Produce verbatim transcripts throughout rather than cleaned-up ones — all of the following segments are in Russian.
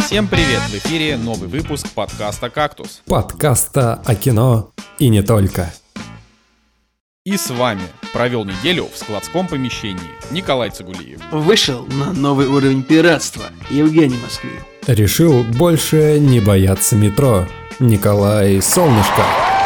Всем привет! В эфире новый выпуск подкаста «Кактус». Подкаста о кино и не только. И с вами провел неделю в складском помещении Николай Цигулиев. Вышел на новый уровень пиратства Евгений Москвин. Решил больше не бояться метро Николай Солнышко.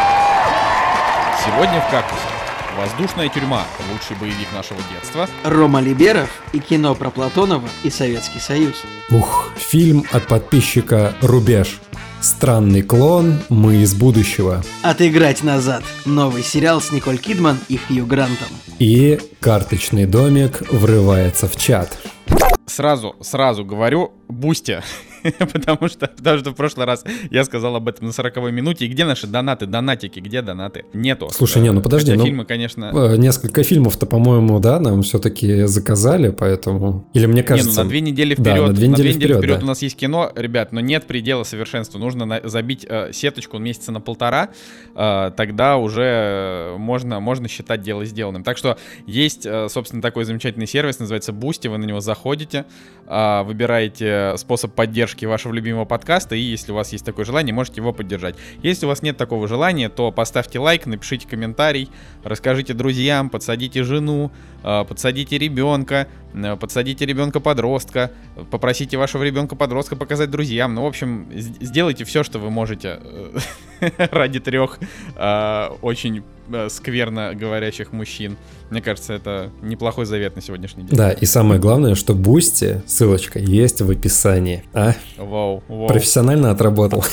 Сегодня в «Кактусе» «Воздушная тюрьма», лучший боевик нашего детства. Рома Либеров и кино про Платонова и Советский Союз. Ух, фильм от подписчика «Рубеж». Странный клон «Мы из будущего». Отыграть назад. Новый сериал с Николь Кидман и Хью Грантом. И «Карточный домик» врывается в чат. Сразу, сразу говорю, Бусти, потому что, потому что в прошлый раз я сказал об этом на сороковой минуте. И где наши донаты, донатики, где донаты? Нету. Слушай, не, ну подожди, Хотя ну, фильмы, конечно... несколько фильмов-то, по-моему, да, нам все-таки заказали, поэтому... Или мне кажется... Не, ну на две недели вперед, да, на две недели, на две недели вперед, вперед да. У нас есть кино, ребят, но нет предела совершенству. Нужно на- забить э, сеточку месяца на полтора, э, тогда уже можно, можно считать дело сделанным. Так что есть, э, собственно, такой замечательный сервис, называется Boosty, вы на него заходите, э, выбираете способ поддержки вашего любимого подкаста, и если у вас есть такое желание, можете его поддержать. Если у вас нет такого желания, то поставьте лайк, напишите комментарий, расскажите друзьям, подсадите жену, э, подсадите ребенка, э, подсадите ребенка-подростка, попросите вашего ребенка-подростка показать друзьям. Ну, в общем, с- сделайте все, что вы можете э, ради трех э, очень э, скверно говорящих мужчин. Мне кажется, это неплохой завет на сегодняшний день. Да, и самое главное, что Boosty, ссылочка, есть в описании. А? Вау, вау. Профессионально отработал.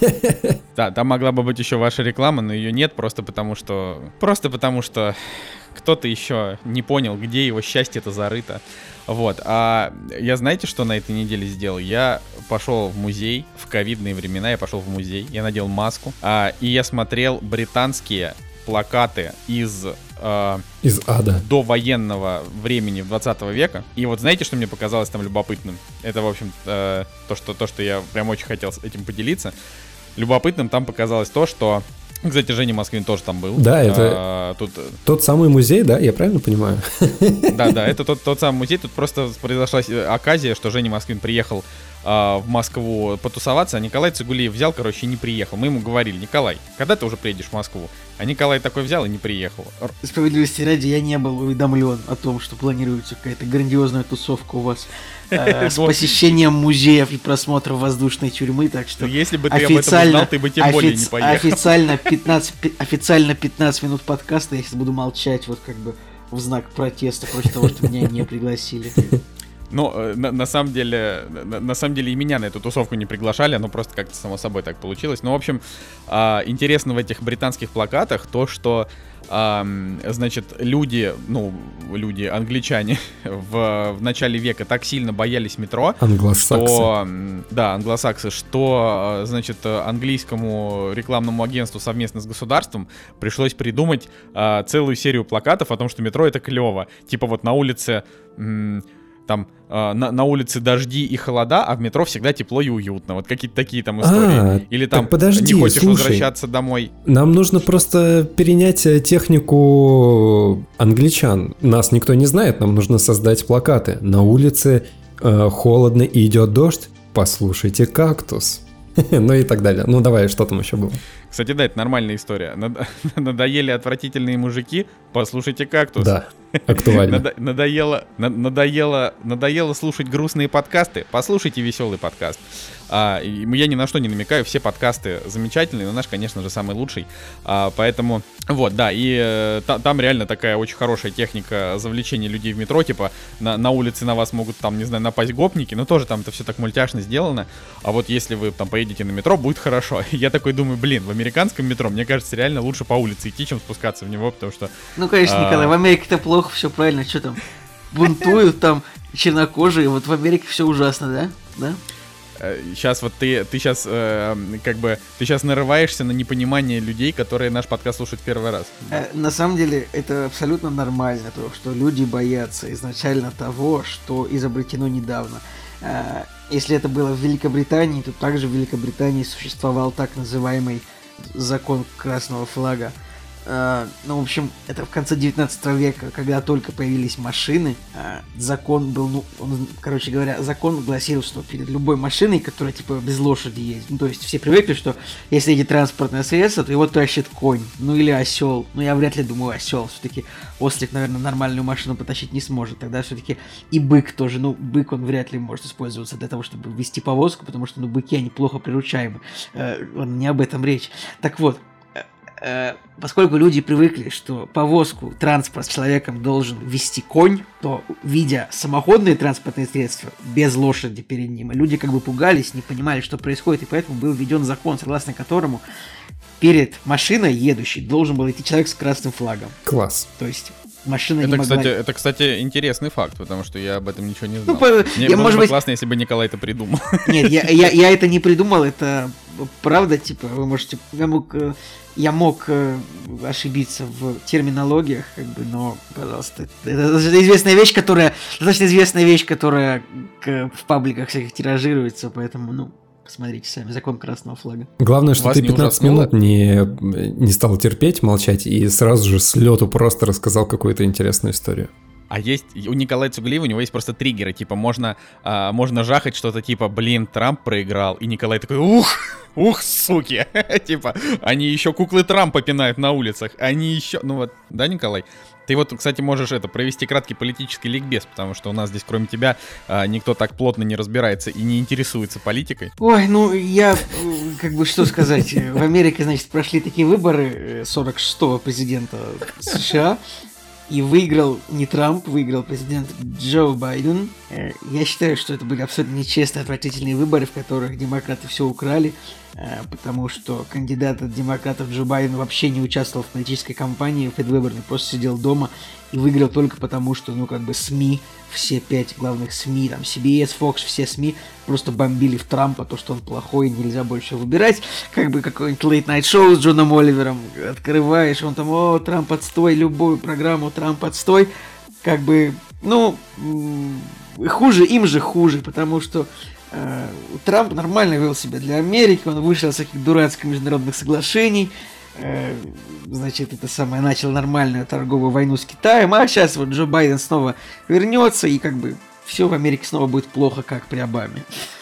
Да, там могла бы быть еще ваша реклама, но ее нет, просто потому что... Просто потому что кто-то еще не понял, где его счастье-то зарыто. Вот, а я знаете, что на этой неделе сделал? Я пошел в музей, в ковидные времена я пошел в музей, я надел маску, а, и я смотрел британские плакаты из... э, Из ада. довоенного времени двадцатого века. И вот знаете, что мне показалось там любопытным? Это, в общем, э, то, что, то, что я прям очень хотел с этим поделиться. Любопытным там показалось то, что... Кстати, Женя Москвин тоже там был. Да, это А, тут... тот самый музей, да? Я правильно понимаю? Да, да, это тот, тот самый музей. Тут просто произошла оказия, что Женя Москвин приехал а, в Москву потусоваться, а Николай Цигулиев взял, короче, и не приехал. Мы ему говорили: Николай, когда ты уже приедешь в Москву? А Николай такой взял и не приехал. Справедливости ради, я не был уведомлен о том, что планируется какая-то грандиозная тусовка у вас э, с посещением музеев и просмотром воздушной тюрьмы, так что Если бы ты об этом узнал, ты бы тем более не офици- поехал. Официально пятнадцать, пи- официально пятнадцать минут подкаста я сейчас буду молчать, вот как бы в знак протеста против того, что меня не пригласили. Ну, э, на, на самом деле, на, на самом деле и меня на эту тусовку не приглашали, оно просто как-то само собой так получилось. Ну, в общем, а, интересно в этих британских плакатах то, что, а, значит, люди, ну, люди, англичане в, в начале века так сильно боялись метро, Англосаксы. что, м, да, англосаксы, что, значит, английскому рекламному агентству совместно с государством пришлось придумать а, целую серию плакатов о том, что метро — это клево. Типа вот на улице... м, Там э, на, на улице дожди и холода, а в метро всегда тепло и уютно. Вот какие-то такие там истории. А, Или там так подожди, не хочешь слушай. возвращаться домой. Нам нужно просто перенять э, технику англичан. Нас никто не знает, нам нужно создать плакаты. На улице э, холодно и идет дождь. Послушайте «Кактус». Ну и так далее. Ну давай, что там еще было? Кстати, да, это нормальная история. Над- Надоели отвратительные мужики, послушайте «Кактус». Да, актуально. Надо- Надоело, на- надоело, надоело слушать грустные подкасты, послушайте веселый подкаст. А, и я ни на что не намекаю, все подкасты замечательные, но наш, конечно же, самый лучший. А, поэтому, вот, да, и э, та- там реально такая очень хорошая техника завлечения людей в метро, типа на, на улице на вас могут там, не знаю, напасть гопники, но тоже там это все так мультяшно сделано. А вот если вы там поедете на метро, будет хорошо. Я такой думаю, блин, в американском метро, мне кажется, реально лучше по улице идти, чем спускаться в него, потому что... Ну, конечно, А. Николай, в Америке-то плохо, все правильно, что там, бунтуют там чернокожие, вот в Америке все ужасно, да? Да? Сейчас вот ты, ты сейчас э, как бы, ты сейчас нарываешься на непонимание людей, которые наш подкаст слушают в первый раз. Э, На самом деле это абсолютно нормально, то, что люди боятся изначально того, что изобретено недавно. Э, Если это было в Великобритании, то также в Великобритании существовал так называемый закон красного флага. э, ну, в общем, это в конце девятнадцатого века, когда только появились машины, э, закон был, ну, он, короче говоря, закон гласил, что перед любой машиной, которая, типа, без лошади едет, ну, то есть все привыкли, что если эти транспортное средство, то его тащит конь, ну, или осел. Ну, я вряд ли думаю осел, все-таки ослик, наверное, нормальную машину потащить не сможет, тогда все-таки и бык тоже, ну, бык, он вряд ли может использоваться для того, чтобы вести повозку, потому что, ну, быки, они плохо приручаемы. Э, не об этом речь. Так вот, э, поскольку люди привыкли, что повозку, транспорт с человеком должен вести конь, то, видя самоходные транспортные средства без лошади перед ним, люди как бы пугались, не понимали, что происходит, и поэтому был введен закон, согласно которому перед машиной едущей должен был идти человек с красным флагом. Класс. То есть машина это, не могла... кстати, это, кстати, интересный факт, потому что я об этом ничего не знал. Ну, по... Мне я, было может бы быть... классно, если бы Николай это придумал. Нет, я, я, я это не придумал, это правда, типа, вы можете... Я мог, я мог ошибиться в терминологиях, как бы, но, пожалуйста, это, это известная вещь, которая... Достаточно известная вещь, которая в пабликах всяких тиражируется, поэтому, ну... Посмотрите сами, закон красного флага. Главное, что Вас ты не пятнадцать ужаснуло? минут не, не стал терпеть, молчать, и сразу же с лету просто рассказал какую-то интересную историю. А есть, у Николая Цугулиева, у него есть просто триггеры, типа, можно, а, можно жахать что-то типа, блин, Трамп проиграл, и Николай такой, ух, ух, суки, типа, они еще куклы Трампа пинают на улицах, они еще, ну вот, да, Николай? Ты вот, кстати, можешь это провести краткий политический ликбез, потому что у нас здесь, кроме тебя, а, никто так плотно не разбирается и не интересуется политикой. Ой, ну я, как бы, что сказать, в Америке, значит, прошли такие выборы сорок шестого президента США, и выиграл не Трамп, выиграл президент Джо Байден. Я считаю, что это были абсолютно нечестные, отвратительные выборы, в которых демократы все украли, потому что кандидат от демократов Джо Байден вообще не участвовал в политической кампании предвыборной, просто сидел дома и выиграл только потому, что, ну, как бы, СМИ, все пять главных СМИ, там, си би эс, Fox, все СМИ просто бомбили в Трампа, то, что он плохой, нельзя больше выбирать, как бы, какой-нибудь late-night шоу с Джоном Оливером открываешь, он там, о, Трамп отстой, любую программу Трамп отстой, как бы, ну, хуже, им же хуже, потому что э, Трамп нормально вел себя для Америки, он вышел из всяких дурацких международных соглашений, значит, это самое, начал нормальную торговую войну с Китаем, а сейчас вот Джо Байден снова вернется, и как бы все в Америке снова будет плохо, как при Обаме.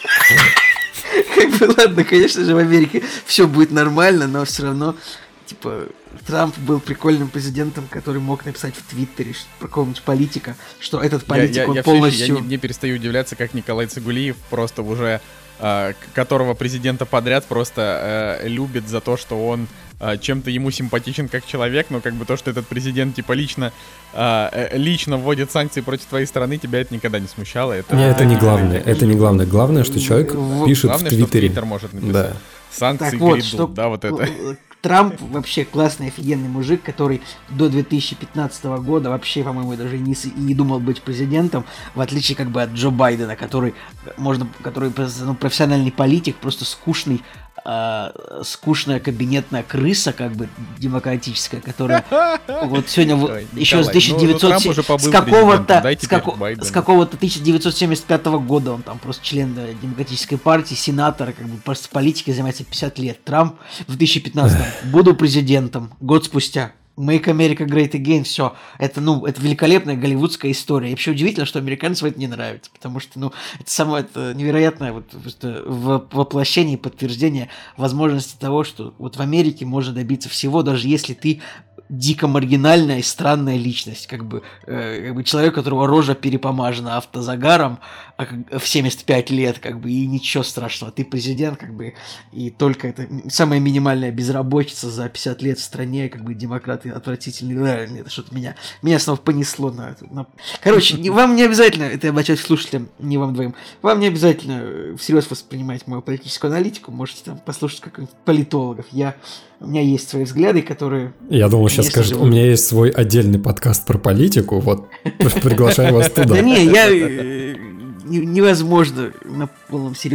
Как бы, ладно, конечно же, в Америке все будет нормально, но все равно, типа, Трамп был прикольным президентом, который мог написать в Твиттере про какого-нибудь политика, что этот политик, я, я, он я полностью... Я не, не перестаю удивляться, как Николай Цугулиев просто уже... которого президента подряд просто э, любит за то, что он э, чем-то ему симпатичен как человек, но как бы то, что этот президент типа лично э, лично вводит санкции против твоей страны, тебя это никогда не смущало. Это, не, это не главное, это не главное. Главное, что человек пишет главное, в Твиттере. Что в Твиттер может написать. Да. Санкции так вот, грядут, что... да, вот это. Трамп вообще классный, офигенный мужик, который до две тысячи пятнадцатого года вообще, по-моему, даже и не, и не думал быть президентом, в отличие как бы от Джо Байдена, который, можно, который ну, профессиональный политик, просто скучный, э, скучная кабинетная крыса, как бы демократическая, которая вот сегодня Ой, еще Николай, с тысяча девятьсот ну, с какого-то с, како, с какого-то тысяча девятьсот семьдесят пятого года он там просто член демократической партии, сенатор, как бы просто политикой занимается пятьдесят лет. Трамп в две тысячи пятнадцатом буду президентом, год спустя. Make America Great Again, все. Это, ну, это великолепная голливудская история. И вообще удивительно, что американцам это не нравится, потому что, ну, это самое это невероятное вот, воплощение и подтверждение возможности того, что вот в Америке можно добиться всего, даже если ты дико маргинальная и странная личность, как бы, э, как бы человек, у которого рожа перепомажена автозагаром а, в семьдесят пять лет, как бы, и ничего страшного, ты президент, как бы, и только это самая минимальная безработица за пятьдесят лет в стране, как бы, демократы отвратительные, да, это что-то меня, меня снова понесло на это. На... Короче, не, вам не обязательно, это я обращаюсь к слушателям, не вам двоим, вам не обязательно всерьез воспринимать мою политическую аналитику, можете там послушать как-нибудь политологов, я у меня есть свои взгляды, которые... Я думал, сейчас скажет, живут. У меня есть свой отдельный подкаст про политику, вот, приглашаю вас туда. Да не, я... Невозможно на полном серьезе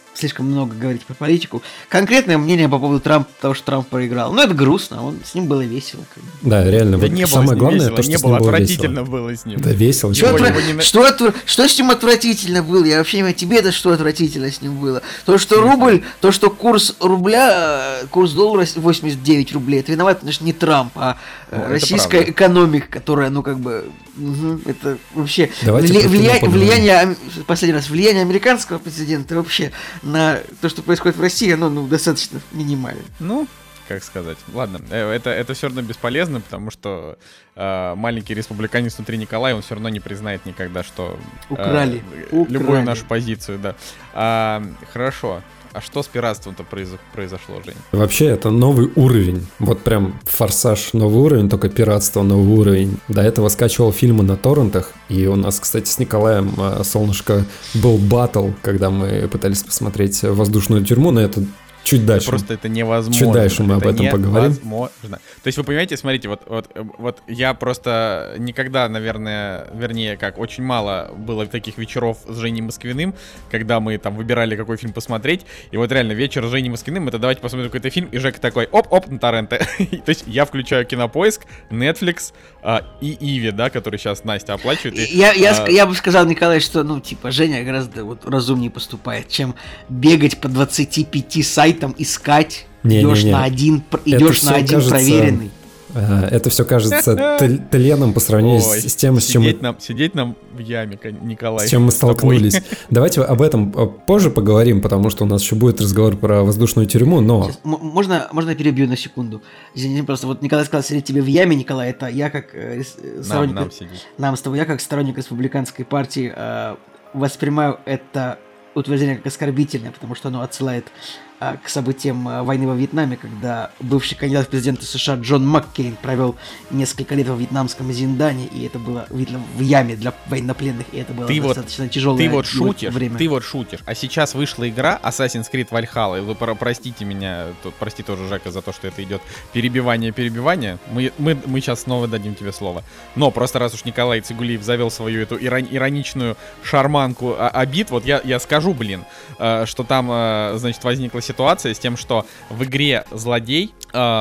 слишком много говорить про политику. Конкретное мнение по поводу Трампа, того, что Трамп проиграл. Ну, это грустно, он, с ним было весело. Как бы. Да, реально. Да вот не было самое с ним главное, весело, то, что не с ним было, было отвратительно весело. было с ним. Да, весело. Что, Его отвра... его не- что, отвра... что с ним отвратительно было? Я вообще не понимаю, тебе-то что отвратительно с ним было? То, что рубль, то, что курс рубля, э, курс доллара восемьдесят девять рублей, это виноват, конечно, не Трамп, а э, Ну, это российская правда. экономика, которая, ну, как бы, мгм, это вообще Давайте вли- про кино влия- поговорим. влияние, ам- последний раз, влияние американского президента вообще на то, что происходит в России, оно, ну, достаточно минимально. Ну, как сказать. Ладно, э, это, это все равно бесполезно, потому что э, маленький республиканец внутри Николая, он все равно не признает никогда, что... э, Украли. Любую Украли. нашу позицию, да. А, хорошо. А что с пиратством-то произо- произошло, Жень? Вообще, это новый уровень. Вот прям «Форсаж» новый уровень, только «Пиратство» новый уровень. До этого скачивал фильмы на торрентах, и у нас, кстати, с Николаем а, «Солнышко» был баттл, когда мы пытались посмотреть «Воздушную тюрьму», но это чуть дальше. Просто это невозможно. Чуть дальше мы это об этом поговорим. невозможно. То есть вы понимаете, смотрите, вот, вот, вот я просто никогда, наверное, вернее, как очень мало было таких вечеров с Женей Москвиным, когда мы там выбирали, какой фильм посмотреть, и вот реально вечер с Женей Москвиным, это давайте посмотрим какой-то фильм, и Жека такой, оп-оп, на торренты. То есть я включаю Кинопоиск, Netflix а, и Иви, да, который сейчас Настя оплачивает. и, Я, я, а, ск- я бы сказал, Николай, что, ну, типа, Женя гораздо вот разумнее поступает, чем бегать по двадцати пяти сайтам, искать, Не, идешь не, не. на один, пр- Это идешь всё на один кажется- проверенный. А, Это все кажется тл- тленом по сравнению ой, с с тем, с чем мы сидеть, нам, сидеть нам в яме, кон- Николай. с чем мы с тобой. столкнулись. Давайте об этом а, позже поговорим, потому что у нас еще будет разговор про воздушную тюрьму, но... Сейчас, м- можно, можно я перебью на секунду? Извини, просто вот Николай сказал сидеть тебе в яме, Николай, это я как э, рес- э, Нам, сторонник, нам сидеть. нам с тобой, я как сторонник республиканской партии э, воспринимаю это утверждение как оскорбительное, потому что оно отсылает э, к событиям э, войны во Вьетнаме, когда бывший кандидат в президенты США Джон Маккейн провел несколько лет во вьетнамском Зиндане, и это было видно в яме для военнопленных, и это было Ты вот- достаточно тяжелое Ты вот его шутишь, время. ты вот шутишь. А сейчас вышла игра Assassin's Creed Valhalla. И вы про- простите меня, тут, прости тоже Жека за то, что это идет перебивание, перебивание. Мы, мы, мы сейчас снова дадим тебе слово. Но просто раз уж Николай Цигулиев завел свою эту ирон- ироничную шарманку о- обид, вот я, я скажу, блин, э, что там, э, значит, возникла ситуация с тем, что в игре злодей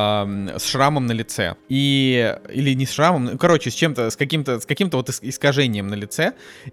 э, с шрамом на лице. И, или не с шрамом, ну, короче, с чем-то, с каким-то, с каким-то вот ис- искажением на лице.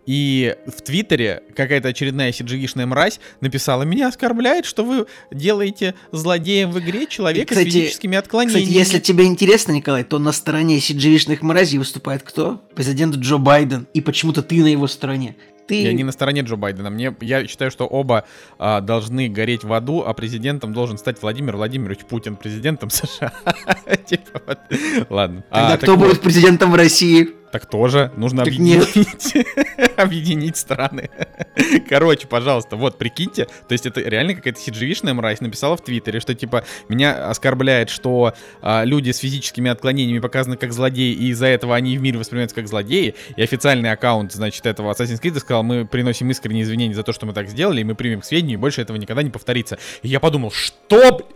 И в Твиттере какая-то очередная си джи ви-шная мразь написала: меня оскорбляет, что вы делаете злодеем в игре человека Кстати, с физическими отклонениями. Кстати, если тебе интересно, Николай, то на стороне си джи ви-шных мразей выступает кто? Президент Джо Байден. И почему-то ты на его стороне. Ты... Я не на стороне Джо Байдена. Мне, я считаю, что оба а, должны гореть в аду, а президентом должен стать Владимир Владимирович Путин, президентом США. Типа вот. Ладно. Тогда А, кто так будет вот, президентом в России? Так тоже нужно Так нет. объединить, объединить страны. Короче, пожалуйста, вот прикиньте, то есть это реально какая-то си джи ви-шная мразь написала в Твиттере, что типа меня оскорбляет, что а, люди с физическими отклонениями показаны как злодеи, и из-за этого они в мире воспринимаются как злодеи. И официальный аккаунт, значит, этого Assassin's Creed сказал: мы приносим искренние извинения за то, что мы так сделали, и мы примем к сведению, и больше этого никогда не повторится. И я подумал, что, блин?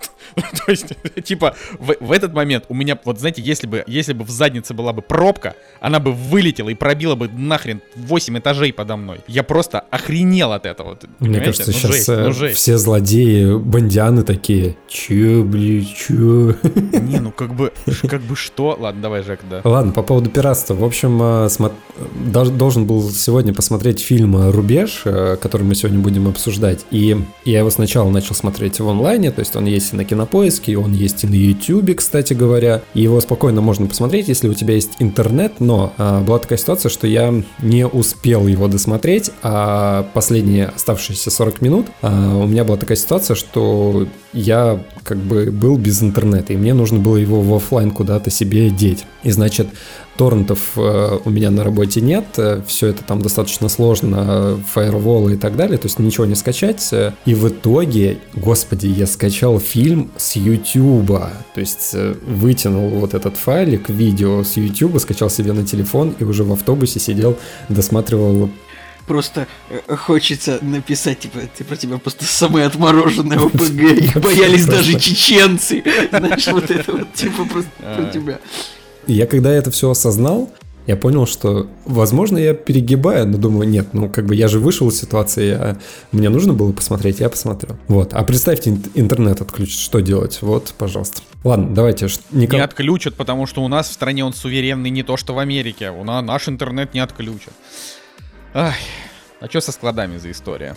То есть, типа, в, в этот момент у меня, вот знаете, если бы, если бы в заднице была бы пробка, она бы вылетела и пробила бы нахрен восемь этажей подо мной. Я просто охренел от этого. Мне Понимаете? кажется, Ну, сейчас жесть, э, ну, жесть. все злодеи, бандианы такие. Чё, блин, чё? Не, ну как бы, как бы что? Ладно, давай, Жек, да. Ладно, по поводу пиратства. В общем, э, смо- дож- должен был сегодня посмотреть фильм э, «Рубеж», э, который мы сегодня будем обсуждать. И я его сначала начал смотреть в онлайне, то есть он есть и на Кинопоиске, он есть и на Ютубе, кстати говоря. И его спокойно можно посмотреть, если у тебя есть интернет, но а, была такая ситуация, что я не успел его досмотреть, а последние оставшиеся сорок минут а, у меня была такая ситуация, что я как бы был без интернета, и мне нужно было его в офлайн куда-то себе деть. И значит, торрентов э, у меня на работе нет, э, все это там достаточно сложно, э, фаерволы и так далее, то есть ничего не скачать. Э, и в итоге, господи, я скачал фильм с Ютуба, то есть э, вытянул вот этот файлик, видео с Ютуба, скачал себе на телефон и уже в автобусе сидел, досматривал. Просто э, хочется написать, типа, ты про тебя просто самое отмороженное ОПГ, их боялись даже чеченцы. Знаешь, вот это вот, типа, просто про тебя. И я когда это все осознал, я понял, что, возможно, я перегибаю, но думаю, нет, ну, как бы я же вышел из ситуации, я... мне нужно было посмотреть, я посмотрел. Вот, а представьте, интернет отключит, что делать? Вот, пожалуйста. Ладно, давайте. Никол... Не отключат, потому что у нас в стране он суверенный, не то что в Америке. У нас наш интернет не отключат. Ах, а что со складами за история?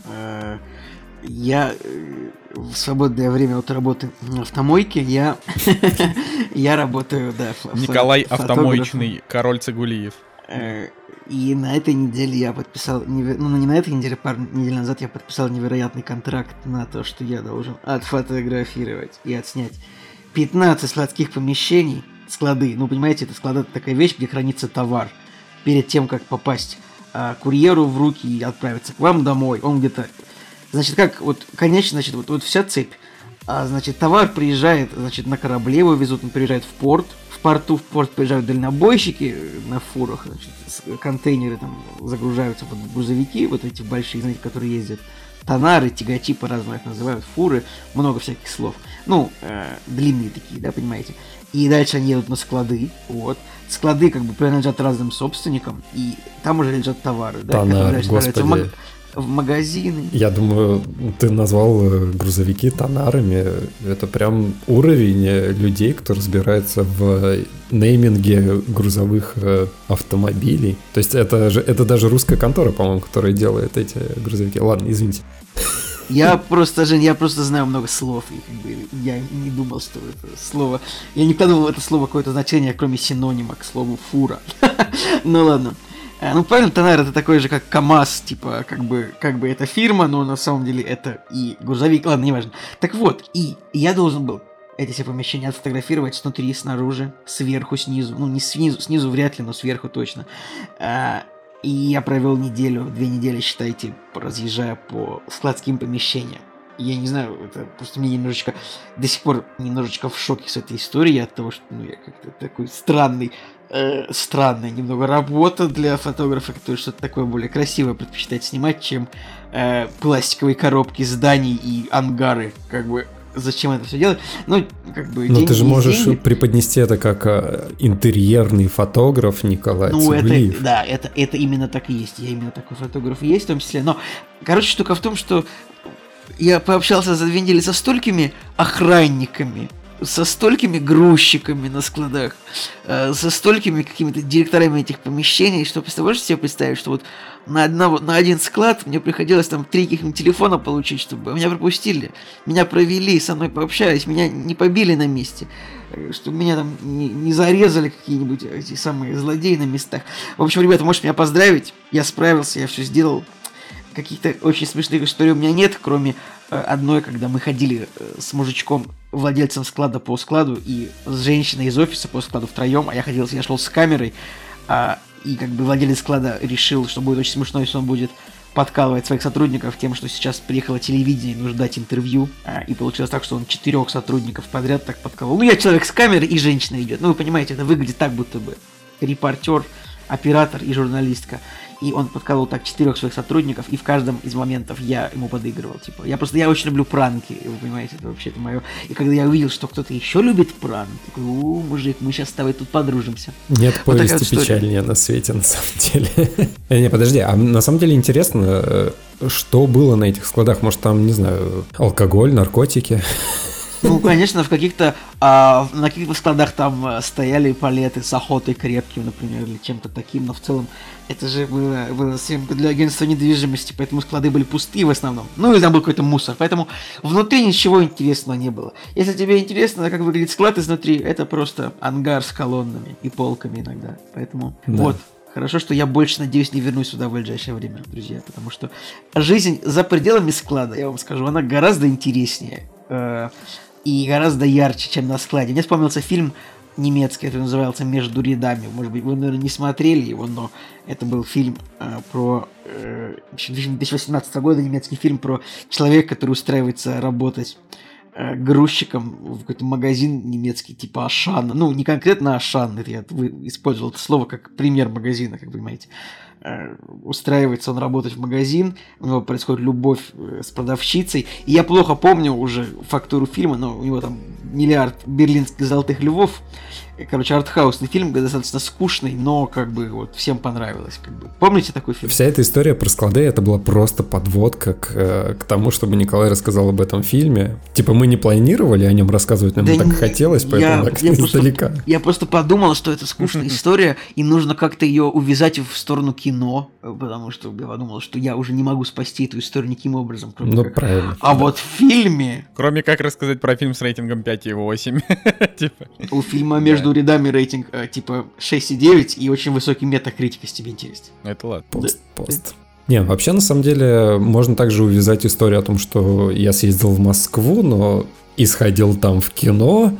Я в свободное время от работы в автомойке, я я работаю, да. Николай Автомоечный, король Цигулиев. И на этой неделе я подписал, ну не на этой неделе, пару недель назад я подписал невероятный контракт на то, что я должен отфотографировать и отснять пятнадцать складских помещений, склады. Ну понимаете, это склад — это такая вещь, где хранится товар. Перед тем, как попасть а, курьеру в руки и отправиться к вам домой, он где-то... Значит, как, вот, конечно, значит, вот, вот вся цепь. А, значит, товар приезжает, значит, на корабле его везут, он приезжает в порт. В порту, в порт приезжают дальнобойщики на фурах, значит, контейнеры там загружаются под грузовики, вот эти большие, знаете, которые ездят. Тонары, тягачи, по-разному их называют, фуры, много всяких слов. Ну, э, длинные такие, да, понимаете. И дальше они едут на склады, вот. Склады как бы принадлежат разным собственникам, и там уже лежат товары, да. Тонар, господи. В, маг... в магазины. Я думаю, ты назвал грузовики тонарами. Это прям уровень людей, кто разбирается в нейминге грузовых автомобилей. То есть это, же, это даже русская контора, по-моему, которая делает эти грузовики. Ладно, извините. Я просто, Жень, я просто знаю много слов, и как бы я не думал, что это слово... Я не подумал это слово какое-то значение, кроме синонима к слову фура. Ну ладно. Ну правильно, Тонар — это такой же, как КамАЗ, типа, как бы, как бы это фирма, но на самом деле это и грузовик, ладно, неважно. Так вот, и я должен был эти все помещения отфотографировать снутри, снаружи, сверху, снизу. Ну, не снизу, снизу вряд ли, но сверху точно. И я провел неделю, две недели, считайте, разъезжая по складским помещениям. Я не знаю, это просто мне немножечко, до сих пор немножечко в шоке с этой историей от того, что ну, я как-то такой странный, э, странная немного работа для фотографа, который что-то такое более красивое предпочитает снимать, чем э, пластиковые коробки зданий и ангары, как бы. Зачем это все делать? Ну, как бы... Но ты же можешь деньги. Преподнести это как а, интерьерный фотограф Николай Ну, Цигулиев. это, да, это, это именно так и есть. Я именно такой фотограф и есть в том числе. Но, короче, штука в том, что я пообщался за две недели со столькими охранниками, со столькими грузчиками на складах, э, со столькими какими-то директорами этих помещений, что представляешь себе представить, что вот на, одного, на один склад мне приходилось там три каких-нибудь телефона получить, чтобы меня пропустили, меня провели, со мной пообщались, меня не побили на месте, чтобы меня там не, не зарезали какие-нибудь эти самые злодеи на местах. В общем, ребята, можете меня поздравить, я справился, я все сделал. Каких-то очень смешных историй у меня нет, кроме э, одной, когда мы ходили э, с мужичком, владельцем склада по складу, и с женщиной из офиса по складу втроем, а я ходил, я шел с камерой, а, и как бы владелец склада решил, что будет очень смешно, если он будет подкалывать своих сотрудников тем, что сейчас приехало телевидение, нужно дать интервью, а, и получилось так, что он четырех сотрудников подряд так подкалывал. Ну, я человек с камерой, и женщина идет. Ну, вы понимаете, это выглядит так, будто бы репортер, оператор и журналистка. И он подколол так четырех своих сотрудников, и в каждом из моментов я ему подыгрывал. Типа, я просто, я очень люблю пранки, вы понимаете, это вообще это мое. И когда я увидел, что кто-то еще любит пранки, такой, у, мужик, мы сейчас с тобой тут подружимся. Нет вот повести печальнее на свете, на самом деле. Не, подожди, а на самом деле интересно, что было на этих складах? Может, там, не знаю, алкоголь, наркотики? Ну, конечно, в каких-то а, на каких-то складах там стояли палеты с охотой крепким, например, или чем-то таким, но в целом это же было, было для агентства недвижимости, поэтому склады были пустые в основном. Ну, или там был какой-то мусор, поэтому внутри ничего интересного не было. Если тебе интересно, как выглядит склад изнутри, это просто ангар с колоннами и полками иногда. Поэтому да. Вот. Хорошо, что я больше, надеюсь, не вернусь сюда в ближайшее время, друзья, потому что жизнь за пределами склада, я вам скажу, она гораздо интереснее и гораздо ярче, чем на складе. Мне вспомнился фильм немецкий, который назывался «Между рядами». Может быть, вы, наверное, не смотрели его, но это был фильм э, про... Э, две тысячи восемнадцатого года немецкий фильм про человека, который устраивается работать э, грузчиком в какой-то магазин немецкий, типа Ашан. Ну, не конкретно Ашан, это я использовал это слово как пример магазина, как вы понимаете. Устраивается он работать в магазин, у него происходит любовь с продавщицей, и я плохо помню уже фактуру фильма, но у него там миллиард берлинских золотых львов, Короче, артхаусный фильм, достаточно скучный, но как бы вот всем понравилось. Как бы. Помните такой фильм? Вся эта история про склады, это была просто подводка к, к тому, чтобы Николай рассказал об этом фильме. Типа мы не планировали о нем рассказывать, нам да так не, хотелось, поэтому я, так я издалека. Просто, я просто подумал, что это скучная история, и нужно как-то ее увязать в сторону кино, потому что я подумал, что я уже не могу спасти эту историю никаким образом, кроме ну, как... правильно. А да. Вот в фильме... Кроме как рассказать про фильм с рейтингом пять и восемь. Типа. У фильма между да. рядами рейтинг э, типа шесть и девять и очень высокий метакритик, если тебе интересно. Это ладно. Пост, пост. Не, вообще, на самом деле, можно также увязать историю о том, что я съездил в Москву, но и сходил там в кино.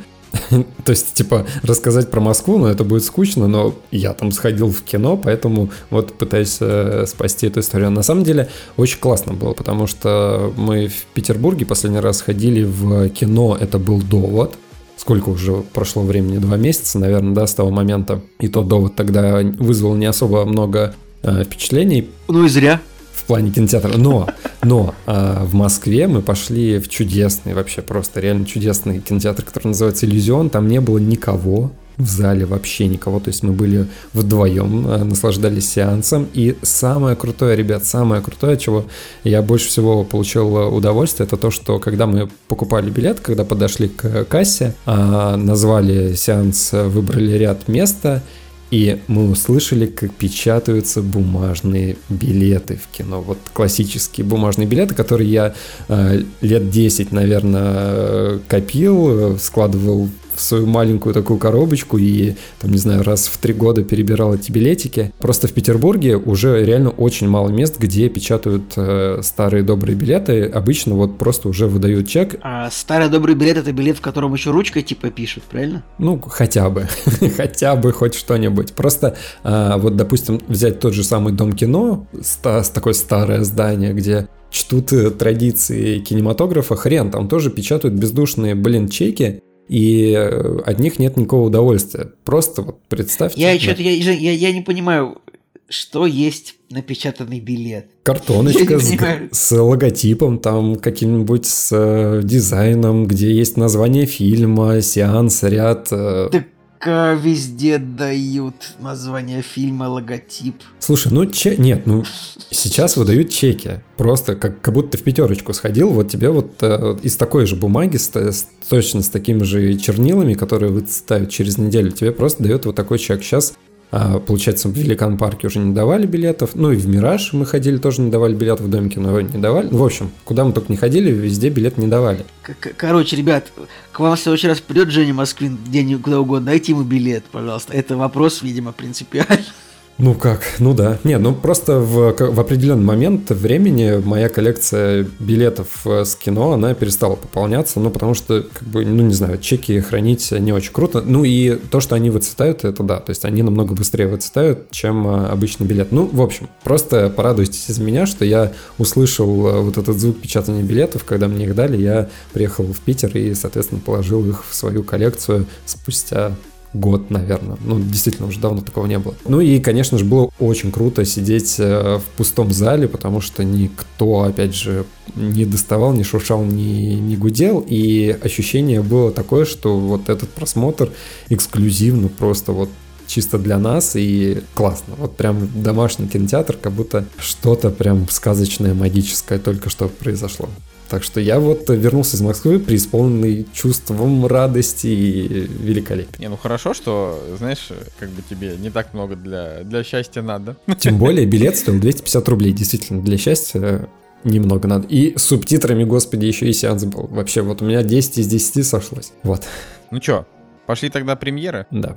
То есть, типа, рассказать про Москву, но это будет скучно, но я там сходил в кино, поэтому вот пытаюсь э, спасти эту историю. На самом деле, очень классно было, потому что мы в Петербурге последний раз ходили в кино, это был «Довод». Сколько уже прошло времени? Два месяца, наверное, да, с того момента. И тот «Довод» тогда вызвал не особо много э, впечатлений. Ну и зря. В плане кинотеатра. Но, но э, в Москве мы пошли в чудесный, вообще просто реально чудесный кинотеатр, который называется «Иллюзион». Там не было никого в зале, вообще никого. То есть мы были вдвоем, э, наслаждались сеансом. И самое крутое, ребят, самое крутое, от чего я больше всего получил удовольствие, это то, что когда мы покупали билет, когда подошли к кассе, э, назвали сеанс, выбрали ряд места, и мы услышали, как печатаются бумажные билеты в кино. Вот классические бумажные билеты, которые я э, лет десять, наверное, копил, складывал в свою маленькую такую коробочку и, там, не знаю, раз в три года перебирал эти билетики. Просто в Петербурге уже реально очень мало мест, где печатают э, старые добрые билеты. Обычно вот просто уже выдают чек. А старый добрый билет — это билет, в котором еще ручкой типа пишут, правильно? Ну, хотя бы. Хотя бы хоть что-нибудь. Просто э, вот, допустим, взять тот же самый Дом кино, ста- такое старое здание, где чтут традиции кинематографа, хрен, там тоже печатают бездушные, блин, чеки, и от них нет никакого удовольствия. Просто вот представьте. Я, да. что-то, я, я, я не понимаю, что есть напечатанный билет. Картоночка с, с логотипом, там каким-нибудь с э, дизайном, где есть название фильма, сеанс, ряд. Э... Так а везде дают название фильма, логотип. Слушай, ну че... нет, ну сейчас выдают чеки. Просто как, как будто ты в пятерочку сходил, вот тебе вот э, из такой же бумаги, с, с, точно с такими же чернилами, которые выставят через неделю, тебе просто дают вот такой чек. Сейчас, э, получается, в Великан парке уже не давали билетов, ну и в Мираж мы ходили, тоже не давали билетов, в Доме кино не давали. Ну, в общем, куда мы только не ходили, везде билет не давали. Короче, ребят, к вам в следующий раз придет Женя Москвин где-нибудь куда угодно, дайте ему билет, пожалуйста. Это вопрос, видимо, принципиальный. Ну как, ну да. Не, ну просто в, в определенный момент времени моя коллекция билетов с кино, она перестала пополняться, ну потому что, как бы, ну не знаю, чеки хранить не очень круто. Ну и то, что они выцветают, это да, то есть они намного быстрее выцветают, чем обычный билет. Ну, в общем, просто порадуйтесь из меня, что я услышал вот этот звук печатания билетов, когда мне их дали, я приехал в Питер и, соответственно, положил их в свою коллекцию спустя год, наверное. Ну, действительно, уже давно такого не было. Ну и, конечно же, было очень круто сидеть в пустом зале, потому что никто, опять же, не доставал, не шуршал, не, не гудел. И ощущение было такое, что вот этот просмотр эксклюзивно просто вот чисто для нас, и классно. Вот прям домашний кинотеатр, как будто что-то прям сказочное, магическое только что произошло. Так что я вот вернулся из Москвы преисполненный чувством радости и великолепия. Не, ну хорошо, что, знаешь, как бы тебе не так много для, для счастья надо. Тем более билет стоил двести пятьдесят рублей. Действительно, для счастья немного надо. И с субтитрами, господи, еще и сеанс был. Вообще, вот у меня десять из десяти сошлось. Вот. Ну чё, пошли тогда премьеры? Да.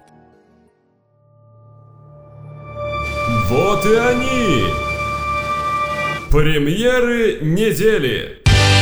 Вот и они! Премьеры недели!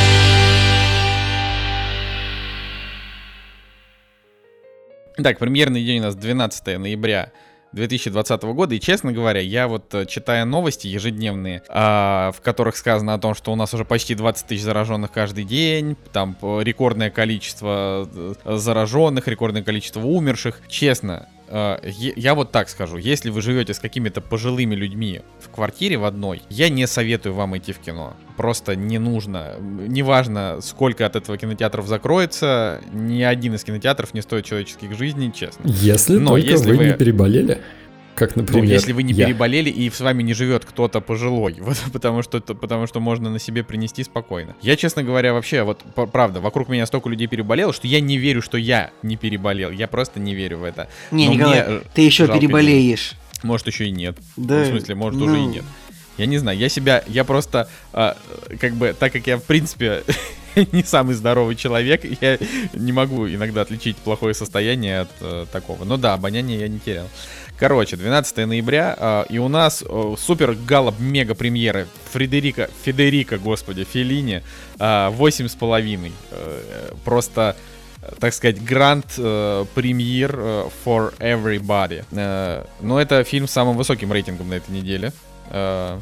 Так, премьерный день у нас двенадцатое ноября две тысячи двадцатого года, и, честно говоря, я вот, читая новости ежедневные, а, в которых сказано о том, что у нас уже почти двадцать тысяч зараженных каждый день, там рекордное количество зараженных, рекордное количество умерших, честно, э, я вот так скажу, если вы живете с какими-то пожилыми людьми в квартире в одной, я не советую вам идти в кино. Просто не нужно. Неважно, сколько от этого кинотеатров закроется, ни один из кинотеатров не стоит человеческих жизней, честно. Если Но только если вы, вы не переболели. Как, например, ну, если вы не я. переболели и с вами не живет кто-то пожилой, вот, потому, что, потому что можно на себе принести спокойно. Я, честно говоря, вообще, вот правда, вокруг меня столько людей переболело, что я не верю, что я не переболел. Я просто не верю в это. Не, Но Николай, мне ты еще жалко переболеешь. людей. Может, еще и нет. Да, ну, в смысле, может, ну... уже и нет. Я не знаю, я себя, я просто, а, как бы, так как я, в принципе, не самый здоровый человек, я не могу иногда отличить плохое состояние от а, такого. Но да, обоняние я не терял. Короче, двенадцатого ноября, а, и у нас а, супер гала мега премьеры Фредерика, Федерико, господи, Феллини, восемь с половиной. А, просто... так сказать, гранд-премьер uh, uh, for everybody. Uh, но это фильм с самым высоким рейтингом на этой неделе. Uh,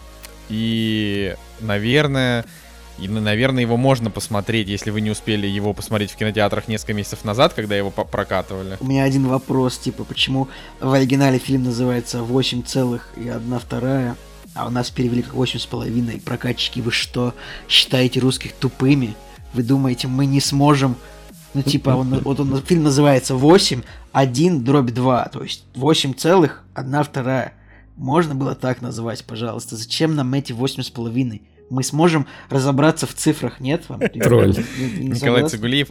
и, наверное, и, наверное, его можно посмотреть, если вы не успели его посмотреть в кинотеатрах несколько месяцев назад, когда его прокатывали. У меня один вопрос, типа, почему в оригинале фильм называется восемь целых и одна вторая, а у нас перевели как восемь с половиной. Прокатчики, вы что, считаете русских тупыми? Вы думаете, мы не сможем... Ну, типа, он, вот он, фильм называется восемь, один, дробь два, то есть восемь целых, одна вторая. Можно было так назвать, пожалуйста? Зачем нам эти восемь с половиной? Мы сможем разобраться в цифрах, нет? Вам? Тролль. Николай Цигулиев.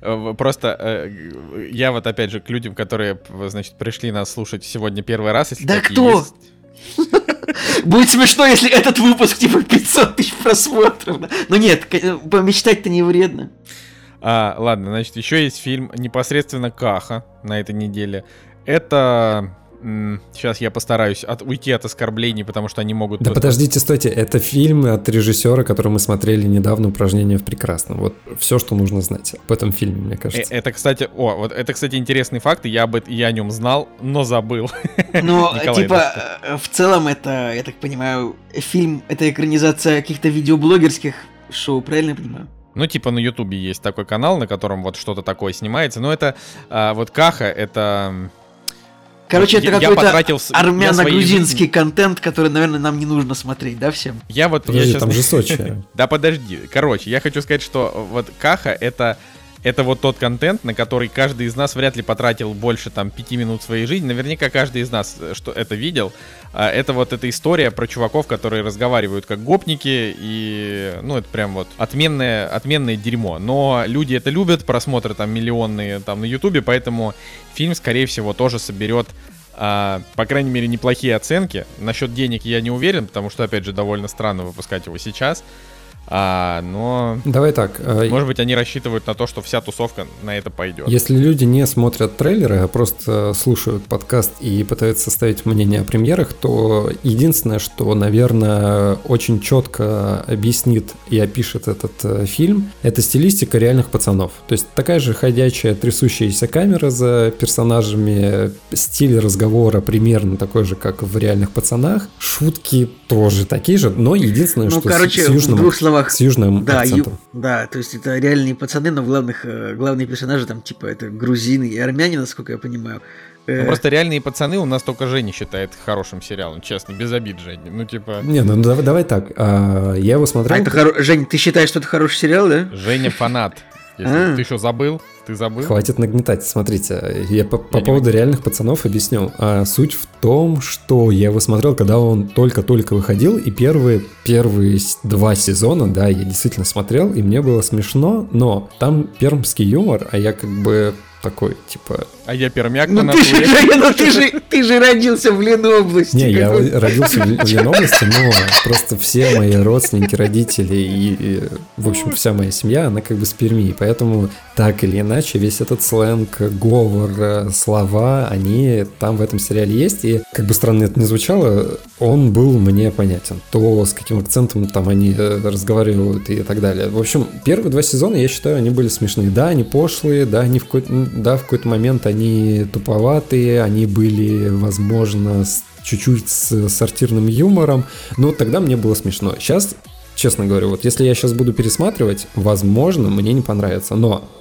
Просто я вот опять же к людям, которые, значит, пришли нас слушать сегодня первый раз. Если да кто? Есть... Будет смешно, если этот выпуск типа пятьсот тысяч просмотров. Но нет, помечтать-то не вредно. А, ладно, значит, еще есть фильм непосредственно Каха на этой неделе. Это... М- сейчас я постараюсь от, уйти от оскорблений, потому что они могут... Да подождите, стойте, это фильм от режиссера, который мы смотрели недавно, «Упражнение в прекрасном». Вот все, что нужно знать об этом фильме, мне кажется. Э- это, кстати, о, вот это, кстати, интересный факт, я, об, я о нем знал, но забыл. Ну, типа, в целом это, я так понимаю, фильм, это экранизация каких-то видеоблогерских шоу, правильно я понимаю? Ну, типа на Ютубе есть такой канал, на котором вот что-то такое снимается. Но это, а, вот Каха, это... Короче, вот это я, какой-то я потратил... армяно-грузинский жизни... контент, который, наверное, нам не нужно смотреть, да, всем? Я вот... Подожди, я сейчас... там же Сочи. Да подожди. Короче, я хочу сказать, что вот Каха это... Это вот тот контент, на который каждый из нас вряд ли потратил больше там пяти минут своей жизни. Наверняка каждый из нас что это видел. Это вот эта история про чуваков, которые разговаривают как гопники. И, ну, это прям вот отменное, отменное дерьмо. Но люди это любят, просмотры там миллионные там на Ютубе. Поэтому фильм, скорее всего, тоже соберет, а, по крайней мере, неплохие оценки. Насчет денег я не уверен, потому что, опять же, довольно странно выпускать его сейчас. А, но... Давай так. Может быть, они рассчитывают на то, что вся тусовка на это пойдет. Если люди не смотрят трейлеры, а просто слушают подкаст и пытаются составить мнение о премьерах, то единственное, что, наверное, очень четко объяснит и опишет этот фильм, это стилистика реальных пацанов. То есть такая же ходячая трясущаяся камера за персонажами, стиль разговора примерно такой же, как в реальных пацанах, шутки тоже такие же, но единственное, ну, что короче, с, с южным... в двух словах, с южным да, акцентом. Ю, да, то есть это реальные пацаны, но главных, главные персонажи там типа это грузины и армяне, насколько я понимаю. Ну, просто «Реальные пацаны» у нас только Женя считает хорошим сериалом, честно, без обид, Женя. Ну, типа... Не, ну давай, давай так, а, я его смотрел... А это хоро... Жень, ты считаешь, что это хороший сериал, да? Женя фанат. Если... Ты что, забыл? Ты забыл? Хватит нагнетать, смотрите, я по, по поводу «Реальных пацанов» объясню. А, суть в том, что я его смотрел, когда он только-только выходил, и первые, первые два сезона, да, я действительно смотрел, и мне было смешно, но там пермский юмор, а я как бы такой, типа... А я пермяк ну, на ты же, ну ты же, ты же родился в Ленобласти. Не, я родился в Ленобласти, но просто все мои родственники, родители и, и, в общем, вся моя семья, она как бы с Перми, поэтому так или иначе весь этот сленг, говор, слова, они там в этом сериале есть, и как бы странно это ни звучало, он был мне понятен. То, с каким акцентом там они разговаривают и так далее. В общем, первые два сезона, я считаю, они были смешные. Да, они пошлые, да, они в какой-то, да, в какой-то момент они туповатые, они были, возможно, с, чуть-чуть с сортирным юмором, но тогда мне было смешно. Сейчас, честно говорю, вот если я сейчас буду пересматривать, возможно, мне не понравится, но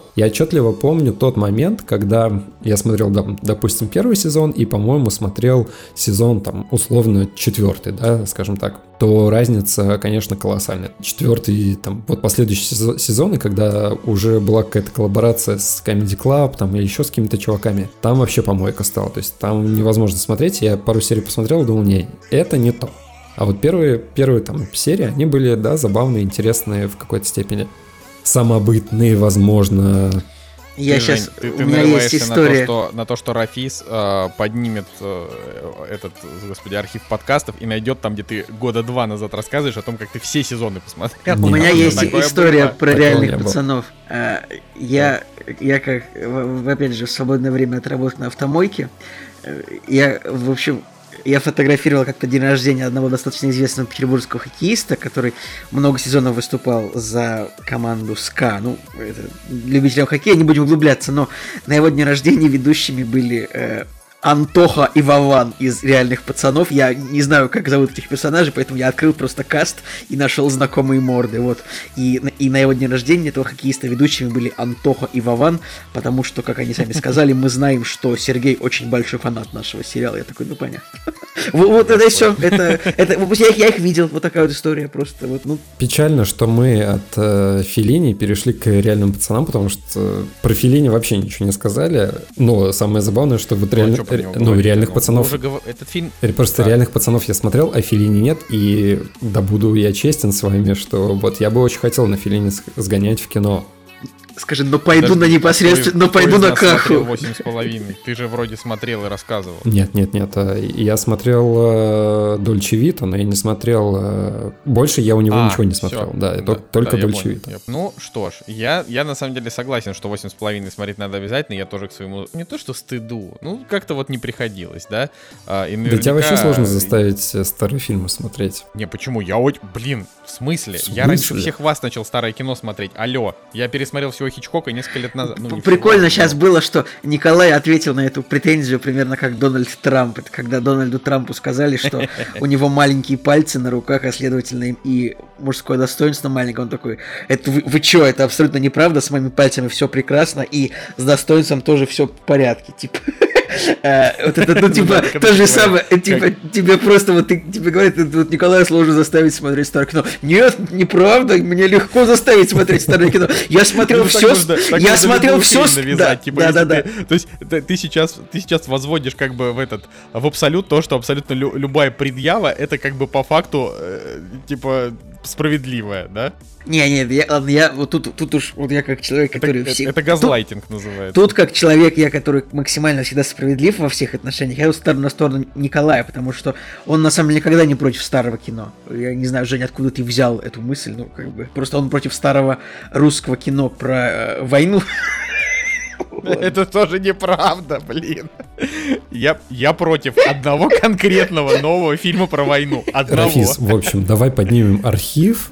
Я отчетливо помню тот момент, когда я смотрел, допустим, первый сезон и, по-моему, смотрел сезон, там, условно, четвертый, да, скажем так, то разница, конечно, колоссальная. Четвертый, там, вот последующие сезоны, когда уже была какая-то коллаборация с Comedy Club, там, или еще с какими-то чуваками, там вообще помойка стала, то есть там невозможно смотреть. Я пару серий посмотрел и думал, не, это не то. А вот первые, первые там серии, они были, да, забавные, интересные в какой-то степени. Самобытные, возможно. Я ты, сейчас, Жень, ты, у ты меня есть история. На то, что, на то, что Рафис э, поднимет э, этот, господи, архив подкастов и найдет там, где ты года два назад рассказываешь о том, как ты все сезоны посмотрел. У меня есть история было. про реальных пацанов. Я, я как, опять же, в свободное время отработал на автомойке. Я, в общем... Я фотографировал как-то день рождения одного достаточно известного петербургского хоккеиста, который много сезонов выступал за команду СКА. Ну, это, любителям хоккея, не будем углубляться, но на его дне рождения ведущими были э, Антоха и Вован из «Реальных пацанов». Я не знаю, как зовут этих персонажей, поэтому я открыл просто каст и нашел знакомые морды. Вот. И, и на его дне рождения этого хоккеиста ведущими были Антоха и Вован, потому что, как они сами сказали, мы знаем, что Сергей очень большой фанат нашего сериала. Я такой, ну понятно. Вот это и все. Это, это, я, их, я их видел. Вот такая вот история просто. Вот, ну. Печально, что мы от э, Феллини перешли к «Реальным пацанам», потому что про Феллини вообще ничего не сказали. Но самое забавное, что вот реально... Ну, «Реальных пацанов». Уже этот фильм... Просто да. «Реальных пацанов» я смотрел, а Феллини нет. И да буду я честен с вами, что вот я бы очень хотел на Феллини сгонять в кино. Скажи, но пойду Подожди, на непосредственно, но пойду на Каху. восемь с половиной. Ты же вроде смотрел и рассказывал. Нет, нет, нет. Я смотрел Дольче Вита, но я не смотрел... Больше я у него а, ничего не смотрел. Все. Да, да, только да, Дольче Вита. Ну что ж, я, я на самом деле согласен, что восемь с половиной смотреть надо обязательно. Я тоже к своему... Не то что стыду, ну как-то вот не приходилось, да? И наверняка... Да тебя вообще сложно заставить старые фильмы смотреть. Не, почему? Я очень... Блин, в смысле? в смысле? Я раньше всех вас начал старое кино смотреть. Алло, я пересмотрел всего Хичкока несколько лет назад. Ну, прикольно всего, сейчас но... было, что Николай ответил на эту претензию примерно как Дональд Трамп. Это когда Дональду Трампу сказали, что у него маленькие пальцы на руках, а следовательно и мужское достоинство маленькое. Он такой, это вы, вы чё, это абсолютно неправда, с моими пальцами все прекрасно, и с достоинством тоже все в порядке, типа. Вот это, ну, типа, то же самое, типа, тебе просто, вот, тебе говорят, вот Николая сложно заставить смотреть старое кино. Нет, неправда, мне легко заставить смотреть старое кино. Я смотрел все, я смотрел все, да, да, да. То есть ты сейчас, ты сейчас возводишь как бы в этот, в абсолют то, что абсолютно любая предъява, это как бы по факту, типа, справедливая, да? Не, не, я, ладно, я вот тут, тут уж вот я как человек, который это, все... это газлайтинг тут, называется. Тут как человек, я, который максимально всегда справедлив во всех отношениях, я вот ставлю на сторону Николая, потому что он на самом деле никогда не против старого кино. Я не знаю, Женя, откуда ты взял эту мысль, ну как бы просто он против старого русского кино про э, войну. Это тоже неправда, блин. Я, я против одного конкретного нового фильма про войну. Одного. Рафис, в общем, давай поднимем архив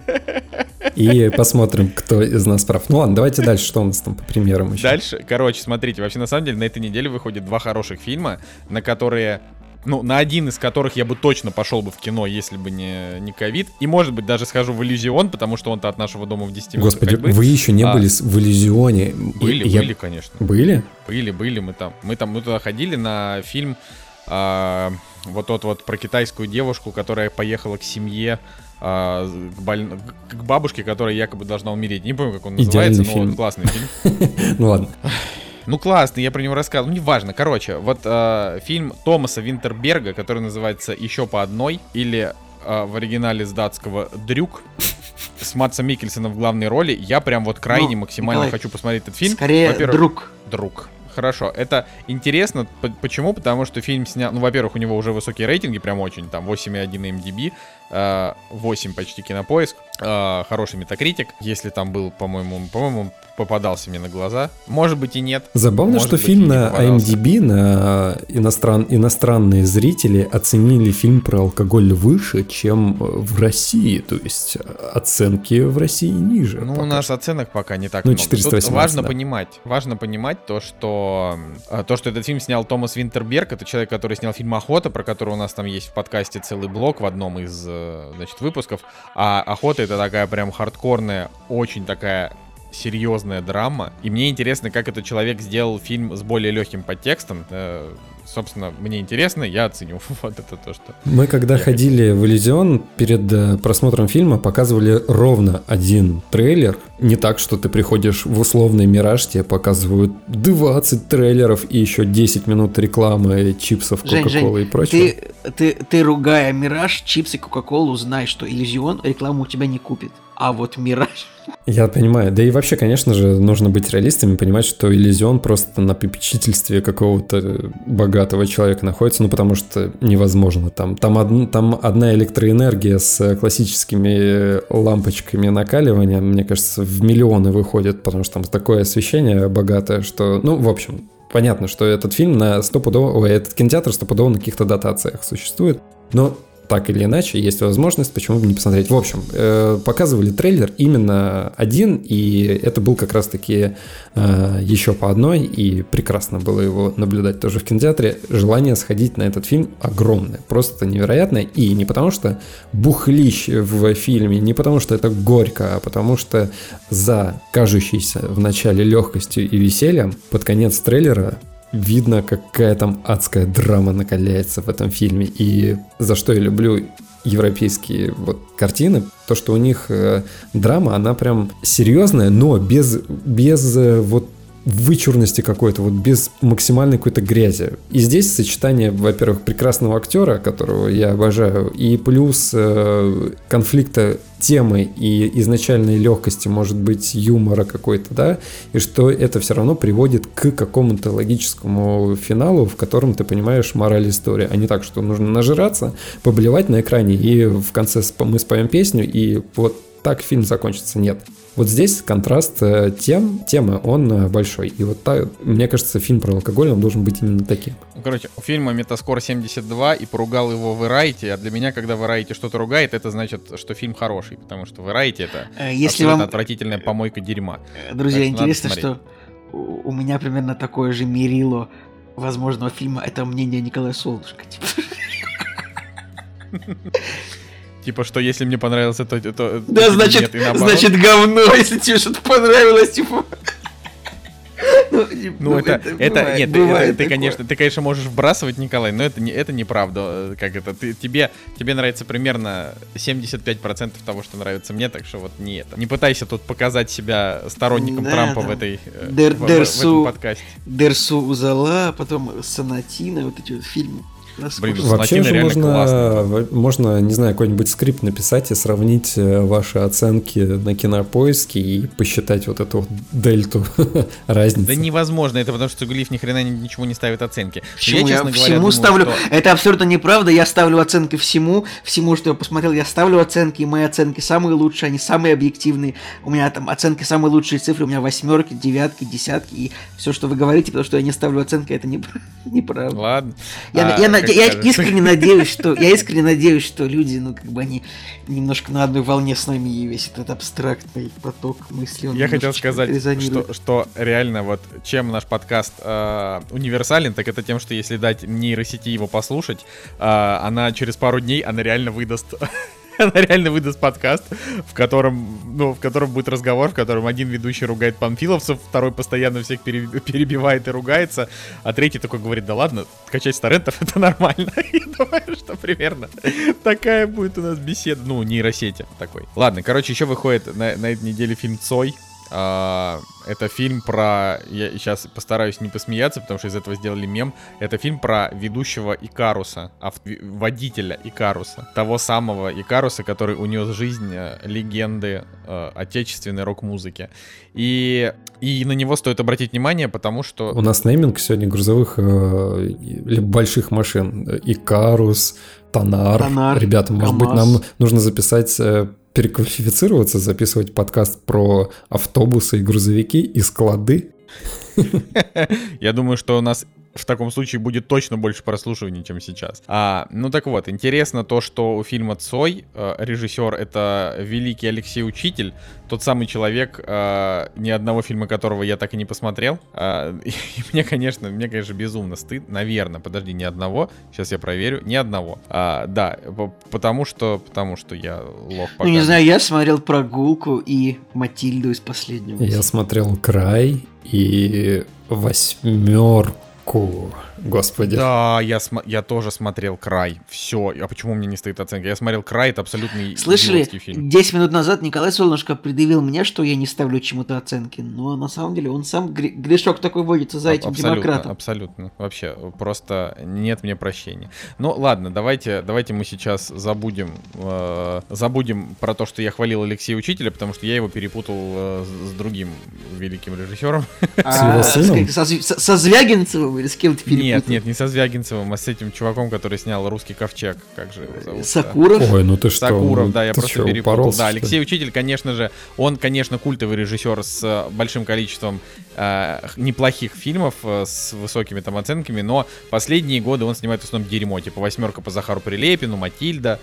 и посмотрим, кто из нас прав. Ну ладно, давайте дальше, что у нас там по примерам еще. Дальше, короче, смотрите, вообще на самом деле на этой неделе выходит два хороших фильма, на которые... Ну, на один из которых я бы точно пошел бы в кино, если бы не, не ковид. И, может быть, даже схожу в «Иллюзион», потому что он-то от нашего дома в десяти минутах ходьбы. Господи, вы еще не а, были в «Иллюзионе». Были, я... были, конечно. Были? Были, были мы там. Мы там, мы туда ходили на фильм а, вот тот вот про китайскую девушку, которая поехала к семье, а, к, боль... к бабушке, которая якобы должна умереть. Не помню, как он называется, но он классный фильм. Ну ладно. Ну классный, я про него рассказывал, ну неважно, короче, вот э, фильм Томаса Винтерберга, который называется «Еще по одной», или э, в оригинале с датского «Дрюк», с Мадсом Миккельсеном в главной роли, я прям вот крайне ну, максимально Николай, хочу посмотреть этот фильм. Скорее «Друг». «Друг». Хорошо, это интересно, почему? Потому что фильм снял, ну, во-первых, у него уже высокие рейтинги, прям очень, там, восемь и один на эм ди би, восемь почти Кинопоиск, хороший Метакритик, если там был, по-моему, по-моему, попадался мне на глаза, может быть и нет. Забавно, что фильм на ай эм ди би, на иностран... иностранные зрители оценили фильм про алкоголь выше, чем в России, то есть оценки в России ниже. Ну, пока. У нас оценок пока не так ну, много. четыреста восемнадцать, важно да. понимать, важно понимать то, что то, что этот фильм снял Томас Винтерберг, это человек, который снял фильм «Охота», про который у нас там есть в подкасте целый блок в одном из, значит, выпусков. А «Охота» — это такая прям хардкорная, очень такая серьезная драма. И мне интересно, как этот человек сделал фильм с более легким подтекстом. Э, собственно, мне интересно, я оценю. Вот это то, что... Мы когда ходили в Иллюзион, перед просмотром фильма показывали ровно один трейлер. Не так, что ты приходишь в условный «Мираж», тебе показывают двадцать трейлеров и еще десять минут рекламы чипсов, Кока-Колы и прочего. Ты, ты, ты, ругая «Мираж», чипсы, Кока-Колу, знай, что Иллюзион рекламу у тебя не купит. А вот «Мираж». Я понимаю. Да и вообще, конечно же, нужно быть реалистами, понимать, что Иллюзион просто на попечительстве какого-то богатого человека находится, ну потому что невозможно. Там, там, од, там одна электроэнергия с классическими лампочками накаливания, мне кажется, в миллионы выходит, потому что там такое освещение богатое, что... Ну, в общем, понятно, что этот фильм на стопудово... Ой, этот кинотеатр стопудово на каких-то дотациях существует, но... Так или иначе, есть возможность, почему бы не посмотреть. В общем, э, показывали трейлер именно один, и это был как раз-таки э, еще по одной, и прекрасно было его наблюдать тоже в кинотеатре. Желание сходить на этот фильм огромное, просто невероятное, и не потому что бухлищ в фильме, не потому что это горько, а потому что за кажущейся в начале легкостью и весельем под конец трейлера видно, какая там адская драма накаляется в этом фильме. И за что я люблю европейские вот картины, то, что у них э, драма, она прям серьезная, но без, без э, вот вычурности какой-то, вот без максимальной какой-то грязи. И здесь сочетание, во-первых, прекрасного актера, которого я обожаю, и плюс э, конфликта темы и изначальной легкости, может быть, юмора какой-то, да, и что это все равно приводит к какому-то логическому финалу, в котором ты понимаешь мораль истории, а не так, что нужно нажираться, поблевать на экране, и в конце мы споем песню, и вот так фильм закончится. Нет. Вот здесь контраст тем, темы, он большой. И вот так, мне кажется, фильм про алкоголь, он должен быть именно таким. Ну, короче, у фильма Метаскор семьдесят два, и поругал его Variety, а для меня, когда Variety что-то ругает, это значит, что фильм хороший, потому что Variety — это Если абсолютно вам... отвратительная помойка дерьма. Друзья, интересно, что у меня примерно такое же мерило возможного фильма, это мнение Николая Солнышко. Типа, что если мне понравился, то... то да, значит, нет, и значит говно, если тебе что-то понравилось, типа... Ну, ну это, это, это бывает, нет, бывает ты, ты, конечно, ты, конечно, можешь вбрасывать, Николай, но это, не, это неправда. Как это? Ты, тебе, тебе нравится примерно семьдесят пять процентов того, что нравится мне, так что вот не это. Не пытайся тут показать себя сторонником да, Трампа да. в этой Дер, в, Дерсу, в этом подкасте. Дерсу Узала, потом Санатина, вот эти вот фильмы. Блин, вообще же можно, можно, не знаю, какой-нибудь скрипт написать и сравнить ваши оценки на Кинопоиске и посчитать вот эту дельту разницы. Да невозможно, это потому что Глиф ни хрена ничего не ставит оценки. Почему? Я, честно я говоря, всему думаю, ставлю, что... это абсолютно неправда, я ставлю оценки всему, всему, что я посмотрел, я ставлю оценки, и мои оценки самые лучшие, они самые объективные, у меня там оценки самые лучшие цифры, у меня восьмерки, девятки, десятки, и все, что вы говорите, потому что я не ставлю оценки, это не, неправда. Ладно. Я, а, я, я искренне надеюсь, что я искренне надеюсь, что люди, ну как бы они немножко на одной волне с нами, и весь этот абстрактный поток мыслей. Я хотел сказать, что, что реально вот чем наш подкаст э, универсален, так это тем, что если дать нейросети его послушать, э, она через пару дней она реально выдаст. Она реально выдаст подкаст, в котором, ну, в котором будет разговор, в котором один ведущий ругает панфиловцев, второй постоянно всех перебивает и ругается, а третий такой говорит: да ладно, качать с торрентов — это нормально. Я думаю, что примерно такая будет у нас беседа. Ну, нейросети такой. Ладно, короче, еще выходит на, на этой неделе фильм «Цой». Uh, это фильм про... Я сейчас постараюсь не посмеяться, потому что из этого сделали мем. Это фильм про ведущего Икаруса, ав... водителя Икаруса. Того самого Икаруса, который унес жизнь легенды uh, отечественной рок-музыки. И... и на него стоит обратить внимание, потому что... У нас нейминг сегодня грузовых э, больших машин. Икарус, Тонар. Тонар Ребята, может КамАЗ. Быть, нам нужно записать... Э, переквалифицироваться, записывать подкаст про автобусы и грузовики и склады. Я думаю, что у нас в таком случае будет точно больше прослушиваний, чем сейчас. А, ну так вот, интересно то, что у фильма «Цой» э, режиссер — это великий Алексей Учитель, тот самый человек, э, ни одного фильма которого я так и не посмотрел. Э, и мне, конечно, мне, конечно, безумно стыд. Наверное, подожди, ни одного. Сейчас я проверю. Ни одного. А, да, потому что, потому что я лох пока. Ну, не знаю, я смотрел «Прогулку» и «Матильду» из последнего. Я смотрел «Край» и «Восьмерку». Господи. Да, я, см- я тоже смотрел «Край». Все. А почему мне не стоит оценка? Я смотрел «Край», это абсолютный Слышали, идиотский фильм. десять минут назад Николай Солнышко предъявил мне, что я не ставлю чему-то оценки. Но на самом деле он сам гре- грешок такой водится за этим абсолютно, демократом. Абсолютно. Вообще, просто нет мне прощения. Ну, ладно, давайте, давайте мы сейчас забудем, э, забудем про то, что я хвалил Алексея Учителя, потому что я его перепутал э, с другим великим режиссером. А, с- со, со- со Звягинцевым или с кем ты перепутал? Нет, нет, не со Звягинцевым, а с этим чуваком, который снял «Русский ковчег». Как же его зовут? Сакуров? Ой, ну ты что? Сакуров, ну да, я ты просто что, перепутал. упоролся, Да, что ли? Алексей Учитель, конечно же, он, конечно, культовый режиссер с э, большим количеством э, неплохих фильмов, э, с высокими там оценками, но последние годы он снимает в основном дерьмо, типа «Восьмерка» по Захару Прилепину, «Матильда»,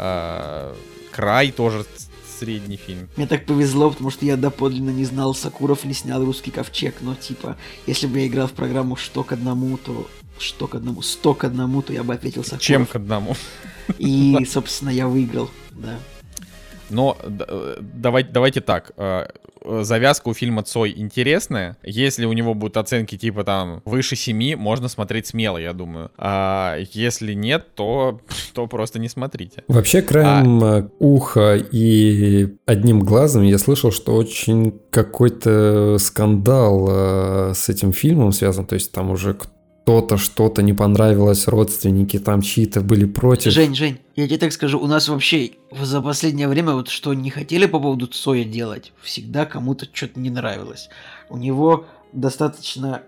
э, «Край» тоже средний фильм. Мне так повезло, потому что я доподлинно не знал, Сакуров ли снял «Русский ковчег», но типа, если бы я играл в программу «Что к одному», то что к одному, сто к одному, то я бы ответил Сакуров. Чем к одному. И, собственно, я выиграл, да. Но д- давайте, давайте так. э, Завязка у фильма «Цой» интересная. Если у него будут оценки типа там выше семи, можно смотреть смело, я думаю. А если нет, то, то просто не смотрите. Вообще, краем а... уха и одним глазом я слышал, что очень какой-то скандал э, с этим фильмом связан. То есть там уже кто-то что-то не понравилось, родственники там чьи-то были против. Жень, Жень, я тебе так скажу, у нас вообще за последнее время вот что не хотели по поводу Цоя делать, всегда кому-то что-то не нравилось. У него достаточно,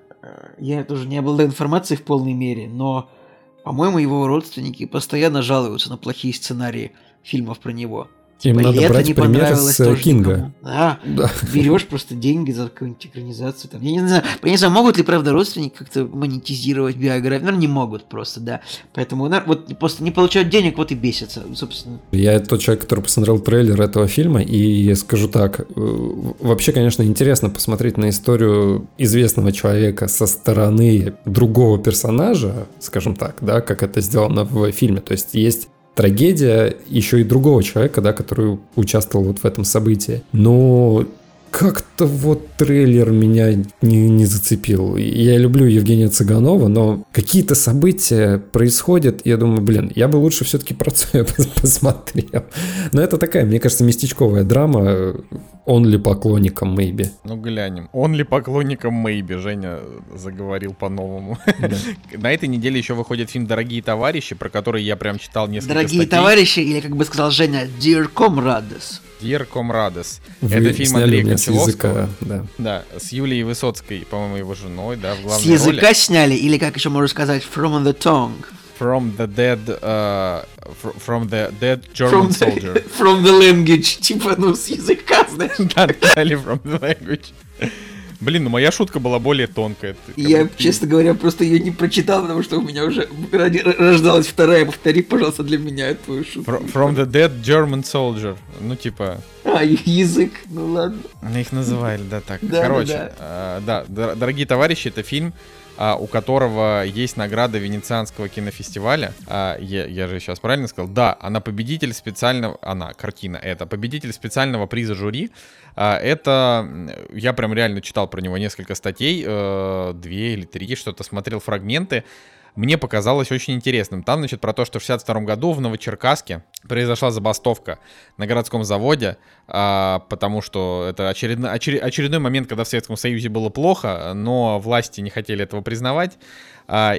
я тоже не обладаю информацией в полной мере, но, по-моему, его родственники постоянно жалуются на плохие сценарии фильмов про него. Им Типа, надо «Лето» брать не пример понравилось с тоже Кинга. никому. Да, Да. берешь просто деньги за какую-нибудь экранизацию. Там. Я не знаю, я не знаю, могут ли, правда, родственники как-то монетизировать биографию? Наверное, не могут просто, да. Поэтому на- вот просто не получают денег, вот и бесятся, собственно. Я тот человек, который посмотрел трейлер этого фильма, и скажу так, э, вообще, конечно, интересно посмотреть на историю известного человека со стороны другого персонажа, скажем так, да, как это сделано в фильме. То есть есть трагедия еще и другого человека, да, который участвовал вот в этом событии. Но как-то вот трейлер меня не, не зацепил. Я люблю Евгения Цыганова, но какие-то события происходят, и я думаю, блин, я бы лучше все-таки про Цоя посмотрел. Но это такая, мне кажется, местечковая драма. Он ли поклонником Мэйби? Ну, глянем. Он ли поклонником Мэйби? Женя заговорил по-новому. Да. На этой неделе еще выходит фильм «Дорогие товарищи», про который я прям читал несколько Дорогие статей. товарищи, или, как бы сказал Женя, Dear Comrades. Dear Comrades. Вы Это фильм сняли Андрея меня с Кончаловского. языка, да. Да, с Юлией Высоцкой, по-моему, его женой, да, в С главной языка роли. сняли, или, как еще можно сказать, From the Tongue. From the dead, uh, fr- from the dead German From the, soldier. from the language. Типа, ну, с языка, знаешь. Да, дали from the language. Блин, ну моя шутка была более тонкая. Ты как Я, будто- честно говоря, просто ее не прочитал, потому что у меня уже ради- рождалась вторая. Повтори, пожалуйста, для меня твою шутку. Fr- From the dead German soldier. Ну, типа, А, язык, ну ладно. их называли, да, так. Да, Короче, да, э, да, дор- дорогие товарищи, это фильм, а, у которого есть награда Венецианского кинофестиваля. А, я, я же сейчас правильно сказал? Да, она победитель специального... Она, картина, это победитель специального приза жюри. А, это... Я прям реально читал про него несколько статей, э, две или три, что-то смотрел фрагменты. Мне показалось очень интересным. Там, значит, про то, что в шестьдесят втором году в Новочеркасске произошла забастовка на городском заводе, а, потому что это очередной, очер- очередной момент, когда в Советском Союзе было плохо, но власти не хотели этого признавать. А,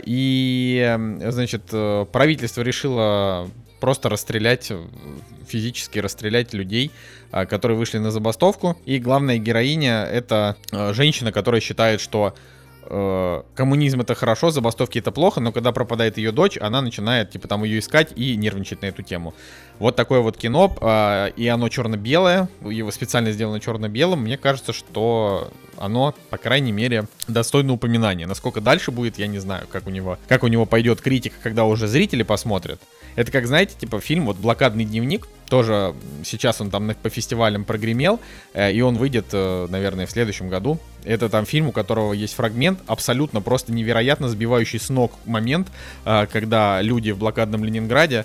и, значит, правительство решило просто расстрелять, физически расстрелять людей, а, которые вышли на забастовку. И главная героиня — это а, женщина, которая считает, что э, коммунизм это хорошо, забастовки это плохо, но когда пропадает ее дочь, она начинает, типа, там ее искать и нервничать на эту тему. Вот такое вот кино, э, и оно черно-белое, его специально сделано черно-белым. Мне кажется, что оно, по крайней мере, достойно упоминания. Насколько дальше будет, я не знаю, как у него, как у него пойдет критика, когда уже зрители посмотрят. Это как, знаете, типа фильм вот «Блокадный дневник», тоже сейчас он там по фестивалям прогремел, э, и он выйдет, э, наверное, в следующем году. Это там фильм, у которого есть фрагмент, абсолютно просто невероятно сбивающий с ног момент, э, когда люди в блокадном Ленинграде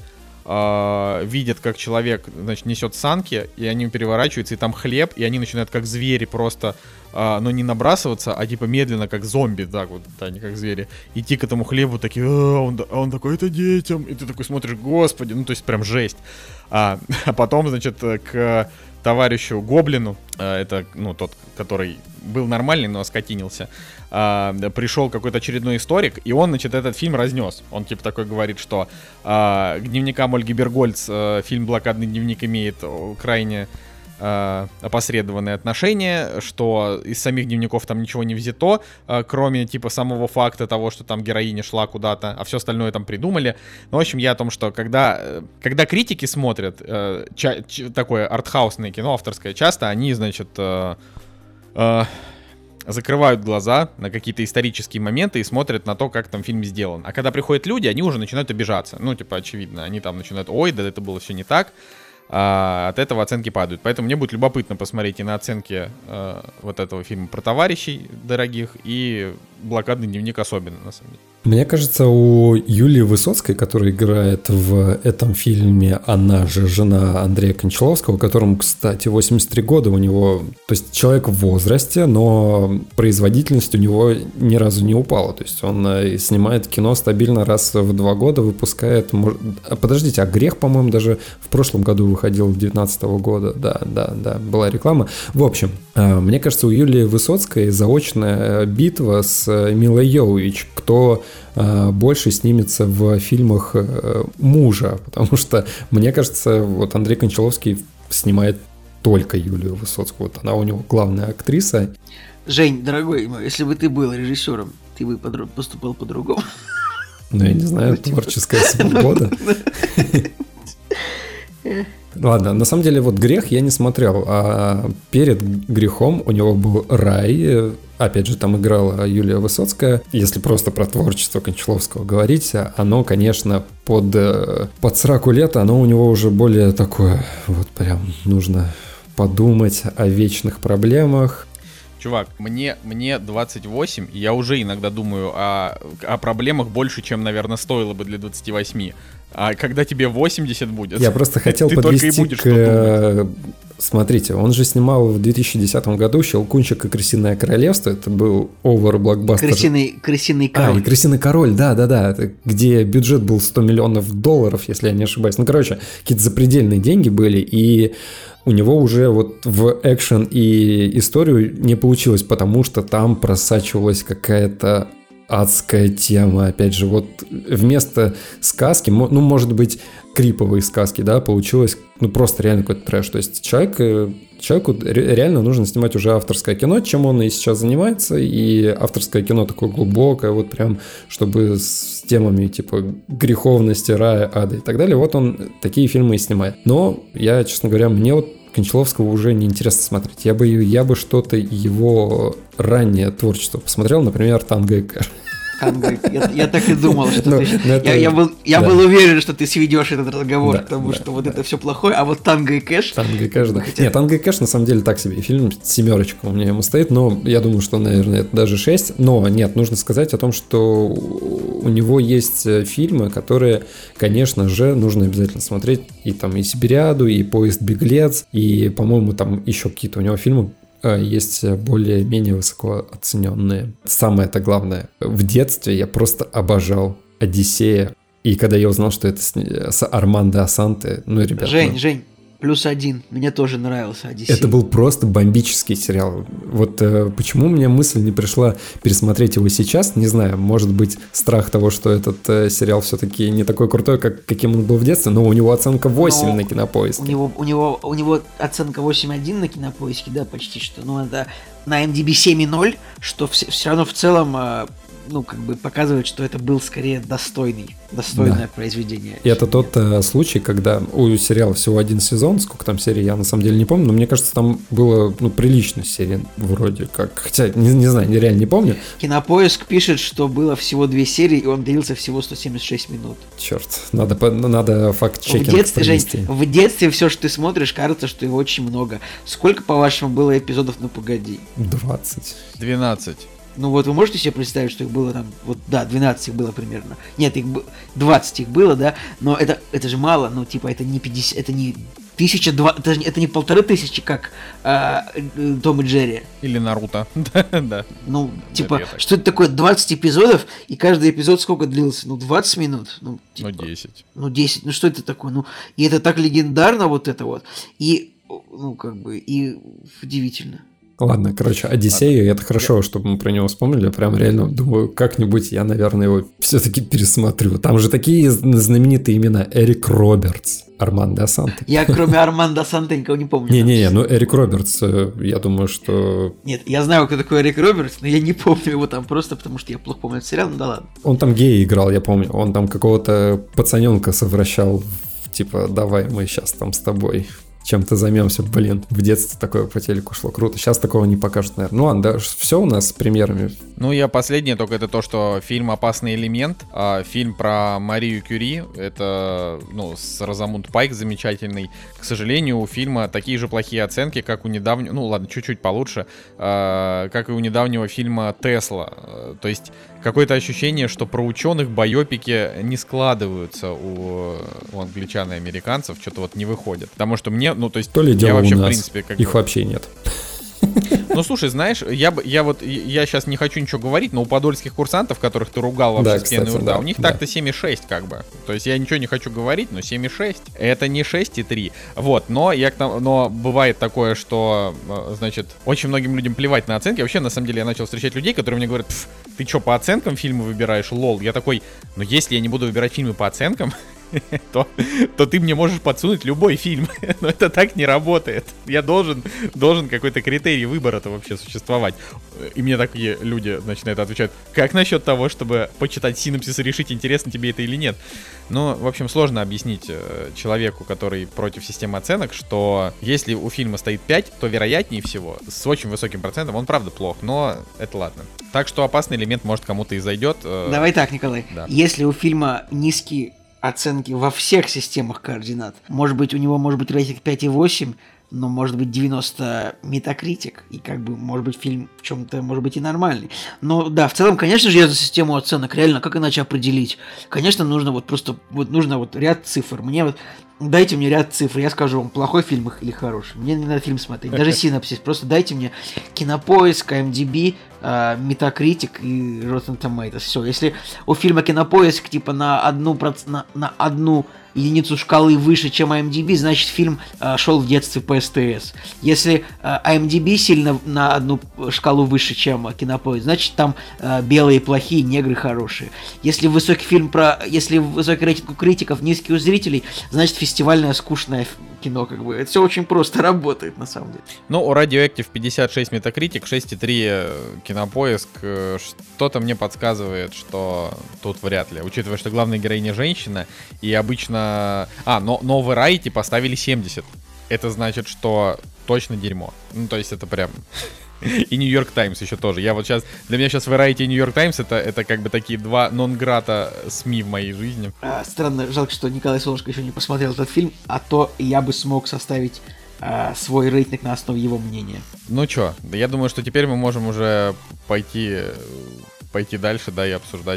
Uh, видят, как человек, значит, несет санки, и они переворачиваются, и там хлеб, и они начинают как звери просто, uh, но не набрасываться, а типа медленно, как зомби, так вот, да, не как звери, идти к этому хлебу, такие, а он, а он такой, это детям, и ты такой смотришь, господи, ну то есть прям жесть. А, а потом, значит, к товарищу Гоблину, это, ну, тот, который был нормальный, но оскотинился, пришел какой-то очередной историк, и он, значит, этот фильм разнес. Он, типа, такой говорит, что к дневникам Ольги Бергольц фильм «Блокадный дневник» имеет крайне опосредованные отношения, что из самих дневников там ничего не взято, кроме типа самого факта того, что там героиня шла куда-то, а все остальное там придумали. Ну, в общем, я о том, что когда, когда критики смотрят ча- ч- такое артхаусное кино, авторское, часто они, значит, э, э, закрывают глаза на какие-то исторические моменты и смотрят на то, как там фильм сделан. А когда приходят люди, они уже начинают обижаться. Ну, типа, очевидно, они там начинают, ой, да это было все не так. А от этого оценки падают. Поэтому мне будет любопытно посмотреть и на оценки э, вот этого фильма про товарищей дорогих, и «Блокадный дневник» особенно, на самом деле. Мне кажется, у Юлии Высоцкой, которая играет в этом фильме, она же жена Андрея Кончаловского, которому, кстати, восемьдесят три года у него, то есть человек в возрасте, но производительность у него ни разу не упала. То есть он снимает кино стабильно раз в два года, выпускает... Подождите, а «Грех», по-моему, даже в прошлом году выходил, девятнадцатого года. Да, да, да, была реклама. В общем, мне кажется, у Юлии Высоцкой заочная битва с Милой Йовович, кто больше снимется в фильмах мужа, потому что, мне кажется, вот Андрей Кончаловский снимает только Юлию Высоцкую, вот она у него главная актриса. Жень, дорогой мой, если бы ты был режиссером, ты бы поступал по-другому. Ну, я не знаю, творческая свобода. Ладно, на самом деле вот «Грех» я не смотрел, а перед «Грехом» у него был «Рай», опять же там играла Юлия Высоцкая. Если просто про творчество Кончаловского говорить, оно, конечно, под, под сраку лет, оно у него уже более такое, вот прям нужно подумать о вечных проблемах. Чувак, мне, мне двадцать восемь, и я уже иногда думаю о, о проблемах больше, чем, наверное, стоило бы для двадцати восьми. А когда тебе восемьдесят будет, я просто хотел ты подвести только и будешь к... что думать. Смотрите, он же снимал в две тысячи десятом году «Щелкунчик и крысиное королевство». Это был овер-блокбастер. Крысиный, крысиный король. А, и «Крысиный король», да-да-да. Где бюджет был сто миллионов долларов, если я не ошибаюсь. Ну, короче, какие-то запредельные деньги были, и у него уже вот в экшен и историю не получилось, потому что там просачивалась какая-то адская тема. Опять же, вот вместо сказки, ну, может быть, криповые сказки, да, получилось, ну, просто реально какой-то трэш. То есть человек, человеку реально нужно снимать уже авторское кино, чем он и сейчас занимается, и авторское кино такое глубокое, вот прям, чтобы с темами типа греховности, рая, ада и так далее, вот он такие фильмы и снимает. Но я, честно говоря, мне вот Кончаловского уже неинтересно смотреть. Я бы, я бы что-то его раннее творчество посмотрел, например, «Танго и Кэш». Танго, я, я так и думал, что ну, ты... это... Я, я, был, я да. был уверен, что ты сведешь этот разговор да, к тому, да, что вот да. это все плохое, а вот «Танго и Кэш». «Танго и Кэш», да. Хотя... Нет, «Танго и Кэш» на самом деле так себе. Фильм семерочка у меня ему стоит, но я думаю, что, наверное, это даже шесть. Но нет, нужно сказать о том, что у него есть фильмы, которые, конечно же, нужно обязательно смотреть. И там и «Сибириаду», и «Поезд Беглец», и, по-моему, там еще какие-то у него фильмы есть более-менее высоко оцененные. Самое-то главное, в детстве я просто обожал «Одиссея». И когда я узнал, что это с, с Армандо Ассанте, ну, ребята... Жень, ну... Жень, Плюс один. Мне тоже нравился Одиссей. Это был просто бомбический сериал. Вот э, почему мне мысль не пришла пересмотреть его сейчас, не знаю. Может быть, страх того, что этот э, сериал все-таки не такой крутой, как, каким он был в детстве, но у него оценка восемь но на Кинопоиске. У него, у, него, у него оценка восемь один на Кинопоиске, да, почти что. Но это на эм ди би семь ноль, что все, все равно в целом... Э, ну, как бы показывает, что это был скорее достойный, достойное да. произведение. И это тот э, случай, когда у сериала всего один сезон, сколько там серий, я на самом деле не помню, но мне кажется, там было, ну, прилично серий вроде как. Хотя, не, не знаю, реально не помню. Кинопоиск пишет, что было всего две серии, и он длился всего сто семьдесят шесть минут. Черт, надо, надо факт-чекинг в детстве, провести. Жень, в детстве все, что ты смотришь, кажется, что его очень много. Сколько, по-вашему, было эпизодов «Ну, погоди»? двадцать. двенадцать. Ну вот вы можете себе представить, что их было там, вот да, двенадцать их было примерно. Нет, их двадцать их было, да, но это, это же мало, ну типа это не пятьдесят, это не тысяча два, это, это не полторы тысячи, как а, Том и Джерри. Или Наруто, да. Ну, типа, что это такое, двадцать эпизодов, и каждый эпизод сколько длился? Ну, двадцать минут. Ну, типа, ну десять. Ну, десять, ну что это такое? Ну, и это так легендарно вот это вот, и, ну, как бы, и удивительно. Ладно, короче, Одиссею, это хорошо, чтобы мы про него вспомнили. Прям реально думаю, как-нибудь я, наверное, его все-таки пересмотрю. Там же такие знаменитые имена. Эрик Робертс, Арман де Санте. Я кроме Арман де Санте никого не помню. Не-не-не, ну Эрик Робертс, я думаю, что... Нет, я знаю, кто такой Эрик Робертс, но я не помню его там просто, потому что я плохо помню этот сериал, ну да ладно. Он там гея играл, я помню. Он там какого-то пацаненка совращал, типа, давай мы сейчас там с тобой... чем-то займемся, блин, в детстве такое по телеку шло, круто, сейчас такого не покажут, наверное. Ну ладно, да, все у нас с премьерами. Ну, я последнее только это то, что фильм «Опасный элемент», а, фильм про Марию Кюри, это, ну, с Розамунд Пайк замечательный. К сожалению, у фильма такие же плохие оценки, как у недавнего, ну ладно, чуть-чуть получше, а, как и у недавнего фильма «Тесла». То есть какое-то ощущение, что про ученых байопики не складываются у, у англичан и американцев, что-то вот не выходит. Потому что мне, ну, то есть, то ли дело я вообще, у нас. в принципе, как их бы... вообще нет. Ну, слушай, знаешь, я бы, я вот, я сейчас не хочу ничего говорить, но у подольских курсантов, которых ты ругал вообще да, с пеной у рта, да, у них да. так-то семь и шесть как бы. То есть я ничего не хочу говорить, но семь и шесть. Это не шесть и три. Вот, но я к тому, но бывает такое, что, значит, очень многим людям плевать на оценки. Вообще, на самом деле, я начал встречать людей, которые мне говорят: ты что, по оценкам фильмы выбираешь? Лол. Я такой: ну если я не буду выбирать фильмы по оценкам, то, то ты мне можешь подсунуть любой фильм. Но это так не работает. Я должен, должен какой-то критерий выбора-то вообще существовать. И мне такие люди, значит, на это отвечают: как насчет того, чтобы почитать синопсис и решить, интересно тебе это или нет? Ну, в общем, сложно объяснить э, человеку, который против системы оценок, что если у фильма стоит пять, то вероятнее всего, с очень высоким процентом, он правда плох, но это ладно. Так что «Опасный элемент» может кому-то и зайдет. Э, Давай так, Николай. Да. Если у фильма низкие оценки во всех системах координат, может быть, у него может быть рейтинг пять и восемь, но может быть девяносто Metacritic, и как бы, может быть, фильм в чем-то, может быть, и нормальный. Но да, в целом, конечно же, я за систему оценок. Реально, как иначе определить? Конечно, нужно вот просто, вот нужно вот ряд цифр. Мне вот, дайте мне ряд цифр, я скажу вам, плохой фильм или хороший. Мне не надо фильм смотреть, даже синопсис. Просто дайте мне Кинопоиск, ай эм ди би, Metacritic и Rotten Tomatoes. Все. Если у фильма Кинопоиск типа на одну, проц... на, на одну единицу шкалы выше, чем ай эм ди би, значит фильм э, шел в детстве по эс тэ эс. Если э, ай эм ди би сильно на одну шкалу выше, чем Кинопоиск, значит там э, белые плохие, негры хорошие. Если высокий фильм про, если высокий рейтинг у критиков, низкий у зрителей, значит фестивальное скучное кино, как бы. Это все очень просто работает на самом деле. Ну, у Radioactive пятьдесят шесть Metacritic, шесть и три Кинопоиск. Что-то мне подсказывает, что тут вряд ли. Учитывая, что главная героиня женщина, и обычно... А, но, но в Variety поставили семьдесят. Это значит, что точно дерьмо. Ну, то есть это прям... И New York Times еще тоже. Я вот сейчас... Для меня сейчас Variety и New York Times это, это как бы такие два нон-грата СМИ в моей жизни. А, странно, жалко, что Николай Солнышко еще не посмотрел этот фильм, а то я бы смог составить а, свой рейтинг на основе его мнения. Ну чё, да я думаю, что теперь мы можем уже пойти, пойти дальше, да, и обсуждать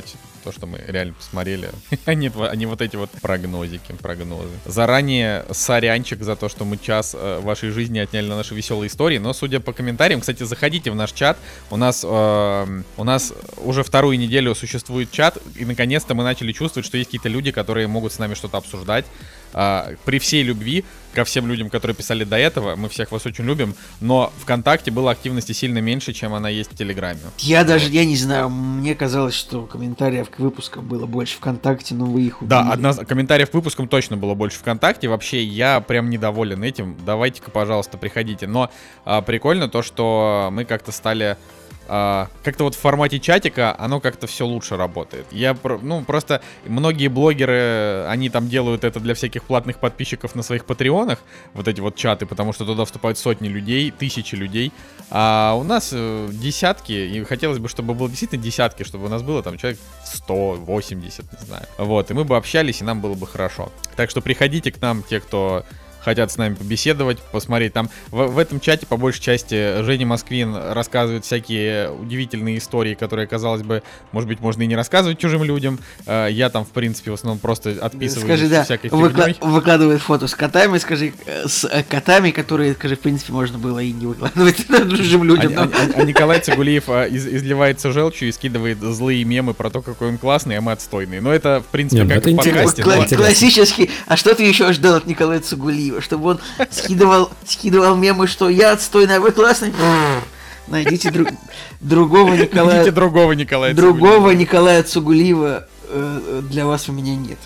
то, что мы реально посмотрели, а не, а не вот эти вот прогнозики, прогнозы. Заранее сорянчик за то, что мы час э, вашей жизни отняли на наши веселые истории, но судя по комментариям, кстати, заходите в наш чат, у нас, э, у нас уже вторую неделю существует чат, и наконец-то мы начали чувствовать, что есть какие-то люди, которые могут с нами что-то обсуждать. Uh, при всей любви ко всем людям, которые писали до этого, мы всех вас очень любим, но ВКонтакте было активности сильно меньше, чем она есть в Телеграме. Я даже, я не знаю, мне казалось, что комментариев к выпускам было больше ВКонтакте, но вы их убили. Да, одна, комментариев к выпускам точно было больше ВКонтакте, вообще я прям недоволен этим, давайте-ка, пожалуйста, приходите, но а, прикольно то, что мы как-то стали... Uh, как-то вот в формате чатика оно как-то все лучше работает. Я, ну, просто многие блогеры, они там делают это для всяких платных подписчиков на своих патреонах, вот эти вот чаты, потому что туда вступают сотни людей, тысячи людей, а у нас э, десятки, и хотелось бы, чтобы было действительно десятки, чтобы у нас было там человек сто восемьдесят, не знаю. Вот, и мы бы общались, и нам было бы хорошо. Так что приходите к нам, те, кто... хотят с нами побеседовать, посмотреть. Там в, в этом чате, по большей части, Женя Москвин рассказывает всякие удивительные истории, которые, казалось бы, может быть, можно и не рассказывать чужим людям. Я там, в принципе, в основном просто отписываюсь скажи, да, всякой выкла- фигней. Выкладывает фото с котами, скажи, с котами, которые, скажи, в принципе, можно было и не выкладывать чужим людям. А, но... а, а Николай Цигулиев из, изливается желчью и скидывает злые мемы про то, какой он классный, а мы отстойные. Но это, в принципе, Нет, как это и в подкасте. Кла- Но... Классический. А что ты еще ждал от Николая Цигулиева? Чтобы он скидывал, скидывал мемы, что я отстойный, а вы классный? Найдите друг, другого Николая... Найдите другого Николая Другого Цигулиева. Николая Цигулиева э, для вас у меня нет.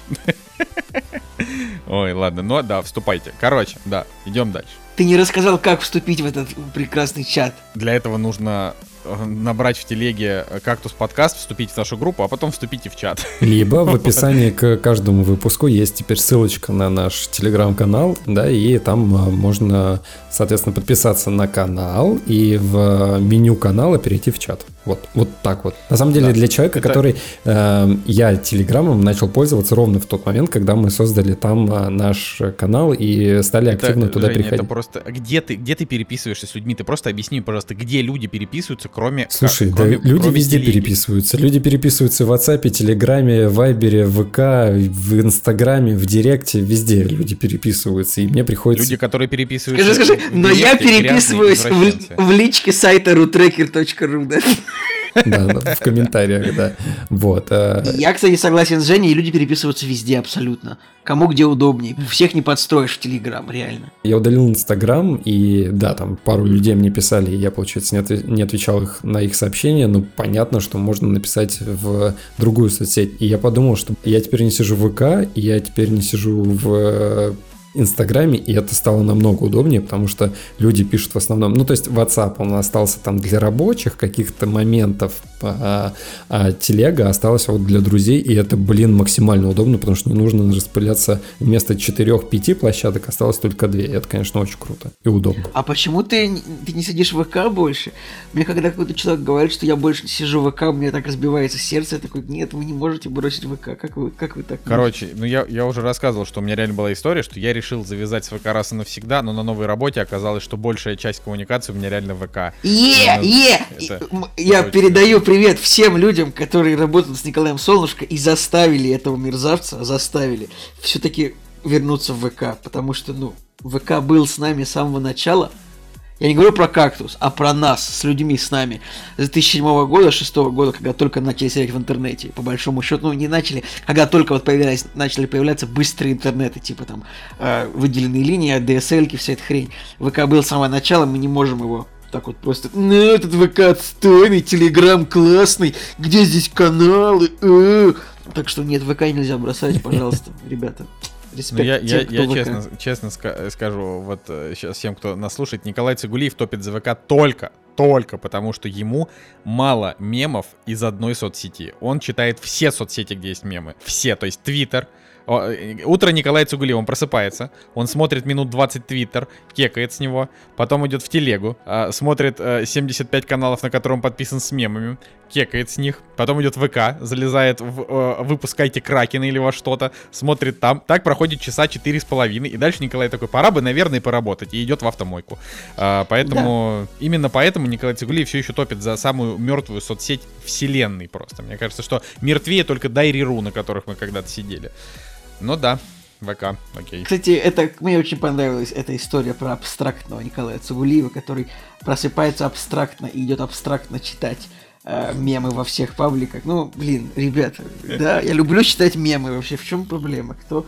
Ой, ладно, ну да, вступайте. Короче, да, идем дальше. Ты не рассказал, как вступить в этот прекрасный чат. Для этого нужно набрать в телеге «Кактус подкаст», вступить в нашу группу, а потом вступите в чат. Либо в описании к каждому выпуску есть теперь ссылочка на наш телеграм-канал, да, и там можно, соответственно, подписаться на канал и в меню канала перейти в чат. Вот, вот так вот. На самом деле, да, для человека, это... который... Э, я телеграммом начал пользоваться ровно в тот момент, когда мы создали там э, наш канал и стали это, активно туда Женя, приходить. Это просто... Где ты, где ты переписываешься с людьми? Ты просто объясни, пожалуйста, где люди переписываются, кроме... Слушай, как, кроме, да люди кроме везде телеги. переписываются. Люди переписываются в WhatsApp, Телеграме, Вайбере, ВК, в Инстаграме, в Директе, везде люди переписываются, и мне приходится... Люди, которые переписываются... Скажи, скажи, но я переписываюсь в, в личке сайта рутрекер точка ру, да? Да, в комментариях, да. Вот. Я, кстати, согласен с Женей, и люди переписываются везде абсолютно. Кому где удобнее. Всех не подстроишь в Телеграм, реально. Я удалил Инстаграм, и да, там пару людей мне писали, и я, получается, не, от, не отвечал их, на их сообщения, но понятно, что можно написать в другую соцсеть. И я подумал, что я теперь не сижу в ВК, и я теперь не сижу в... Инстаграме, и это стало намного удобнее, потому что люди пишут в основном, ну, то есть WhatsApp, он остался там для рабочих каких-то моментов, а, а телега осталась вот для друзей, и это, блин, максимально удобно, потому что не нужно распыляться вместо четырех-пяти площадок, осталось только две, и это, конечно, очень круто и удобно. А почему ты, ты не сидишь в ВК больше? Мне когда какой-то человек говорит, что я больше не сижу в ВК, у меня так разбивается сердце, я такой, нет, вы не можете бросить ВК, как вы, как вы так Короче, можете? ну я, я уже рассказывал, что у меня реально была история, что я решил завязать с ВК раз и навсегда, но на новой работе оказалось, что большая часть коммуникации у меня реально в ВК. Е, е! Я передаю привет всем людям, которые работают с Николаем Солнышко и заставили этого мерзавца, заставили все-таки вернуться в ВК, потому что, ну, ВК был с нами с самого начала. Я не говорю про «Кактус», а про нас, с людьми, с нами. С две тысячи седьмого года, две тысячи шестого года, когда только начали сидеть в интернете, по большому счету, ну, не начали, когда только вот появлялись, начали появляться быстрые интернеты, типа там э, выделенные линии, ди эс эл-ки, вся эта хрень. ВК был с самого начала, мы не можем его так вот просто, ну, этот ВК отстойный, Телеграм классный, где здесь каналы, э-э-э. Так что нет, ВК нельзя бросать, пожалуйста, ребята. Респект ну, я, тем, я, кто я ВК. честно, честно ска- скажу, вот сейчас всем, кто нас слушает, Николай Цигулиев топит за ВК только, только потому, что ему мало мемов из одной соцсети. Он читает все соцсети, где есть мемы. Все, то есть Твиттер, Утро Николая Цугулиева, он просыпается, он смотрит минут двадцать Твиттер, кекает с него, потом идет в телегу, смотрит семьдесят пять каналов, на котором он подписан с мемами, кекает с них, потом идет в ВК, залезает в «Выпускайте Кракена» или во что-то, смотрит там. Так проходит часа четыре с половиной, и дальше Николай такой: пора бы, наверное, поработать, и идет в автомойку. Поэтому, да. Именно поэтому Николай Цугулиев все еще топит за самую мертвую соцсеть вселенной просто. Мне кажется, что мертвее только Дайри.ру, на которых мы когда-то сидели. Ну да, ВК, окей. Кстати, это, мне очень понравилась эта история про абстрактного Николая Цугулиева, который просыпается абстрактно и идет абстрактно читать э, мемы во всех пабликах. Ну, блин, ребята, да, я люблю читать мемы вообще. В чем проблема? Кто?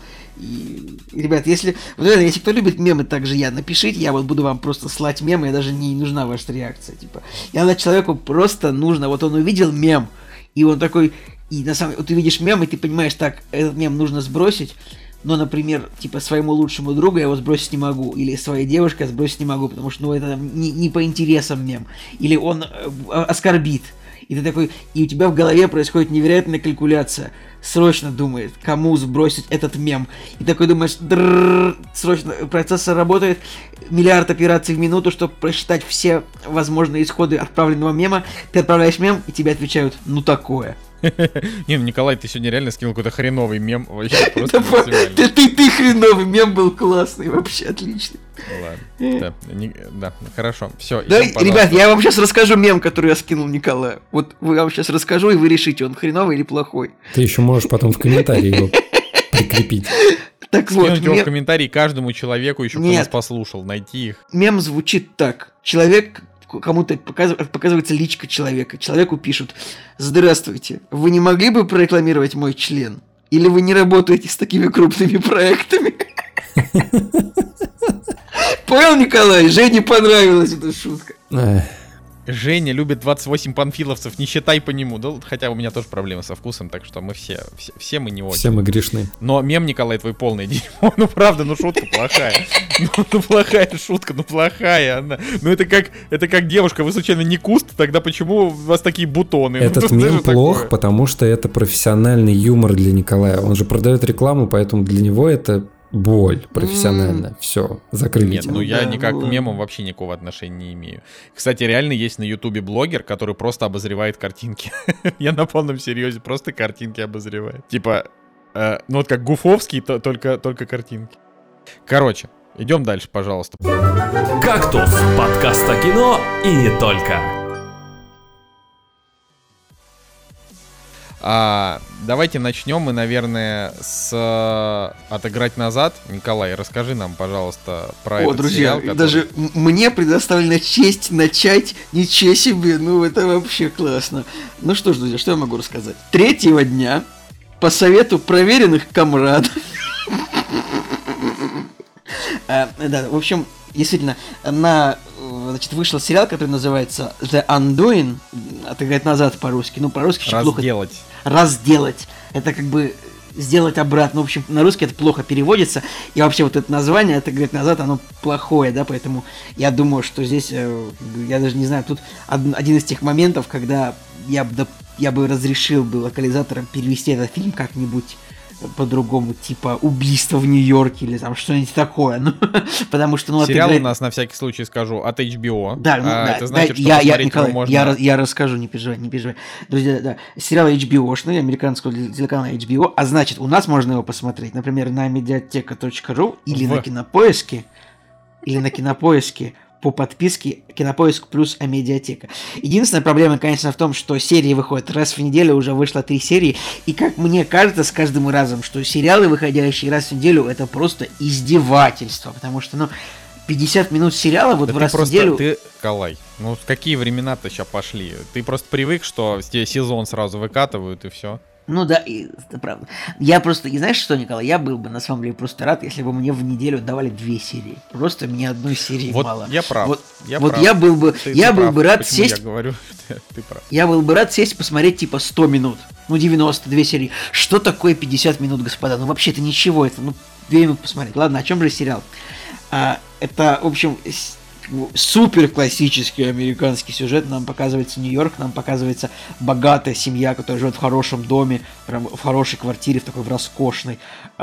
И, и, ребят, если, вот, если кто любит мемы, так же я, напишите, я вот буду вам просто слать мемы, и даже не нужна ваша реакция. Типа, иногда человеку просто нужно, вот он увидел мем, и он такой... И на самом деле, вот ты видишь мем, и ты понимаешь, так, этот мем нужно сбросить, но, например, типа, своему лучшему другу я его сбросить не могу, или своей девушке я сбросить не могу, потому что, ну, это там, не, не по интересам мем, или он э, оскорбит, и ты такой, и у тебя в голове происходит невероятная калькуляция, срочно думает, кому сбросить этот мем, и такой думаешь, дрррр, срочно, процессор работает, миллиард операций в минуту, чтобы просчитать все возможные исходы отправленного мема, ты отправляешь мем, и тебе отвечают, ну, такое. Не, ну Николай, ты сегодня реально скинул какой-то хреновый мем. Вообще просто ты, ты, ты хреновый, мем был классный, вообще отличный. Ладно, да, не, да, хорошо, все. Да, идем, ребят, я вам сейчас расскажу мем, который я скинул Николаю. Вот я вам сейчас расскажу, и вы решите, он хреновый или плохой. Ты еще можешь потом в комментарии его прикрепить. Так вот, скинуть его в комментарии каждому человеку, еще кто нас послушал, найти их. Мем звучит так. Человек... Кому-то показыв... показывается личка человека. Человеку пишут: здравствуйте, вы не могли бы прорекламировать мой член? Или вы не работаете с такими крупными проектами? Понял, Николай? Жене понравилась эта шутка. Женя любит двадцать восемь панфиловцев, не считай по нему. Да, хотя у меня тоже проблемы со вкусом, так что мы все, все, все мы не очень. Все мы грешны. Но мем, Николай, твой полный дерьмо. Ну правда, ну шутка плохая. Ну, ну плохая шутка, ну плохая она. Ну это как, это как девушка, вы случайно не куст, тогда почему у вас такие бутоны? Этот ну, мем плох, такое? Потому что это профессиональный юмор для Николая. Он же продает рекламу, поэтому для него это... боль профессионально. Mm. Все, закрыли. Нет, ну я никак к мемам вообще никакого отношения не имею. Кстати, реально есть на Ютубе блогер, который просто обозревает картинки. Я на полном серьезе просто картинки обозревает. Типа, э, ну вот как Гуфовский, то, только, только картинки. Короче, идем дальше, пожалуйста. «Кактус» — подкаст о кино и не только. А, давайте начнем мы, наверное, с «Отыграть назад». Николай, расскажи нам, пожалуйста, про О, этот друзья, сериал. Который... даже мне предоставлена честь начать, ничего себе, ну это вообще классно. Ну что ж, друзья, что я могу рассказать? Третьего дня, по совету проверенных комрадов, да, в общем, действительно, на... Значит, вышел сериал, который называется The Undoing, отыграть назад по-русски. Ну, по-русски очень плохо. Разделать. Разделать. Это как бы сделать обратно. В общем, на русский это плохо переводится. И вообще вот это название, отыграть назад, оно плохое, да, поэтому я думаю, что здесь, я даже не знаю, тут один из тех моментов, когда я бы, я бы разрешил бы локализаторам перевести этот фильм как-нибудь по-другому, типа убийство в Нью-Йорке или там что-нибудь такое, ну, потому что, ну, сериал отыграть... у нас, на всякий случай скажу, от эйч би о. Да, ну, а, да, это значит, да, что я, я, посмотреть Николай, его можно... Я, я расскажу, не переживай, не переживай. Друзья, да, сериал эйч би о-шный, американского телеканала эйч би о, а значит, у нас можно его посмотреть, например, на медиатека точка ру или в... на Кинопоиске, или на Кинопоиске по подписке Кинопоиск плюс Амедиатека. Единственная проблема, конечно, в том, что серии выходят раз в неделю, уже вышло три серии, и как мне кажется с каждым разом, что сериалы, выходящие раз в неделю, это просто издевательство, потому что, ну, пятьдесят минут сериала вот да в раз просто, в неделю... Ты, Калай, ну какие времена-то сейчас пошли? Ты просто привык, что тебе сезон сразу выкатывают и все. Ну да, и, это правда. Я просто, и знаешь что, Николай, я был бы на самом деле просто рад, если бы мне в неделю давали две серии. Просто мне одной серии вот мало. Я прав. Вот я, вот прав. я был бы, ты, я ты был прав. бы рад Почему сесть. Я говорю, ты, ты прав. Я был бы рад сесть и посмотреть типа сто минут. Ну, девяносто две серии. Что такое пятьдесят минут, господа? Ну, вообще, это ничего, это, ну, две минуты посмотреть. Ладно, о чем же сериал? А, это, в общем, супер классический американский сюжет. Нам показывается Нью-Йорк, нам показывается богатая семья, которая живет в хорошем доме, прям в хорошей квартире, в такой в роскошной.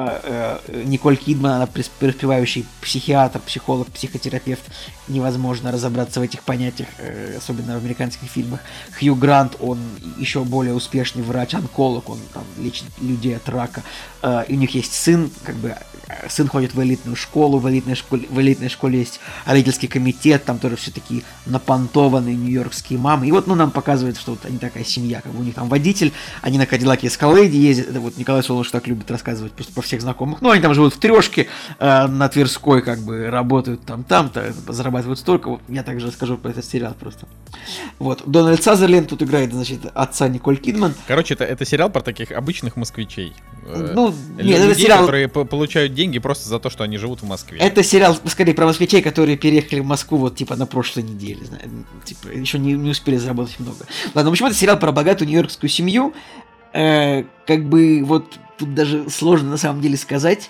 Николь Кидман, она преуспевающий психиатр, психолог, психотерапевт. Невозможно разобраться в этих понятиях, особенно в американских фильмах. Хью Грант, он еще более успешный врач-онколог, он там лечит людей от рака. И у них есть сын, как бы сын ходит в элитную школу, в элитной школе, в элитной школе есть родительский комитет, там тоже все такие напонтованные нью-йоркские мамы. И вот, ну, нам показывают, что вот они такая семья, как бы у них там водитель, они на Кадиллаке Эскалейде ездят. Это вот Николай Солнышко так любит рассказывать просто про всех знакомых. Ну, они там живут в трешке, э, на Тверской, как бы, работают там, там-то, зарабатывают столько. Вот я также расскажу про этот сериал просто. Вот. Дональд Сазерленд тут играет, значит, отца Николь Кидман. Короче, это, это сериал про таких обычных москвичей. Ну, Э, нет, людей, это сериал... которые п- получают деньги просто за то, что они живут в Москве. Это сериал, скорее, про москвичей, которые переехали в Москву вот, типа, на прошлой неделе, знаете, типа, еще не, не успели заработать много. Ладно, в общем, это сериал про богатую нью-йоркскую семью. Э, как бы, вот, тут даже сложно, на самом деле, сказать,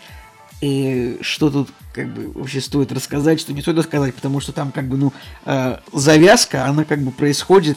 э, что тут, как бы, вообще стоит рассказать, что не стоит рассказать, потому что там, как бы, ну, э, завязка, она, как бы, происходит,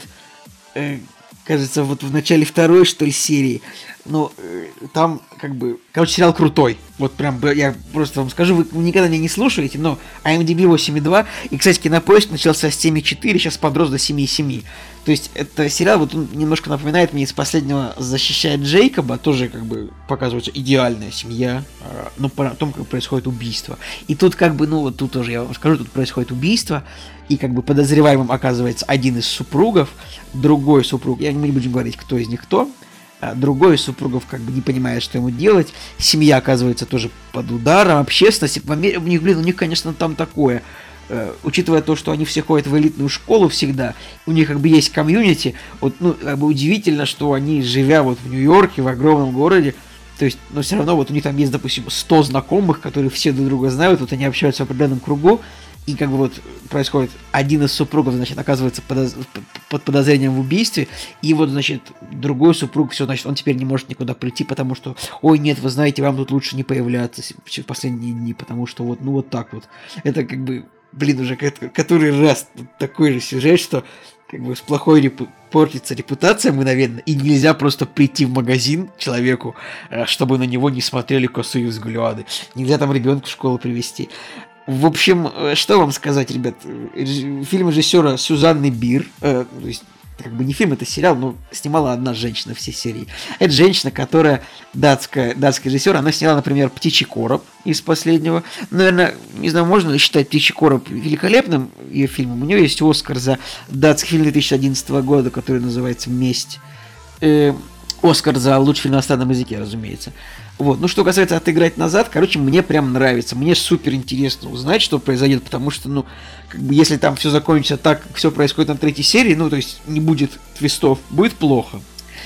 э, кажется, вот в начале второй, что ли, серии. Но э, там, как бы, короче, сериал крутой. Вот прям, я просто вам скажу, вы никогда меня не слушаете, но ай эм ди би восемь и два, и, кстати, Кинопоиск начался с семь и четыре, сейчас подрос до семь и семь. То есть, это сериал, вот он немножко напоминает мне из последнего «Защищает Джейкоба», тоже, как бы, показывается идеальная семья, э, но по том, как происходит убийство. И тут, как бы, ну, вот тут тоже, я вам скажу, тут происходит убийство, и, как бы, подозреваемым оказывается один из супругов, другой супруг, я не будем говорить, кто из них кто, другой из супругов как бы не понимает, что ему делать. Семья оказывается тоже под ударом. Общественность. В Америке, у них, блин, у них, конечно, там такое. Э, учитывая то, что они все ходят в элитную школу всегда, у них как бы есть комьюнити. Вот, ну, как бы удивительно, что они, живя вот в Нью-Йорке, в огромном городе, то есть, но все равно вот у них там есть, допустим, сто знакомых, которые все друг друга знают, вот они общаются в определенном кругу, и как бы вот происходит, один из супругов, значит, оказывается подоз... под подозрением в убийстве, и вот, значит, другой супруг, все, значит, он теперь не может никуда прийти, потому что, ой, нет, вы знаете, вам тут лучше не появляться в последние дни, потому что вот, ну вот так вот. Это как бы, блин, уже который раз такой же сюжет, что как бы с плохой репу... портится репутация мгновенно, и нельзя просто прийти в магазин человеку, чтобы на него не смотрели косые взгляды. Нельзя там ребенка в школу привезти. В общем, что вам сказать, ребят, фильм режиссера Сюзанны Бир, э, то есть, как бы не фильм, это сериал, но снимала одна женщина все серии. Это женщина, которая датская, датский режиссер, она сняла, например, «Птичий короб» из последнего. Наверное, не знаю, можно ли считать «Птичий короб» великолепным ее фильмом. У нее есть Оскар за датский фильм две тысячи одиннадцатого года, который называется «Месть». Э, Оскар за лучший фильм на иностранном языке, разумеется. Вот. Ну, что касается «Отыграть назад», короче, мне прям нравится. Мне супер интересно узнать, что произойдет, потому что, ну, как бы, если там все закончится так, как все происходит на третьей серии, ну, то есть не будет твистов, будет плохо.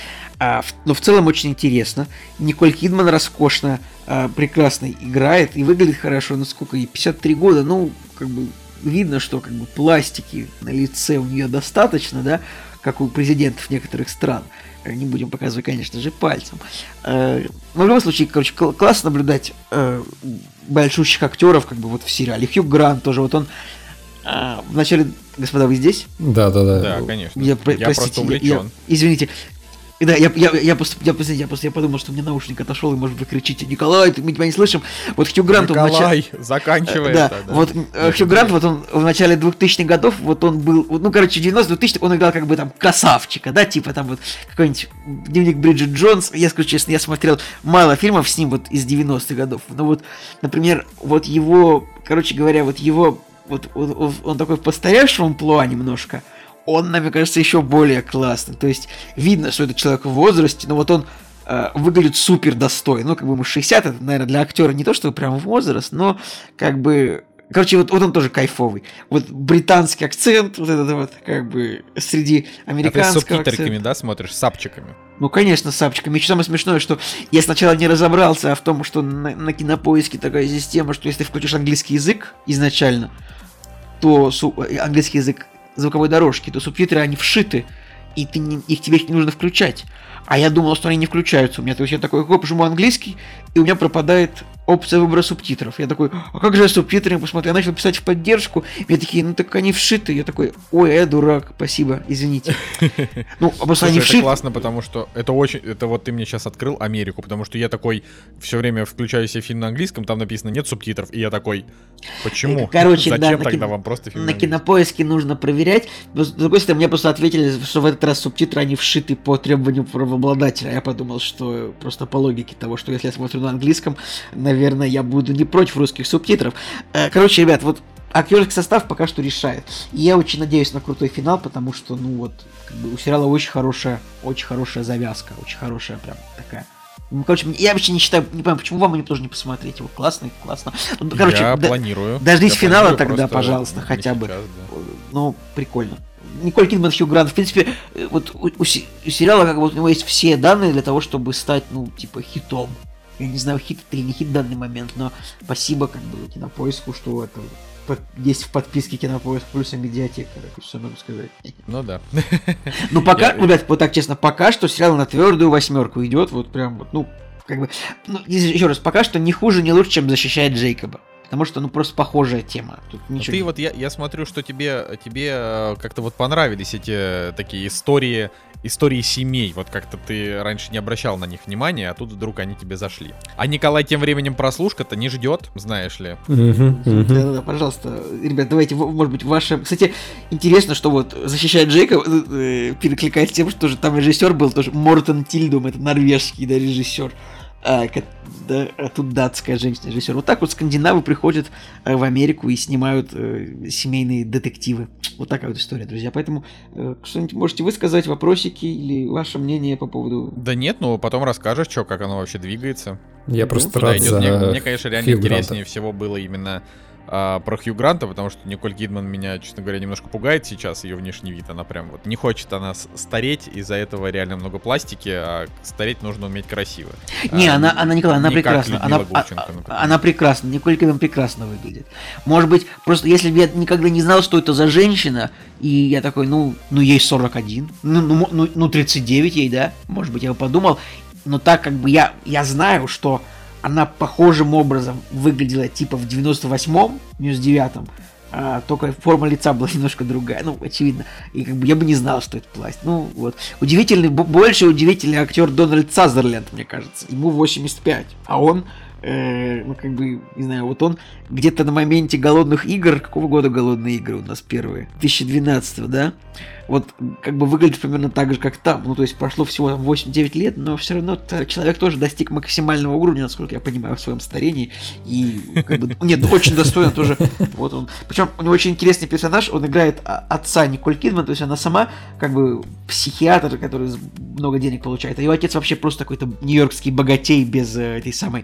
А, в, но в целом очень интересно. Николь Кидман роскошно, а, прекрасно играет и выглядит хорошо. Ну, сколько ей? пятьдесят три года, ну, как бы, видно, что, как бы, пластики на лице у нее достаточно, да, как у президентов некоторых стран. Не будем показывать, конечно же, пальцем. Но в любом случае, короче, классно наблюдать большущих актеров, как бы вот в сериале. Хью Грант тоже, вот он в начале... Господа, вы здесь? Да, да, да. Да, конечно. Я, я простите, просто увлечен. Я, извините. Да, я, я, я, просто, я, я, просто, я подумал, что у меня наушник отошел, и, может, вы кричите: «Николай, мы тебя не слышим». Вот Хью Грант... Николай, начале... заканчивай да, это. Да, вот да, Хью Грант, вот он в начале двухтысячных годов, вот он был, ну, короче, в девяностых, двухтысячных он играл как бы там красавчика, да, типа там вот какой-нибудь «Дневник Бриджит Джонс». Я скажу честно, я смотрел мало фильмов с ним вот из девяностых годов. Но вот, например, вот его, короче говоря, вот его, вот он, он такой в постаревшем амплуа немножко, он, мне кажется, еще более классный. То есть видно, что этот человек в возрасте, но вот он э, выглядит супер достойно. Ну, как бы ему шестьдесят, это, наверное, для актера не то, что прям возраст, но как бы... Короче, вот, вот он тоже кайфовый. Вот британский акцент, вот этот вот, как бы, среди американского акцента. А ты с субтитрами, да, смотришь, с сапчиками? Ну, конечно, с сапчиками. Еще самое смешное, что я сначала не разобрался в том, что на, на Кинопоиске такая система, что если ты включишь английский язык изначально, то су- английский язык звуковой дорожки, то субтитры, они вшиты, и ты не, их тебе не нужно включать. А я думал, что они не включаются у меня. То есть я такой, хоп, жму английский, и у меня пропадает опция выбора субтитров. Я такой, а как же я субтитры не посмотрю? Я начал писать в поддержку, мне такие, ну так они вшиты. Я такой, ой, я дурак, спасибо, извините. Ну, а просто они вшиты. Это классно, потому что это очень, это вот ты мне сейчас открыл Америку, потому что я такой все время включаю себе фильм на английском, там написано нет субтитров, и я такой, почему? Короче, Зачем да, тогда кино... вам просто фильм на Кинопоиске нужно проверять. Но, с другой стороны, мне просто ответили, что в этот раз субтитры, они вшиты по требованию правообладателя. Я подумал, что просто по логике того, что если я смотрю на английском, наверное, я буду не против русских субтитров. Короче, ребят, вот актерский состав пока что решает. И я очень надеюсь на крутой финал, потому что, ну вот, как бы у сериала очень хорошая, очень хорошая завязка, очень хорошая прям такая. Ну, короче, я вообще не считаю, не понимаю, почему вам они тоже не посмотреть его. Классно, классно. Ну, короче, я да, планирую. Дождись я финала планирую, тогда, пожалуйста, хотя бы. Сейчас, да. Ну, прикольно. Николь Кидман, Хью Грант, в принципе, вот у, у, у сериала как бы у него есть все данные для того, чтобы стать, ну, типа, хитом. Я не знаю, хит это или не хит в данный момент, но спасибо, как бы, Кинопоиску, что это под, есть в подписке Кинопоиск плюс и медиатека, так что могу сказать. Ну да. Ну, пока, ребят, вот так честно, пока что сериал на твердую восьмерку идет, вот прям вот, ну, как бы, ну, еще раз, пока что не хуже, не лучше, чем защищает Джейкоба. Потому что, ну, просто похожая тема. Тут ничего Ты не... вот, я, я смотрю, что тебе, тебе как-то вот понравились эти такие истории, истории семей. Вот как-то ты раньше не обращал на них внимания, а тут вдруг они тебе зашли. А Николай тем временем прослушка-то не ждет, знаешь ли. Да-да-да, пожалуйста. Ребят, давайте, может быть, ваше... Кстати, интересно, что вот защищает Джейкоб, э, перекликается с тем, что же там режиссер был, тоже Мортен Тильдум, это норвежский, да, режиссер. А, да, а тут датская женщина-режиссер. Вот так вот скандинавы приходят э, в Америку и снимают э, семейные детективы. Вот такая вот история, друзья. Поэтому э, что-нибудь можете вы сказать, вопросики или ваше мнение по поводу... Да нет, ну потом расскажешь, что, как оно вообще двигается. Я Ну, просто куда рад идет. за Мне, мне, конечно, реально Хью интереснее Гранта. всего было именно а, про Хью Гранта, потому что Николь Кидман меня, честно говоря, немножко пугает сейчас, ее внешний вид. Она прям вот не хочет она с- стареть, из-за этого реально много пластики, а стареть нужно уметь красиво. Не, А, она, она, Николай, она не как прекрасна. Людмила Она, Гурченко, а- например. она прекрасна. Николь Кидман прекрасно выглядит. Может быть, просто если бы я никогда не знал, что это за женщина, и я такой, ну, ну ей сорок один, ну, ну, ну, ну тридцать девять ей, да, может быть, я бы подумал, но так как бы я, я знаю, что она похожим образом выглядела типа в девяносто восьмом, девяносто девятом, а, только форма лица была немножко другая, ну, очевидно. И как бы я бы не знал, что это пластик. Ну, вот. Удивительный, б- больше удивительный актер Дональд Сазерленд, мне кажется. Ему восемьдесят пять, а он, э, ну, как бы, не знаю, вот он где-то на моменте голодных игр, какого года голодные игры у нас первые? две тысячи двенадцатого, да? Вот как бы выглядит примерно так же, как там. Ну, то есть прошло всего восемь-девять лет, но все равно человек тоже достиг максимального уровня, насколько я понимаю, в своем старении. И как бы, нет, очень достойно тоже. Вот он. Причем у него очень интересный персонаж, он играет отца Николь Кидман, то есть она сама как бы психиатр, который много денег получает. А его отец вообще просто какой-то нью-йоркский богатей без этой самой,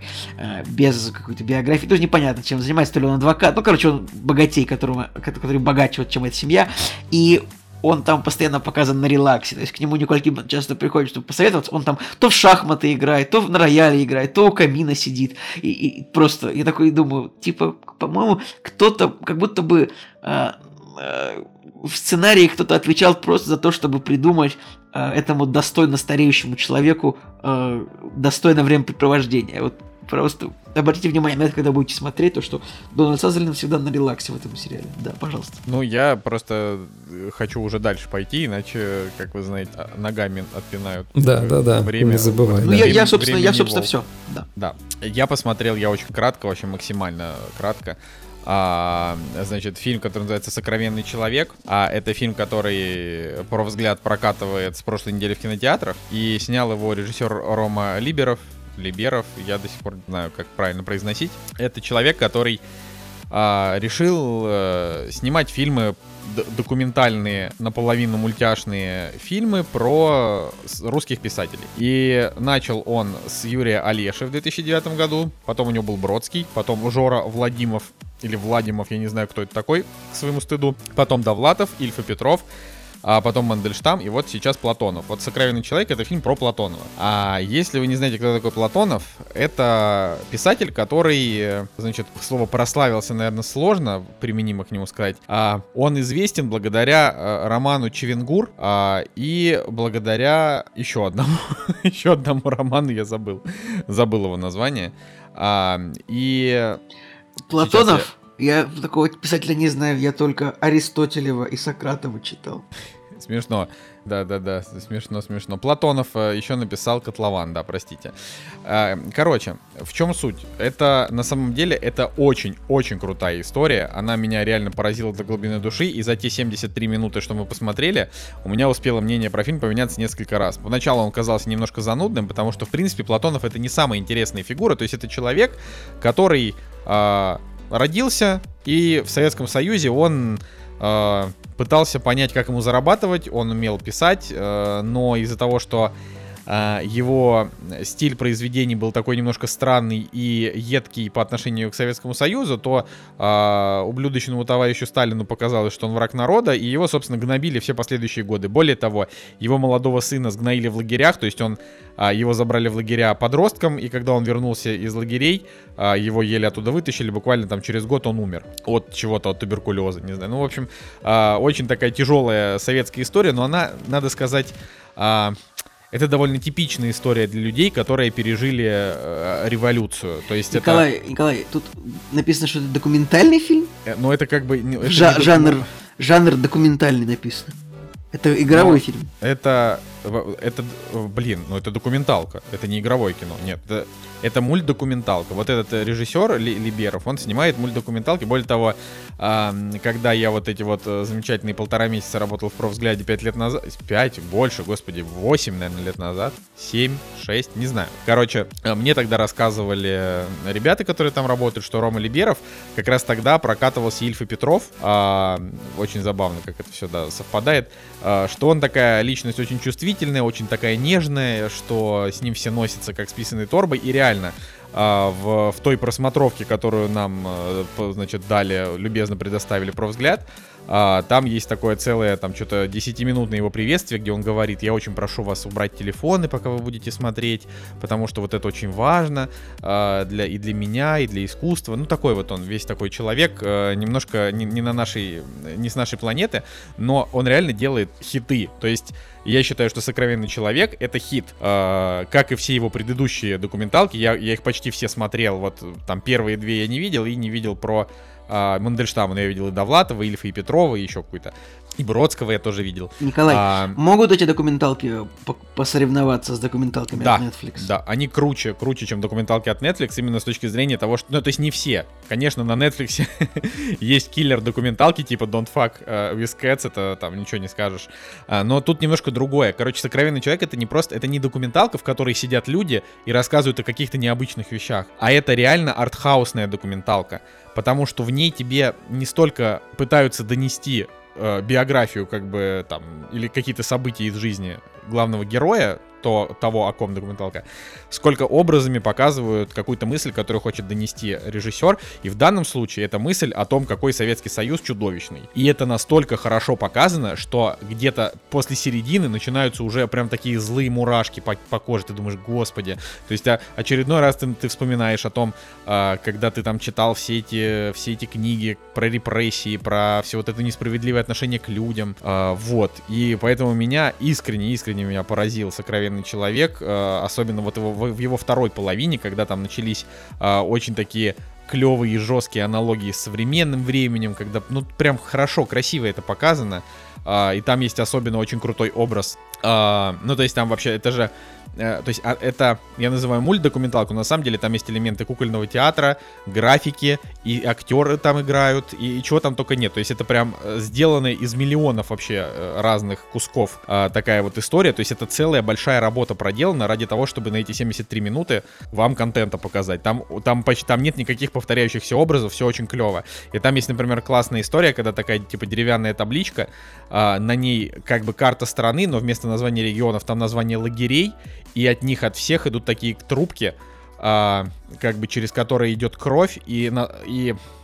без какой-то биографии. Тоже непонятно, чем занимается, то ли он адвокат. Ну, короче, он богатей, которого, который богаче, вот, чем эта семья. И он там постоянно показан на релаксе. То есть к нему Николь Кидман часто приходит, чтобы посоветоваться. Он там то в шахматы играет, то на рояле играет, то у камина сидит. И, и просто я такой думаю, типа, по-моему, кто-то как будто бы а, а, в сценарии кто-то отвечал просто за то, чтобы придумать а, этому достойно стареющему человеку а, достойное времяпрепровождение. Вот просто обратите внимание на это, когда будете смотреть, то, что Дональд Сазерленд всегда на релаксе в этом сериале. Да, пожалуйста. Ну, я просто хочу уже дальше пойти, иначе, как вы знаете, ногами отпинают. Да, да, да, время. не забывай. Ну, да. я, я, Время- собственно, время я, не собственно, волк. все. Да. Да, я посмотрел, я очень кратко, вообще максимально кратко. А, значит, фильм, который называется «Сокровенный человек». А это фильм, который про взгляд прокатывает с прошлой недели в кинотеатрах. И снял его режиссер Рома Либеров. Либеров, я до сих пор не знаю, как правильно произносить. Это человек, который а, решил а, снимать фильмы, д- документальные, наполовину мультяшные фильмы про с- русских писателей. И начал он с Юрия Олеши в две тысячи девятом году, потом у него был Бродский, потом Жора Владимов, или Владимов, я не знаю, кто это такой, к своему стыду, потом Довлатов, Ильф и Петров, а потом Мандельштам, и вот сейчас Платонов. Вот «Сокровенный человек» — это фильм про Платонова. А если вы не знаете, кто такой Платонов, это писатель, который, значит, слово «прославился», наверное, сложно применимо к нему сказать. А он известен благодаря а, роману «Чевенгур» а, и благодаря еще одному, еще одному роману, я забыл, забыл его название. А, и Платонов? Я... я такого писателя не знаю, я только Аристотелева и Сократова читал. Смешно, да-да-да, смешно, смешно. Платонов э, еще написал «Котлован», да, простите. Э, короче, в чем суть? Это, на самом деле, это очень-очень крутая история. Она меня реально поразила до глубины души, и за те семьдесят три минуты, что мы посмотрели, у меня успело мнение про фильм поменяться несколько раз. Поначалу он казался немножко занудным, потому что, в принципе, Платонов — это не самая интересная фигура, то есть это человек, который э, родился, и в Советском Союзе он... Э, пытался понять, как ему зарабатывать, он умел писать, э, но из-за того, что э, его стиль произведений был такой немножко странный и едкий по отношению к Советскому Союзу, то э, ублюдочному товарищу Сталину показалось, что он враг народа, и его, собственно, гнобили все последующие годы. Более того, его молодого сына сгноили в лагерях, то есть он, э, его забрали в лагеря подростком, и когда он вернулся из лагерей, э, его еле оттуда вытащили, буквально там через год он умер от чего-то, от туберкулеза, не знаю. Ну, в общем, э, очень такая тяжелая советская история, но она, надо сказать... Э, Это довольно типичная история для людей, которые пережили э, революцию. То есть Николай, это... Николай, тут написано, что это документальный фильм? Э, ну, это как бы... Это Жа- не... жанр, жанр документальный написано. Это игровой Но фильм. Это, это, блин, ну это документалка, это не игровое кино, нет, это, это мультдокументалка. Вот этот режиссер Либеров, он снимает мультдокументалки. Более того, когда я вот эти вот замечательные полтора месяца работал в «Профвзгляде» пять лет назад, пять, больше, господи, восемь, наверное, лет назад, семь, шесть, не знаю. Короче, мне тогда рассказывали ребята, которые там работают, что Рома Либеров как раз тогда прокатывался Ильф и Петров. Очень забавно, как это все, да, совпадает. Что он такая личность очень чувствительная, очень такая нежная, что с ним все носятся как с писаной торбой. И реально, в, в той просмотровке, которую нам, значит, дали, любезно предоставили «Профвзгляд», там есть такое целое, там, что-то десятиминутное его приветствие, где он говорит: я очень прошу вас убрать телефоны, пока вы будете смотреть, потому что вот это очень важно для, и для меня, и для искусства. Ну, такой вот он, весь такой человек, немножко не, не на нашей, не с нашей планеты, но он реально делает хиты. То есть я считаю, что «Сокровенный человек» — это хит. Э, как и все его предыдущие документалки, я, я их почти все смотрел. Вот там первые две я не видел, и не видел про э, Мандельштама, но я видел и Довлатова, и Ильфа и Петрова, и еще какой-то. И Бродского я тоже видел. Николай, а, могут эти документалки посоревноваться с документалками да, от Netflix? Да, они круче, круче, чем документалки от Netflix, именно с точки зрения того, что... Ну, то есть не все. Конечно, на Netflix есть киллер-документалки, типа Don't Fuck uh, with Cats, это там ничего не скажешь. А, но тут немножко другое. Короче, «Сокровенный человек» — это не просто... Это не документалка, в которой сидят люди и рассказывают о каких-то необычных вещах, а это реально артхаусная документалка. Потому что в ней тебе не столько пытаются донести биографию, как бы, там, или какие-то события из жизни главного героя, то, того, о ком документалка, сколько образами показывают какую-то мысль, которую хочет донести режиссер. И в данном случае это мысль о том, какой Советский Союз чудовищный. И это настолько хорошо показано, что где-то после середины начинаются уже прям такие злые мурашки по, по коже. Ты думаешь: господи. То есть а, очередной раз ты, ты вспоминаешь о том, а, когда ты там читал все эти, все эти книги про репрессии, про все вот это несправедливое отношение к людям. А, вот. И поэтому меня искренне, искренне меня поразил «Сокровенный человек», особенно вот его, в его второй половине, когда там начались очень такие клевые и жесткие аналогии с современным временем, когда, ну, прям хорошо, красиво это показано, и там есть особенно очень крутой образ. Ну, то есть там вообще, это же, то есть это, я называю мультдокументалку, но на самом деле там есть элементы кукольного театра, графики, и актеры там играют, и, и чего там только нет. То есть это прям сделано из миллионов вообще разных кусков такая вот история. То есть это целая большая работа проделана ради того, чтобы на эти семьдесят три минуты вам контента показать. Там, там, почти, там нет никаких повторяющихся образов, все очень клево. И там есть, например, классная история, когда такая типа деревянная табличка, на ней как бы карта страны, но вместо названия регионов там название лагерей, и от них, от всех идут такие трубки, а, как бы через которые идет кровь, и, на, и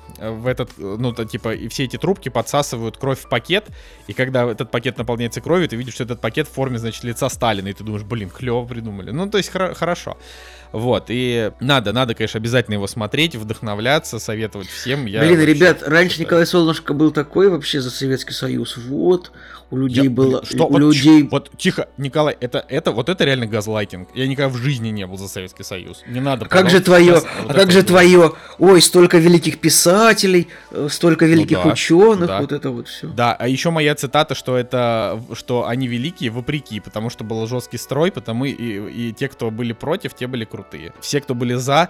в этот, ну, то, типа, и все эти трубки подсасывают кровь в пакет, и когда этот пакет наполняется кровью, ты видишь, что этот пакет в форме, значит, лица Сталина, и ты думаешь, блин, клево придумали. Ну, то есть, хор- хорошо. Вот, и надо, надо, конечно, обязательно его смотреть, вдохновляться, советовать всем. Я Блин, вообще ребят, раньше считаю... Николай Солнышко был такой вообще за Советский Союз. Вот, у людей Я, было... Что? У Вот, людей... вот, тихо, Николай, это, это, вот это реально газлайтинг. Я никогда в жизни не был за Советский Союз. Не надо. А как же твое, вот а как же твое, ой, столько великих писателей, столько великих ну, да, ученых, да. вот это вот все. Да, а еще моя цитата, что это, что они великие вопреки, потому что был жесткий строй, потому и, и, и те, кто были против, те были крутые. Все, кто были за,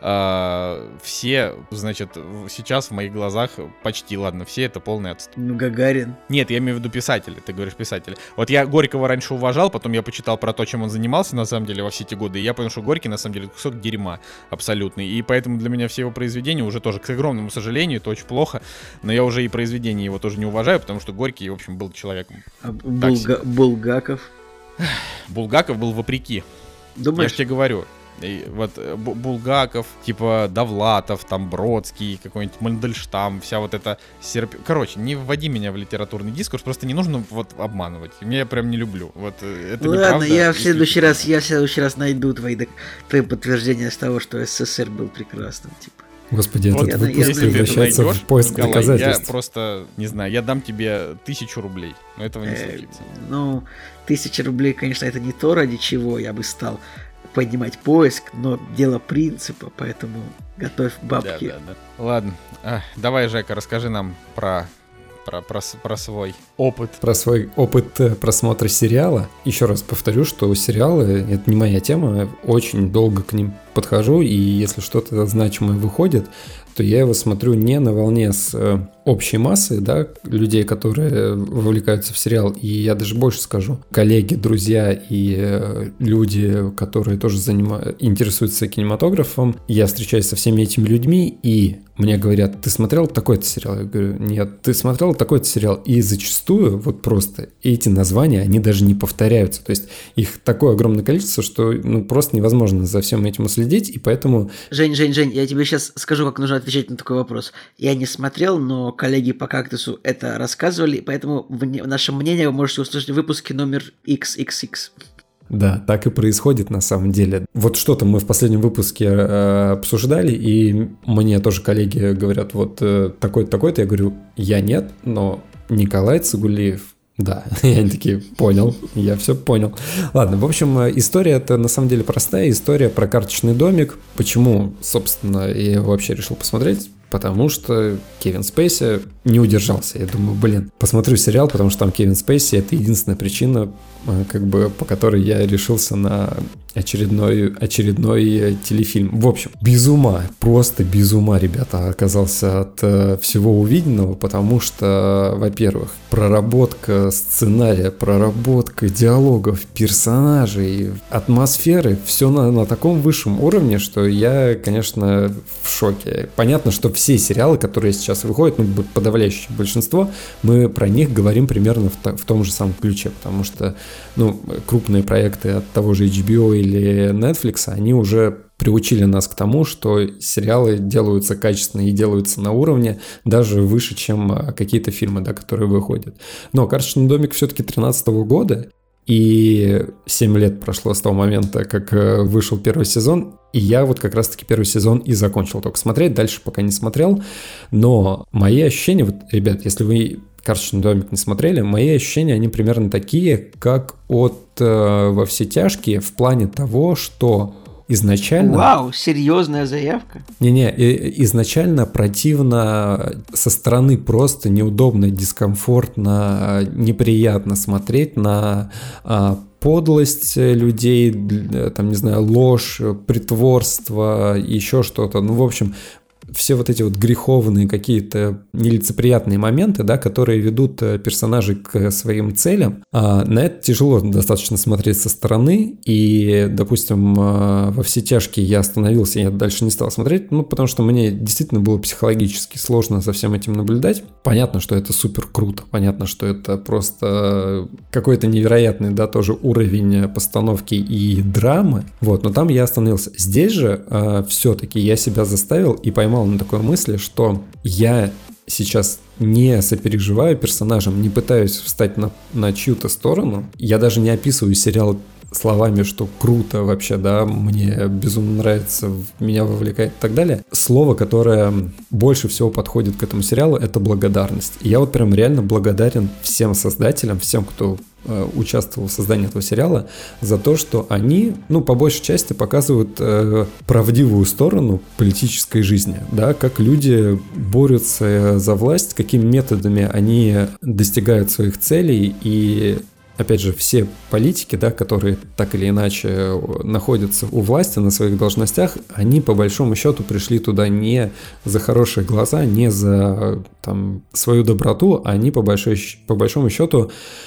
э, все, значит, сейчас в моих глазах почти, ладно, все это полный отстой. Ну, Гагарин. Нет, я имею в виду писатели, ты говоришь писатели. Вот я Горького раньше уважал, потом я почитал про то, чем он занимался на самом деле во все эти годы, и я понял, что Горький на самом деле кусок дерьма абсолютный, и поэтому для меня все его произведения уже тоже, к огромному сожалению, это очень плохо, но я уже и произведения его тоже не уважаю, потому что Горький, в общем, был человеком. А Булга... Булгаков? Булгаков был вопреки. Думаешь? Я же тебе говорю. И вот Булгаков, типа Довлатов, там Бродский, какой-нибудь Мандельштам, вся вот эта серп... Короче, не вводи меня в литературный дискурс, просто не нужно вот обманывать. Я прям не люблю. Вот это Ладно, неправда, я в следующий раз, я в следующий раз найду твои, твои подтверждения с того, что СССР был прекрасным, типа. Господи, вот, этот выпуск если превращается найдешь, в поиск Николай, доказательств. Я просто, не знаю, я дам тебе тысячу рублей, но этого не случится. Э, ну, тысяча рублей, конечно, это не то, ради чего я бы стал поднимать поиск, но дело принципа, поэтому готовь бабки. Да, да, да. Ладно, а, давай, Жека, расскажи нам про, про, про, про свой опыт. Про свой опыт просмотра сериала. Еще раз повторю, что сериалы — это не моя тема, очень долго к ним подхожу, и если что-то значимое выходит, то я его смотрю не на волне с э, общей массы, да, людей, которые вовлекаются в сериал, и я даже больше скажу, коллеги, друзья и э, люди, которые тоже занима... интересуются кинематографом, я встречаюсь со всеми этими людьми, и мне говорят, ты смотрел такой-то сериал? Я говорю, нет, ты смотрел такой-то сериал? И зачастую вот просто эти названия, они даже не повторяются, то есть их такое огромное количество, что ну, просто невозможно за всем этим уследить, и поэтому... Жень, Жень, Жень, я тебе сейчас скажу, как нужно отвечать на такой вопрос. Я не смотрел, но коллеги по «Кактусу» это рассказывали, поэтому в наше мнение вы можете услышать в выпуске номер икс икс икс. Да, так и происходит на самом деле. Вот что-то мы в последнем выпуске э, обсуждали, и мне тоже коллеги говорят, вот э, такой-то, такой-то. Я говорю, я нет, но Николай Цигулиев, да. И они такие, понял, я все понял. Ладно, в общем, история это на самом деле простая. История про карточный домик. Почему, собственно, я его вообще решил посмотреть? Потому что Кевин Спейси не удержался. Я думаю, блин, посмотрю сериал, потому что там Кевин Спейси. Это единственная причина, как бы, по которой я решился на очередной, очередной телефильм. В общем, без ума, просто без ума, ребята, оказался от э, всего увиденного, потому что, во-первых, проработка сценария, проработка диалогов, персонажей, атмосферы, все на, на таком высшем уровне, что я, конечно, в шоке. Понятно, что все сериалы, которые сейчас выходят, ну, подавляющее большинство, мы про них говорим примерно в, в том же самом ключе, потому что, ну, крупные проекты от того же эйч би о или Netflix, они уже приучили нас к тому, что сериалы делаются качественно и делаются на уровне даже выше, чем какие-то фильмы, да, которые выходят. Но «Карточный домик» все-таки тринадцатого года, и семь лет прошло с того момента, как вышел первый сезон, и я вот как раз-таки первый сезон и закончил только смотреть, дальше пока не смотрел, но мои ощущения, вот, ребят, если вы «Карточный домик» не смотрели, мои ощущения, они примерно такие, как от э, «Во все тяжкие» в плане того, что изначально... Вау, серьезная заявка. Не-не, изначально противно со стороны, просто неудобно, дискомфортно, неприятно смотреть на а, подлость людей, там, не знаю, ложь, притворство, еще что-то. Ну, в общем, все вот эти вот греховные какие-то нелицеприятные моменты, да, которые ведут персонажей к своим целям, а на это тяжело достаточно смотреть со стороны, и, допустим, «Во все тяжкие» я остановился, я дальше не стал смотреть, ну, потому что мне действительно было психологически сложно за всем этим наблюдать. Понятно, что это супер круто, понятно, что это просто какой-то невероятный, да, тоже уровень постановки и драмы, вот, но там я остановился. Здесь же э, все-таки я себя заставил и поймал поймал на такой мысли, что я сейчас не сопереживаю персонажам, не пытаюсь встать на, на чью-то сторону. Я даже не описываю сериал словами, что круто вообще, да, мне безумно нравится, меня вовлекает и так далее. Слово, которое больше всего подходит к этому сериалу, это благодарность. И я вот прям реально благодарен всем создателям, всем, кто э, участвовал в создании этого сериала, за то, что они, ну, по большей части показывают э, правдивую сторону политической жизни, да, как люди борются за власть, какими методами они достигают своих целей. И опять же, все политики, да, которые так или иначе находятся у власти на своих должностях, они по большому счету пришли туда не за хорошие глаза, не за там, свою доброту, они по, большой, по большому счету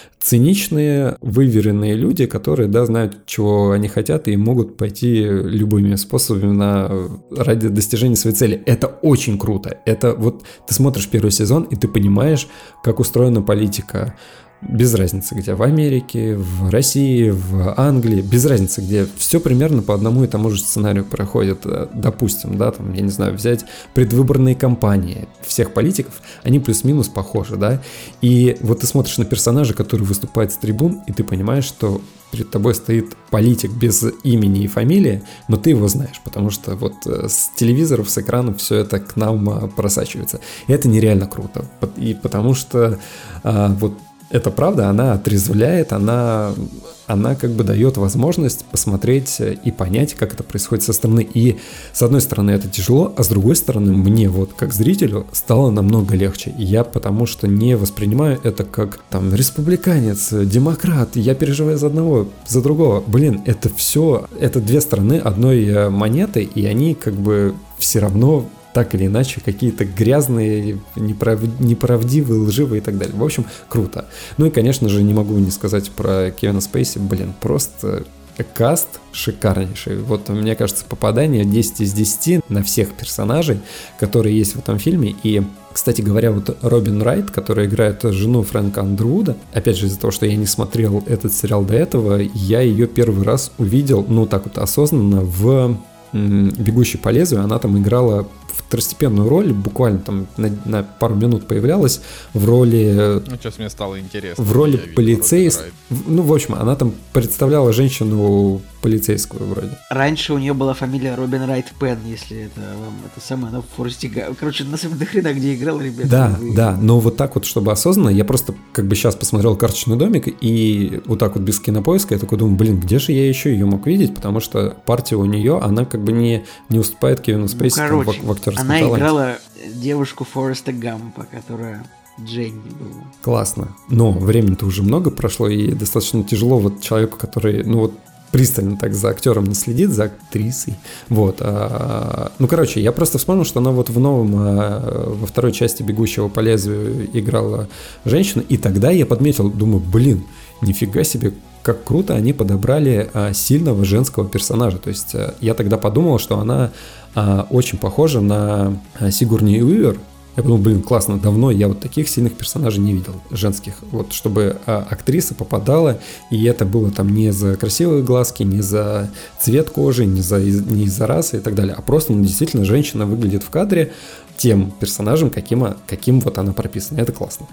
циничные, выверенные люди, которые, да, знают, чего они хотят и могут пойти любыми способами на, ради достижения своей цели. Это очень круто. Это вот ты смотришь первый сезон, и ты понимаешь, как устроена политика. Без разницы, где в Америке, в России, в Англии, без разницы, где все примерно по одному и тому же сценарию проходит. Допустим, да, там, я не знаю, взять предвыборные кампании всех политиков, они плюс-минус похожи, да, и вот ты смотришь на персонажа, который выступает с трибун, и ты понимаешь, что перед тобой стоит политик без имени и фамилии, но ты его знаешь, потому что вот с телевизоров, с экранов все это к нам просачивается. И это нереально круто, и потому что а, вот это правда, она отрезвляет, она, она как бы дает возможность посмотреть и понять, как это происходит со стороны. И с одной стороны это тяжело, а с другой стороны мне вот как зрителю стало намного легче. И я потому что не воспринимаю это как там республиканец, демократ, я переживаю за одного, за другого. Блин, это все, это две стороны одной монеты, и они как бы все равно так или иначе какие-то грязные, неправ... неправдивые, лживые и так далее. В общем, круто. Ну и, конечно же, не могу не сказать про Кевина Спейси. Блин, просто каст шикарнейший. Вот, мне кажется, попадание десять из десяти на всех персонажей, которые есть в этом фильме. И, кстати говоря, вот Робин Райт, которая играет жену Фрэнка Андервуда, опять же, из-за того, что я не смотрел этот сериал до этого, я ее первый раз увидел, ну, так вот осознанно, в «Бегущей по лезвию». Она там играла второстепенную роль, буквально там на, на пару минут появлялась в роли... Ну, сейчас мне стало интересно. В роли полицейской... Ну, в общем, она там представляла женщину полицейскую вроде. Раньше у нее была фамилия Робин Райт Пен, если это вам это самое, она в Форесте Гампе. Короче, на самом деле, хрена где играла, ребята. Да, вы... да, но вот так вот, чтобы осознанно, я просто как бы сейчас посмотрел «Карточный домик», и вот так вот без кинопоиска я такой думаю, блин, где же я еще ее мог видеть, потому что партия у нее, она как бы не, не уступает Кевину Спейси, ну, короче, там, в, в актерском она таланте. Играла девушку Фореста Гампа, которая Дженни была. Классно. Но времени-то уже много прошло, и достаточно тяжело вот человеку, который, ну вот, пристально так за актером не следит, за актрисой. Вот. А, ну, короче, я просто вспомнил, что она вот в новом, а, во второй части «Бегущего по лезвию» играла женщину, и тогда я подметил, думаю, блин, нифига себе, как круто они подобрали а, сильного женского персонажа. То есть а, я тогда подумал, что она а, очень похожа на а, Сигурни Уивер. Я подумал, блин, классно, давно я вот таких сильных персонажей не видел, женских. Вот чтобы а, актриса попадала, и это было там не за красивые глазки, не за цвет кожи, не, за, не из-за расы и так далее, а просто, ну, действительно, женщина выглядит в кадре тем персонажем, каким, каким вот она прописана. Это классно.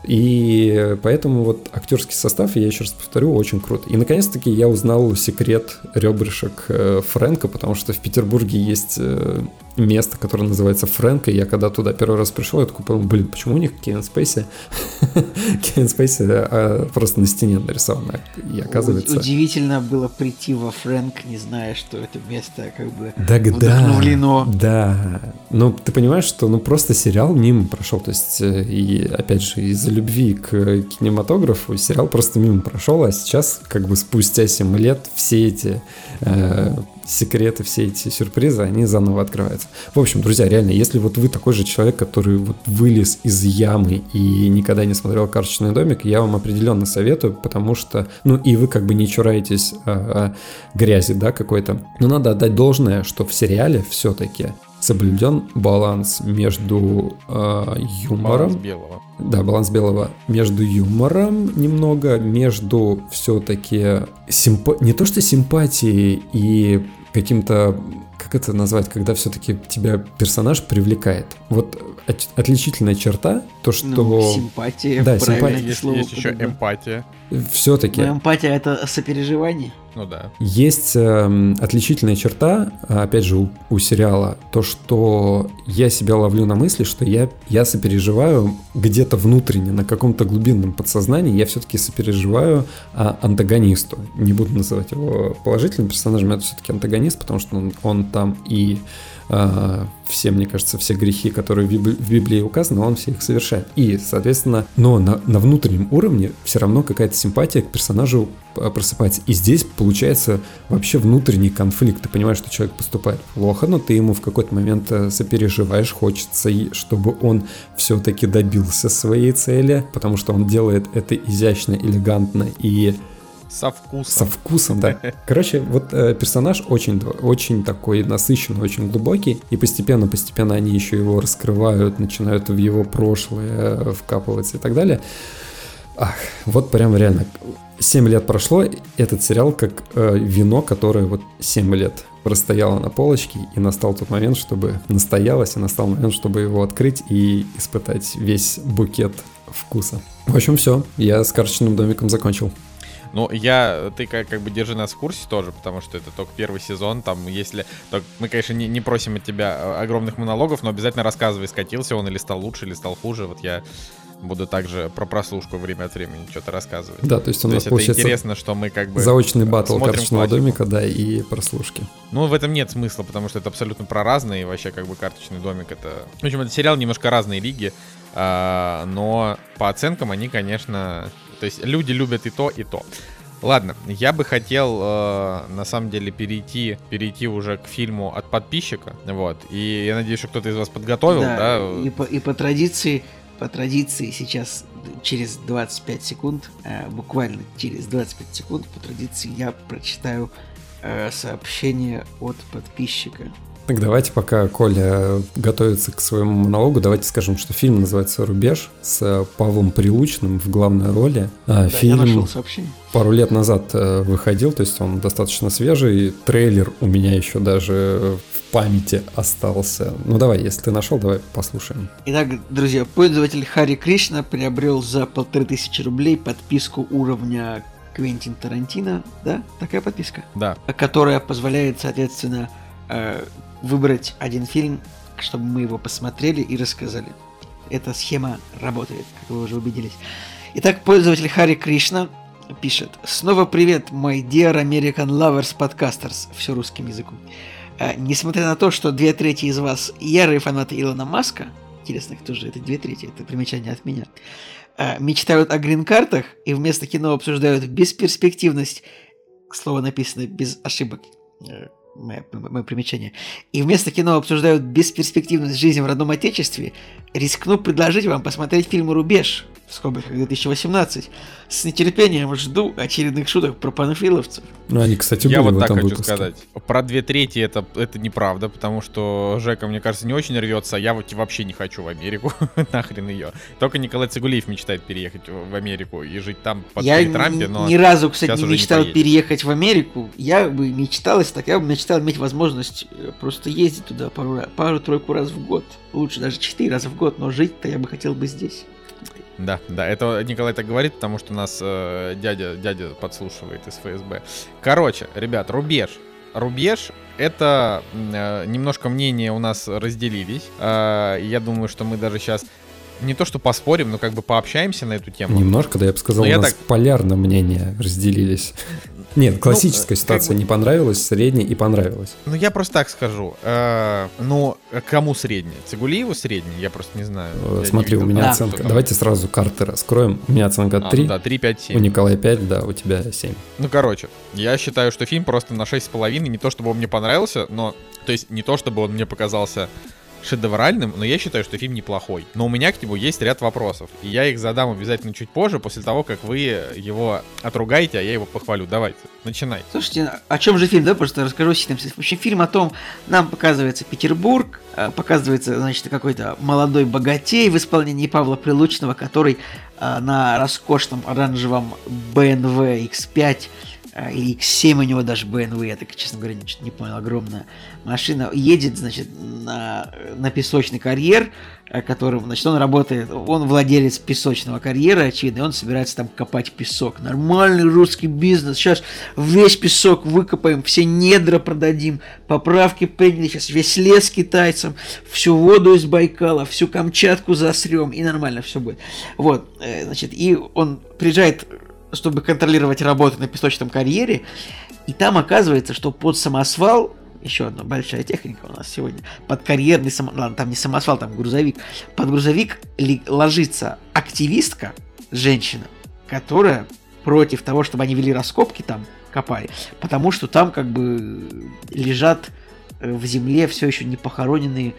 И поэтому вот актерский состав, я еще раз повторю, очень круто. И наконец-таки я узнал секрет ребрышек Фрэнка, потому что в Петербурге есть место, которое называется Фрэнк, и я когда туда первый раз пришел, я такой подумал, блин, почему у них Кевин Спейси Кевин Спейси просто на стене нарисован, и оказывается... Удивительно было прийти во Фрэнк, не зная, что это место как бы вдохновлено. Да, но ты понимаешь, что ну просто сериал мимо прошел, то есть и опять же из-за любви к кинематографу сериал просто мимо прошел, а сейчас как бы спустя семь лет все эти э, секреты, все эти сюрпризы, они заново открываются. В общем, друзья, реально, если вот вы такой же человек, который вот вылез из ямы и никогда не смотрел «Карточный домик», я вам определенно советую, потому что, ну и вы как бы не чураетесь а, а, грязи, да, какой-то, но надо отдать должное, что в сериале все-таки соблюден баланс между э, юмором. Баланс белого. Да, баланс белого. Между юмором немного, между все-таки симпа... не то что симпатией и каким-то как это назвать, когда все-таки тебя персонаж привлекает. Вот от, отличительная черта, то, что... Ну, симпатия, да, правильно, симпатия. Есть, слово есть еще подобрал. эмпатия. Все-таки... Но эмпатия — это сопереживание. Ну да. Есть э, отличительная черта, опять же, у, у сериала, то, что я себя ловлю на мысли, что я, я сопереживаю где-то внутренне, на каком-то глубинном подсознании, я все-таки сопереживаю а, антагонисту. Не буду называть его положительным персонажем, это все-таки антагонист, потому что он, он там и а, все, мне кажется, все грехи, которые в Библи- в Библии указаны, он все их совершает. И, соответственно, но на, на внутреннем уровне все равно какая-то симпатия к персонажу просыпается. И здесь получается вообще внутренний конфликт. Ты понимаешь, что человек поступает плохо, но ты ему в какой-то момент сопереживаешь, хочется, чтобы он все-таки добился своей цели, потому что он делает это изящно, элегантно и Со вкусом. со вкусом, да. Короче, вот э, персонаж очень, очень такой насыщенный, очень глубокий, и постепенно-постепенно они еще его раскрывают, начинают в его прошлое э, вкапываться и так далее. Ах, вот прям реально. семь лет прошло, этот сериал как э, вино, которое вот семь лет простояло на полочке, и настал тот момент, чтобы настоялось, и настал момент, чтобы его открыть и испытать весь букет вкуса. В общем, все. Я с карточным домиком закончил. Ну, я, ты как, как бы держи нас в курсе тоже, потому что это только первый сезон, там, если... Так, мы, конечно, не, не просим от тебя огромных монологов, но обязательно рассказывай, скатился он или стал лучше, или стал хуже. Вот я буду также про прослушку время от времени что-то рассказывать. Да, то есть у То нас есть это получается интересно, что мы как бы... заочный баттл смотрим карточного классику. домика, да, и прослушки. Ну, в этом нет смысла, потому что это абсолютно про разные, и вообще как бы карточный домик это... В общем, это сериал немножко разные лиги, а, но по оценкам они, конечно... То есть люди любят и то, и то. Ладно, я бы хотел, э, на самом деле, перейти, перейти уже к фильму от подписчика, вот, и я надеюсь, что кто-то из вас подготовил, да? Да, и по, и по традиции, по традиции сейчас через двадцать пять секунд, э, буквально через двадцать пять секунд, по традиции я прочитаю э, сообщение от подписчика. Так давайте, пока Коля готовится к своему монологу, давайте скажем, что фильм называется «Рубеж» с Павлом Прилучным в главной роли. А, Да, фильм я нашел сообщение. пару лет назад э, выходил, то есть он достаточно свежий. Трейлер у меня еще даже в памяти остался. Ну давай, если ты нашел, давай послушаем. Итак, друзья, пользователь Хари Кришна приобрел за полторы тысячи рублей подписку уровня Квентин Тарантино, да? Такая подписка? Да. Которая позволяет, соответственно, э, выбрать один фильм, чтобы мы его посмотрели и рассказали. Эта схема работает, как вы уже убедились. Итак, пользователь Хари Кришна пишет: «Снова привет, my dear American lovers podcasters». Все русским языком. Э, несмотря на то, что две трети из вас ярые фанаты Илона Маска, интересно, кто же это две трети, это примечание от меня, э, мечтают о грин-картах и вместо кино обсуждают бесперспективность, слово написано без ошибок, э, Мое, мое примечание. И вместо кино обсуждают бесперспективность жизни в родном отечестве, рискну предложить вам посмотреть фильм «Рубеж» в скобках две тысячи восемнадцать. С нетерпением жду очередных шуток про панфиловцев. Ну, они, кстати, были Я вот в так этом хочу выпуске. сказать. Про две трети это, это неправда, потому что Жека, мне кажется, не очень рвется, а я вот вообще не хочу в Америку. Нахрен ее. Только Николай Цигулиев мечтает переехать в Америку и жить там под Я при Трампе, но ни разу, кстати, сейчас не уже не мечтал поедет. переехать в Америку. Я бы мечтал, если так, я бы мечтал иметь возможность э, просто ездить туда пару, ра- пару-тройку раз в год. Лучше даже четыре раза в год, но жить-то я бы хотел бы здесь. Да, да, это Николай так говорит, потому что нас э, дядя, дядя подслушивает из эф эс бэ. Короче, ребят, «Рубеж». «Рубеж» — это э, немножко мнения у нас разделились. Э, я думаю, что мы даже сейчас не то что поспорим, но как бы пообщаемся на эту тему. Немножко, да, я бы сказал, Ну, у я нас так- полярно мнения разделились. Нет, классическая Ну, ситуация как бы- не понравилась, средняя и понравилась. Ну, я просто так скажу. Э, ну, кому средний? Цигулиеву средний? Я просто не знаю. Э, Я не Смотри, у видел, меня кто оценка. там. Давайте сразу карты раскроем. У меня оценка А, три, ну да, три, пять, у семь. Николая пять, да, у тебя семь. Ну, короче, я считаю, что фильм просто на шесть с половиной. Не то, чтобы он мне понравился, но... То есть, не то, чтобы он мне показался шедевральным, но я считаю, что фильм неплохой. Но у меня к нему есть ряд вопросов. И я их задам обязательно чуть позже, после того, как вы его отругаете, а я его похвалю. Давайте, начинайте. Слушайте, о чем же фильм, да? Просто расскажу синопсис. В общем, фильм о том, нам показывается Петербург, э, показывается, значит, какой-то молодой богатей в исполнении Павла Прилучного, который э, на роскошном оранжевом бэ эм вэ икс пять или икс семь у него даже бэ эм вэ, я так, честно говоря, ничего не понял, огромная машина, едет, значит, на, на песочный карьер, которым, значит, он работает, он владелец песочного карьера, очевидно, и он собирается там копать песок. Нормальный русский бизнес, сейчас весь песок выкопаем, все недра продадим, поправки приняли, сейчас весь лес китайцам, всю воду из Байкала, всю Камчатку засрем, и нормально все будет. Вот, значит, и он приезжает, чтобы контролировать работу на песочном карьере, и там оказывается, что под самосвал, еще одна большая техника у нас сегодня, под карьерный самосвал, ладно, там не самосвал, там грузовик, под грузовик ли, ложится активистка, женщина, которая против того, чтобы они вели раскопки там, копали, потому что там как бы лежат в земле все еще не похороненные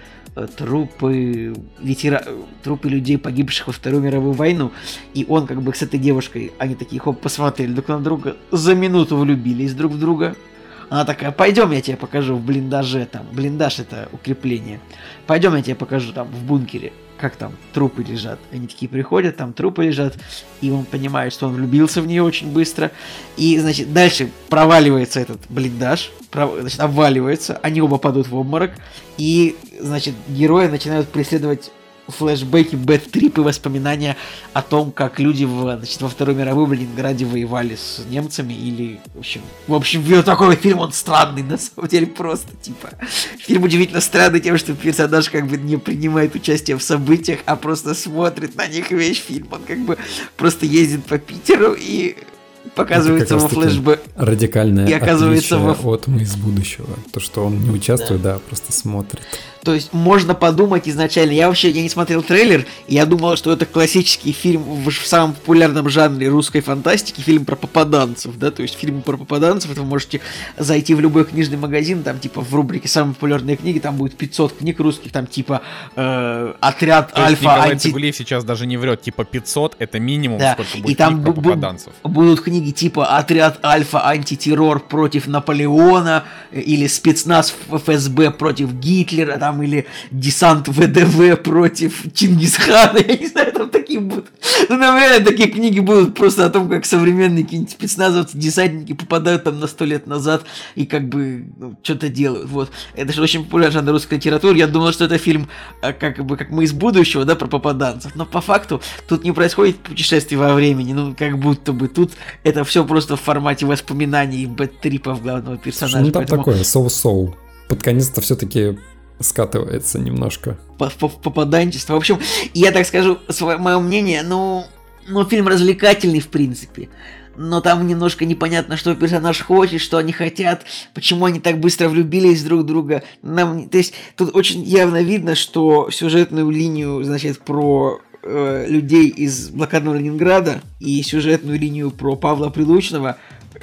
трупы ветера... трупы людей, погибших во Вторую мировую войну. И он как бы с этой девушкой, они такие, хоп, посмотрели друг на друга, за минуту влюбились друг в друга. Она такая, пойдем, я тебе покажу в блиндаже, там, блиндаж это укрепление. Пойдем, я тебе покажу там в бункере, как там трупы лежат. Они такие приходят, там трупы лежат, и он понимает, что он влюбился в нее очень быстро. И, значит, дальше проваливается этот блиндаж, пров... значит, обваливается, они оба падают в обморок, и, значит, герои начинают преследовать флешбеки, бэд-трипы, воспоминания о том, как люди в, значит, во Вторую мировую в Ленинграде воевали с немцами, или, в общем, в общем, вот такой фильм, он странный, на самом деле, просто, типа, фильм удивительно странный тем, что персонаж как бы не принимает участие в событиях, а просто смотрит на них весь фильм, он как бы просто ездит по Питеру и показывается во флешбэк. Радикальное и оказывается отличие во... от «Мы из будущего». То, что он не участвует, да, да просто смотрит. То есть можно подумать изначально, я вообще я не смотрел трейлер, и я думал, что это классический фильм в, в самом популярном жанре русской фантастики, фильм про попаданцев, да, то есть фильм про попаданцев, это вы можете зайти в любой книжный магазин, там типа в рубрике «Самые популярные книги», там будет пятьсот книг русских, там типа э, «Отряд то Альфа». Николай анти... Цигулиев сейчас даже не врет, типа пятьсот, это минимум, да. сколько будет и там книг про попаданцев. Будут книги типа «Отряд Альфа. Антитеррор против Наполеона», или «Спецназ эф эс бэ против Гитлера», там, или «Десант вэ дэ вэ против Чингисхана», я не знаю, там такие будут. Ну, там реально такие книги будут просто о том, как современные какие-нибудь спецназовцы, десантники попадают там на сто лет назад и как бы ну, что-то делают. Вот. Это же очень популярный жанр русской литературы. Я думал, что это фильм как бы как «Мы из будущего», да, про попаданцев. Но по факту тут не происходит путешествие во времени. Ну, как будто бы тут это все просто в формате воспоминаний и бэд-трипов главного персонажа. Ну, там Поэтому... такое, соу-соу. Под конец-то все-таки скатывается немножко. Попаданчество. В общем, я так скажу, свое, мое мнение, ну, ну, фильм развлекательный, в принципе. Но там немножко непонятно, что персонаж хочет, что они хотят, почему они так быстро влюбились друг в друга. Нам, то есть, тут очень явно видно, что сюжетную линию, значит, про э, людей из блокадного Ленинграда и сюжетную линию про Павла Прилучного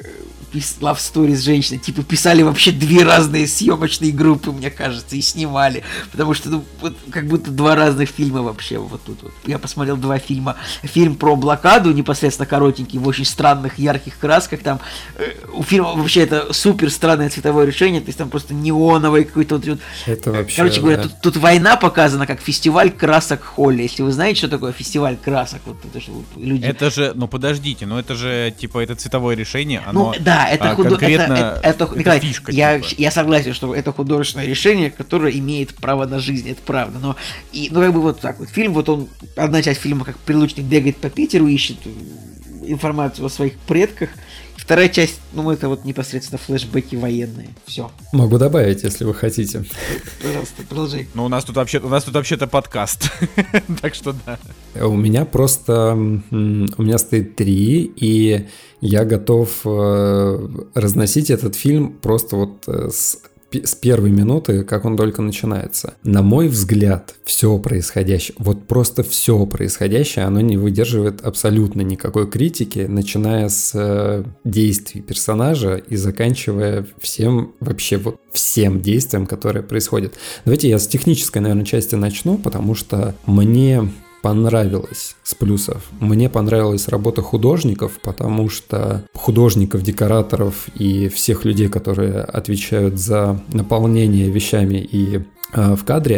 Love Story с женщиной, типа, писали вообще две разные съемочные группы, мне кажется, и снимали, потому что, ну, вот, как будто два разных фильма вообще, вот тут вот. Я посмотрел два фильма, фильм про блокаду, непосредственно коротенький, в очень странных, ярких красках, там, э, у фильма вообще это супер странное цветовое решение, то есть там просто неоновый какой-то вот, это вообще, короче говоря, да. тут, тут война показана как фестиваль красок Холли, если вы знаете, что такое фестиваль красок, вот это же люди... Это же, ну подождите, ну это же, типа, это цветовое решение, оно... Ну, да, это, а, худо... конкретно это, это, это, Николай, фишка, я, типа. я согласен, что это художественное решение, которое имеет право на жизнь, это правда, но и, ну, как бы вот так вот, фильм, вот он, одна часть фильма, как Прилучник бегает по Питеру, ищет информацию о своих предках, вторая часть, ну, это вот непосредственно флешбеки военные, все. Могу добавить, если вы хотите. Пожалуйста, продолжай. Ну, у нас тут вообще, у нас тут вообще-то подкаст, так что да. У меня просто, у меня стоит три, и я готов э, разносить этот фильм просто вот э, с, с первой минуты, как он только начинается. На мой взгляд, все происходящее, вот просто все происходящее, оно не выдерживает абсолютно никакой критики, начиная с э, действий персонажа и заканчивая всем, вообще вот всем действиям, которые происходят. Давайте я с технической, наверное, части начну, потому что мне... понравилось с плюсов. Мне понравилась работа художников, потому что художников, декораторов и всех людей, которые отвечают за наполнение вещами и э, в кадре,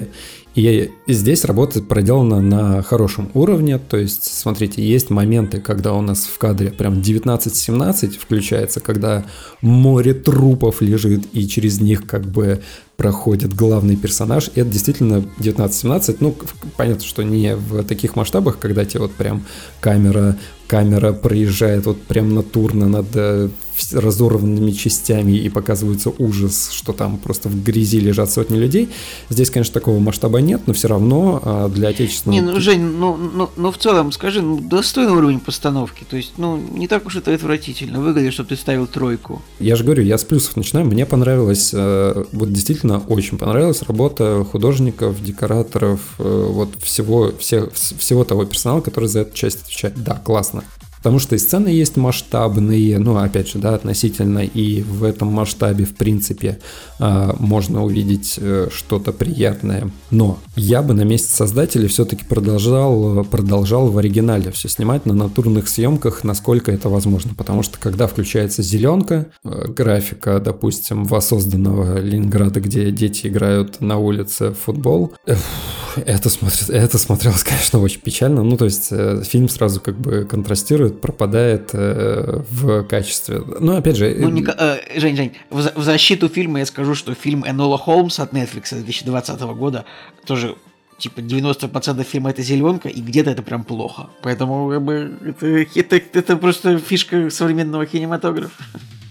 И здесь работа проделана на хорошем уровне, то есть, смотрите, есть моменты, когда у нас в кадре прям девятнадцать семнадцать включается, когда море трупов лежит, и через них как бы проходит главный персонаж, и это действительно девятнадцать семнадцать, ну, понятно, что не в таких масштабах, когда тебе вот прям камера, камера проезжает вот прям натурно над э, разорванными частями и показывается ужас, что там просто в грязи лежат сотни людей. Здесь, конечно, такого масштаба нет, но все равно э, для отечественного... Не, ну, Жень, ну, ну, ну в целом, скажи, ну, достойный уровень постановки, то есть, ну, не так уж это отвратительно выглядит, чтобы ты ставил тройку. Я же говорю, я с плюсов начинаю, мне понравилось, э, вот действительно очень понравилась работа художников, декораторов, э, вот всего, все, всего того персонала, который за эту часть отвечает. Да, классно. Потому что и сцены есть масштабные, ну, опять же, да, относительно, и в этом масштабе, в принципе, э, можно увидеть э, что-то приятное. Но я бы на месте создателей все-таки продолжал, продолжал в оригинале все снимать на натурных съемках, насколько это возможно. Потому что, когда включается зеленка, э, графика, допустим, воссозданного Ленинграда, где дети играют на улице в футбол, э, это, смотри, это смотрелось, конечно, очень печально. Ну, то есть, э, фильм сразу как бы контрастирует, пропадает э, в качестве. Ну, опять же... Ну, не, э, Жень, Жень, в, в защиту фильма я скажу, что фильм Энола Холмс от Netflix две тысячи двадцатого года тоже, типа, девяносто процентов фильма это зеленка, и где-то это прям плохо. Поэтому, как бы, это, это, это просто фишка современного кинематографа.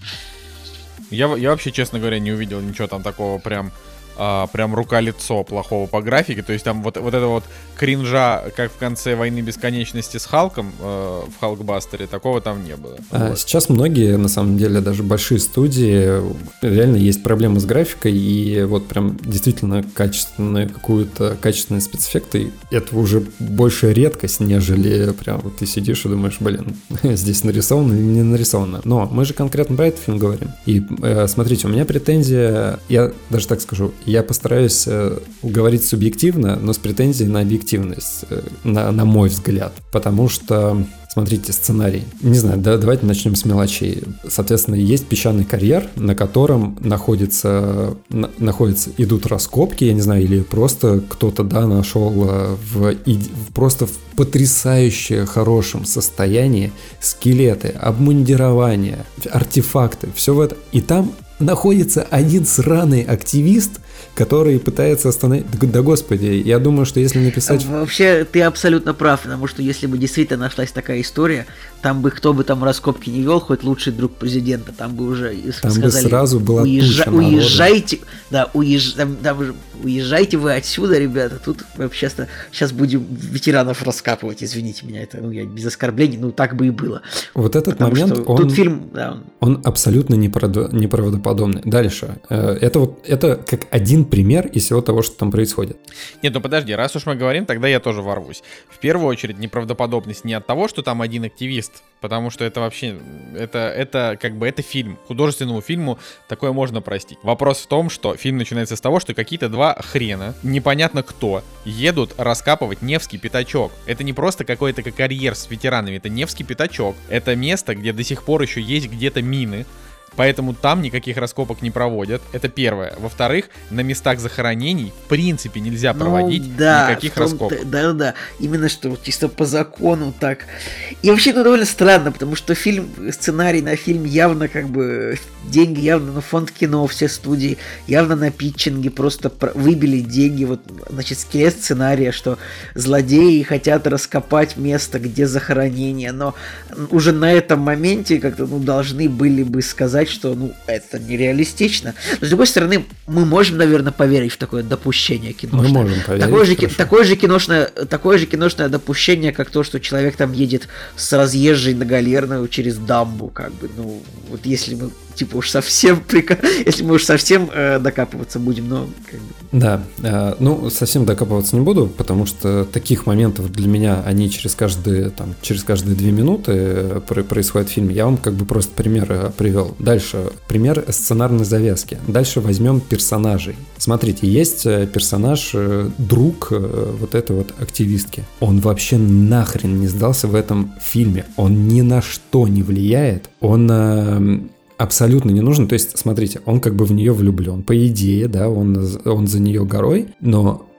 Я, я вообще, честно говоря, не увидел ничего там такого прям... А, прям рука-лицо плохого по графике. То есть там вот, вот это вот кринжа, как в конце «Войны бесконечности» с Халком э, в Халкбастере, такого там не было. А вот. Сейчас многие, на самом деле, даже большие студии, реально есть проблемы с графикой, и вот прям действительно качественные какую-то качественные спецэффекты, это уже больше редкость, нежели прям вот ты сидишь и думаешь, блин, здесь нарисовано или не нарисовано. Но мы же конкретно про этот фильм говорим. И э, смотрите, у меня претензия, я даже так скажу, я постараюсь э, говорить субъективно, но с претензией на объективность, э, на, на мой взгляд. Потому что, смотрите, сценарий. Не знаю, да, давайте начнем с мелочей. Соответственно, есть песчаный карьер, на котором находится, на, находится, идут раскопки, я не знаю, или просто кто-то, да, нашел э, в, в просто в потрясающе хорошем состоянии скелеты, обмундирование, артефакты, все в это. И там находится один сраный активист, который пытается остановить... Да господи, я думаю, что если написать... Вообще, ты абсолютно прав, потому что если бы действительно нашлась такая история, там бы кто бы там раскопки не вел, хоть лучший друг президента, там бы уже там сказали... бы сразу была уезжа... туча народа. Уезжайте, да, уезж... там, там, уезжайте вы отсюда, ребята, тут вообще сейчас будем ветеранов раскапывать, извините меня, это, ну, я без оскорблений, ну, так бы и было. Вот этот Потому момент, он... Тут фильм, да, он... он абсолютно неправдоподобный. Дальше. Это вот, это как один пример из всего того, что там происходит. Нет, ну подожди, раз уж мы говорим, тогда я тоже ворвусь. В первую очередь, неправдоподобность не от того, что там один активист, потому что это вообще, это, это как бы, это фильм. Художественному фильму такое можно простить. Вопрос в том, что фильм начинается с того, что какие-то два хрена, непонятно кто, едут раскапывать Невский пятачок. Это не просто какой-то карьер с ветеранами, это Невский пятачок. Это место, где до сих пор еще есть где-то мины. Поэтому там никаких раскопок не проводят. Это первое. Во-вторых, на местах захоронений в принципе нельзя проводить ну, да, никаких раскопок. Да-да-да. Именно что чисто по закону так. И вообще это довольно странно, потому что фильм, сценарий на фильм явно как бы деньги явно, ну фонд кино, все студии явно на питчинге просто выбили деньги. Вот, значит, скелет сценария, что злодеи хотят раскопать место, где захоронение. Но уже на этом моменте как-то ну, должны были бы сказать, что, ну, это нереалистично. Но, с другой стороны, мы можем, наверное, поверить в такое допущение киношное. Мы можем поверить. Такое же, такое же, киношное, такое же киношное допущение, как то, что человек там едет с разъезжей на галерную через дамбу, как бы, ну, вот если мы, типа, уж совсем прика... если мы уж совсем э, докапываться будем, но, как бы... Да, э, ну, совсем докапываться не буду, потому что таких моментов для меня, они через каждые, там, через каждые две минуты происходят в фильме. Я вам, как бы, просто пример привел. Дальше, пример сценарной завязки. Дальше возьмем персонажей. Смотрите, есть персонаж, друг вот этой вот активистки. Он вообще нахрен не сдался в этом фильме. Он ни на что не влияет. Он... Э, абсолютно не нужен. То есть, смотрите, он как бы в нее влюблен. По идее, да, он, он за нее горой, но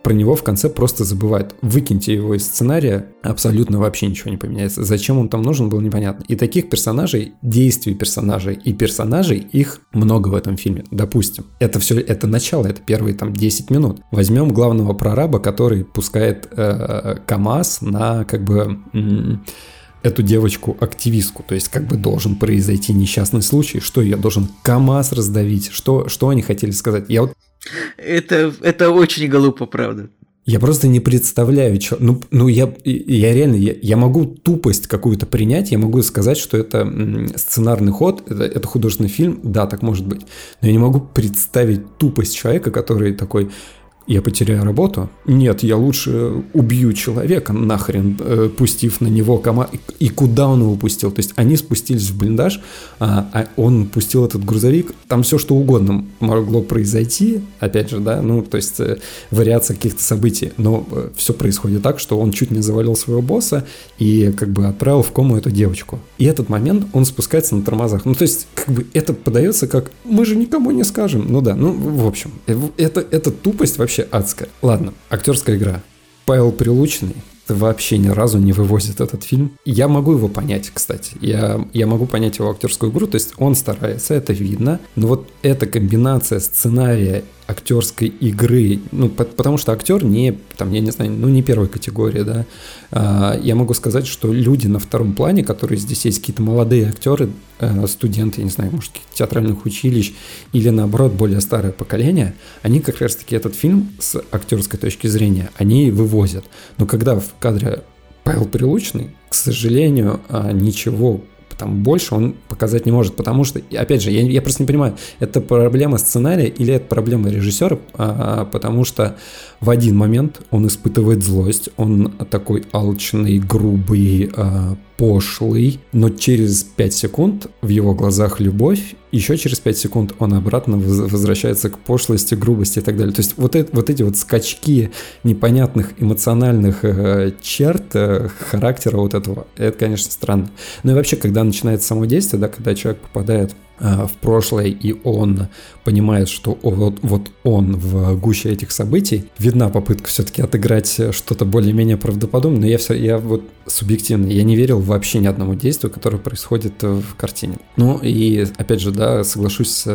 про него в конце просто забывают. Выкиньте его из сценария, абсолютно вообще ничего не поменяется. Зачем он там нужен, было непонятно. И таких персонажей, действий персонажей и персонажей, их много в этом фильме. Допустим, это все, это начало, это первые там десять минут. Возьмем главного прораба, который пускает э, КамАЗ на как бы... М- эту девочку-активистку, то есть как бы должен произойти несчастный случай, что я должен КамАЗ раздавить, что, что они хотели сказать. Я вот... Это, это очень глупо, правда. Я просто не представляю, что... Ну, ну я, я реально, я, я могу тупость какую-то принять, я могу сказать, что это м, сценарный ход, это, это художественный фильм, да, так может быть, но я не могу представить тупость человека, который такой... Я потеряю работу? Нет, я лучше убью человека нахрен, э, пустив на него КамАЗ. И куда он его пустил? То есть они спустились в блиндаж, а, а он пустил этот грузовик. Там все что угодно могло произойти, опять же, да, ну, то есть э, вариация каких-то событий. Но э, все происходит так, что он чуть не завалил своего босса и как бы отправил в кому эту девочку. И этот момент он спускается на тормозах. Ну, то есть как бы это подается как «мы же никому не скажем». Ну да, ну, в общем, это, это тупость вообще адская. Ладно, актерская игра. Павел Прилучный вообще ни разу не вывозит этот фильм. Я могу его понять, кстати. Я, я могу понять его актерскую игру, то есть он старается, это видно. Но вот эта комбинация сценария, актерской игры, ну, по- потому что актер не, там, я не знаю, ну, не первой категории, да. А, я могу сказать, что люди на втором плане, которые здесь есть, какие-то молодые актеры, э, студенты, я не знаю, может, каких-то театральных училищ, или, наоборот, более старое поколение, они как раз-таки этот фильм с актерской точки зрения, они вывозят. Но когда в кадре Павел Прилучный, к сожалению, ничего там больше он показать не может, потому что, опять же, я, я просто не понимаю, это проблема сценария или это проблема режиссера, а, потому что в один момент он испытывает злость, он такой алчный, грубый, а, пошлый, но через пять секунд в его глазах любовь, еще через пять секунд он обратно возвращается к пошлости, грубости и так далее. То есть вот, это, вот эти вот скачки непонятных эмоциональных э, черт э, характера вот этого, это, конечно, странно. Ну и вообще, когда начинается само действие, да, когда человек попадает э, в прошлое и он понимает, что вот, вот он в гуще этих событий, видна попытка все-таки отыграть что-то более-менее правдоподобное, но я, все, я вот субъективно, я не верил вообще ни одному действию, которое происходит в картине. Ну и опять же, да, соглашусь с,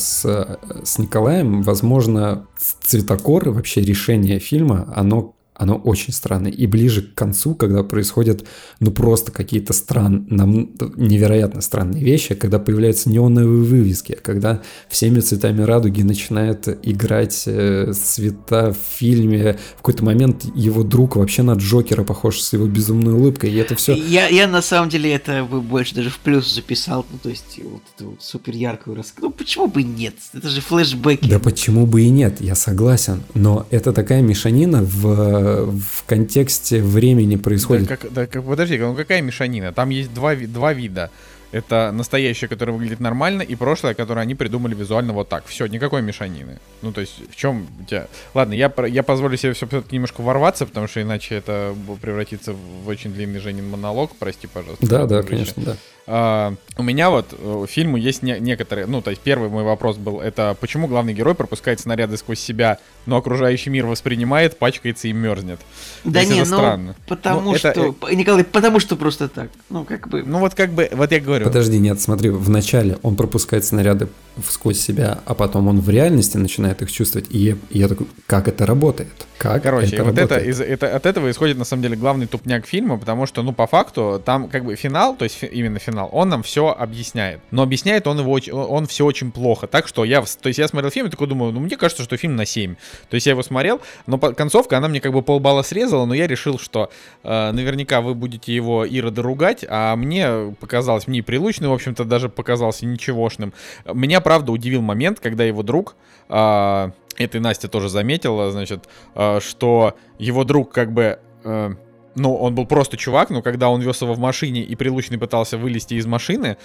с, с Николаем, возможно, цветокор, вообще решение фильма, оно оно очень странное. И ближе к концу, когда происходят, ну, просто какие-то стран, нам невероятно странные вещи, когда появляются неоновые вывески, когда всеми цветами радуги начинает играть э, цвета в фильме. В какой-то момент его друг вообще на Джокера похож с его безумной улыбкой, и это все... Я, я на самом деле это бы больше даже в плюс записал, ну, то есть вот эту вот супер яркую раскрытую. Ну, почему бы и нет? Это же флешбеки. Да почему бы и нет, я согласен, но это такая мешанина в в контексте времени происходит. Да, как, да как, подожди, ну какая мешанина? Там есть два, два вида. Это настоящее, которое выглядит нормально, и прошлое, которое они придумали визуально вот так. Все, никакой мешанины. Ну, то есть, в чем у тебя... Ладно, я, я позволю себе все-таки немножко ворваться, потому что иначе это превратится в очень длинный Женин монолог. Прости, пожалуйста. Да, да, конечно, да. А, у меня вот в фильму есть не, некоторые... Ну, то есть, первый мой вопрос был, это почему главный герой пропускает снаряды сквозь себя, но окружающий мир воспринимает, пачкается и мерзнет? Да не, ну, странно. потому ну, что... Это... Николай, потому что просто так. Ну, как бы... Ну, вот как бы... Вот я говорю... Подожди, нет, смотри, вначале он пропускает снаряды сквозь себя, а потом он в реальности начинает их чувствовать, и я, и я такой, как это работает? Как Короче, это вот работает? это, из, это, от этого исходит, на самом деле, главный тупняк фильма, потому что, ну, по факту, там как бы финал, то есть фи, именно финал, он нам все объясняет. Но объясняет он его, он все очень плохо. Так что я, то есть я смотрел фильм и такой думаю, ну, мне кажется, что фильм на семь. То есть я его смотрел, но концовка, она мне как бы полбалла срезала, но я решил, что э, наверняка вы будете его ироды ругать, а мне показалось, мне и Прилучный, в общем-то, даже показался ничегошным. Меня, правда, удивил момент, когда его друг... Э, это и Настя тоже заметила, значит, э, что его друг как бы... Э, ну, он был просто чувак, но когда он вез его в машине, и Прилучный пытался вылезти из машины,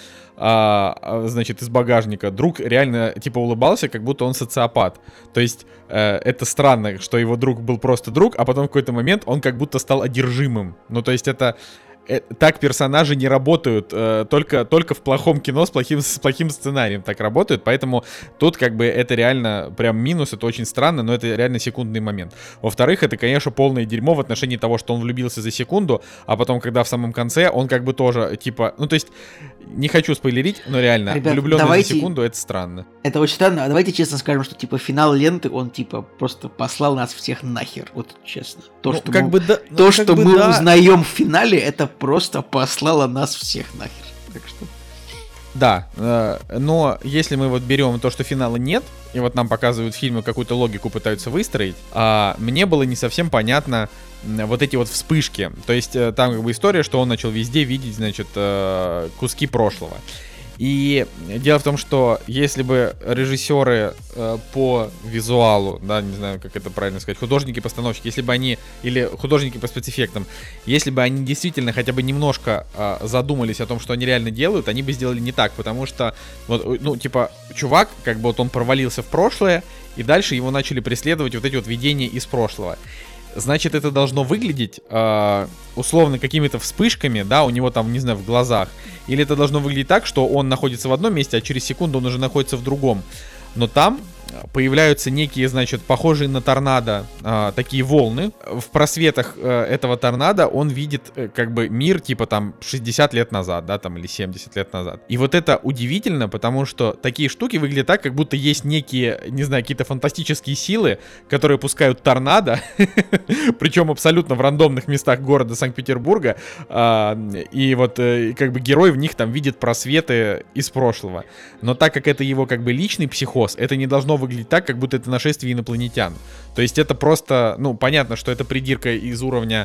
а, значит, из багажника, друг реально, типа, улыбался, как будто он социопат. То есть, э, это странно, что его друг был просто друг, а потом в какой-то момент он как будто стал одержимым. Ну, то есть, это... э, так персонажи не работают, э, только, только в плохом кино с плохим, с плохим сценарием так работают, поэтому тут как бы это реально прям минус, это очень странно, но это реально секундный момент. Во-вторых, это, конечно, полное дерьмо в отношении того, что он влюбился за секунду, а потом, когда в самом конце, он как бы тоже, типа, ну то есть, не хочу спойлерить, но реально, Ребят, влюбленный давайте... за секунду, это странно. Это очень странно, а давайте честно скажем, что типа финал ленты, он типа просто послал нас всех нахер, вот честно. То, Ну, что как мы, бы да, ну, то, как что бы мы да. узнаем в финале, это просто послало нас всех нахер. Так что... Да, э, но если мы вот берем то, что финала нет, и вот нам показывают в фильме какую-то логику пытаются выстроить, а мне было не совсем понятно м, вот эти вот вспышки. То есть э, там как бы история, что он начал везде видеть, значит, э, куски прошлого. И дело в том, что если бы режиссеры э, по визуалу, да, не знаю, как это правильно сказать, художники-постановщики, если бы они, или художники по спецэффектам, если бы они действительно хотя бы немножко э, задумались о том, что они реально делают, они бы сделали не так, потому что, вот, ну, типа, чувак, как бы вот он провалился в прошлое, и дальше его начали преследовать вот эти вот видения из прошлого. Значит, это должно выглядеть э, условно какими-то вспышками, да, у него там, не знаю, в глазах. Или это должно выглядеть так, что он находится в одном месте, а через секунду он уже находится в другом. Но там появляются некие, значит, похожие на торнадо э, такие волны. В просветах э, этого торнадо он видит э, как бы мир типа там шестьдесят лет назад, да, там или семьдесят лет назад. И вот это удивительно, потому что такие штуки выглядят так, как будто есть некие, не знаю, какие-то фантастические силы, которые пускают торнадо, причем абсолютно в рандомных местах города Санкт-Петербурга, э, и вот э, как бы герой в них там видит просветы из прошлого. Но так как это его как бы личный психоз, это не должно выглядеть так, как будто это нашествие инопланетян. То есть это просто, ну, понятно, что это придирка из уровня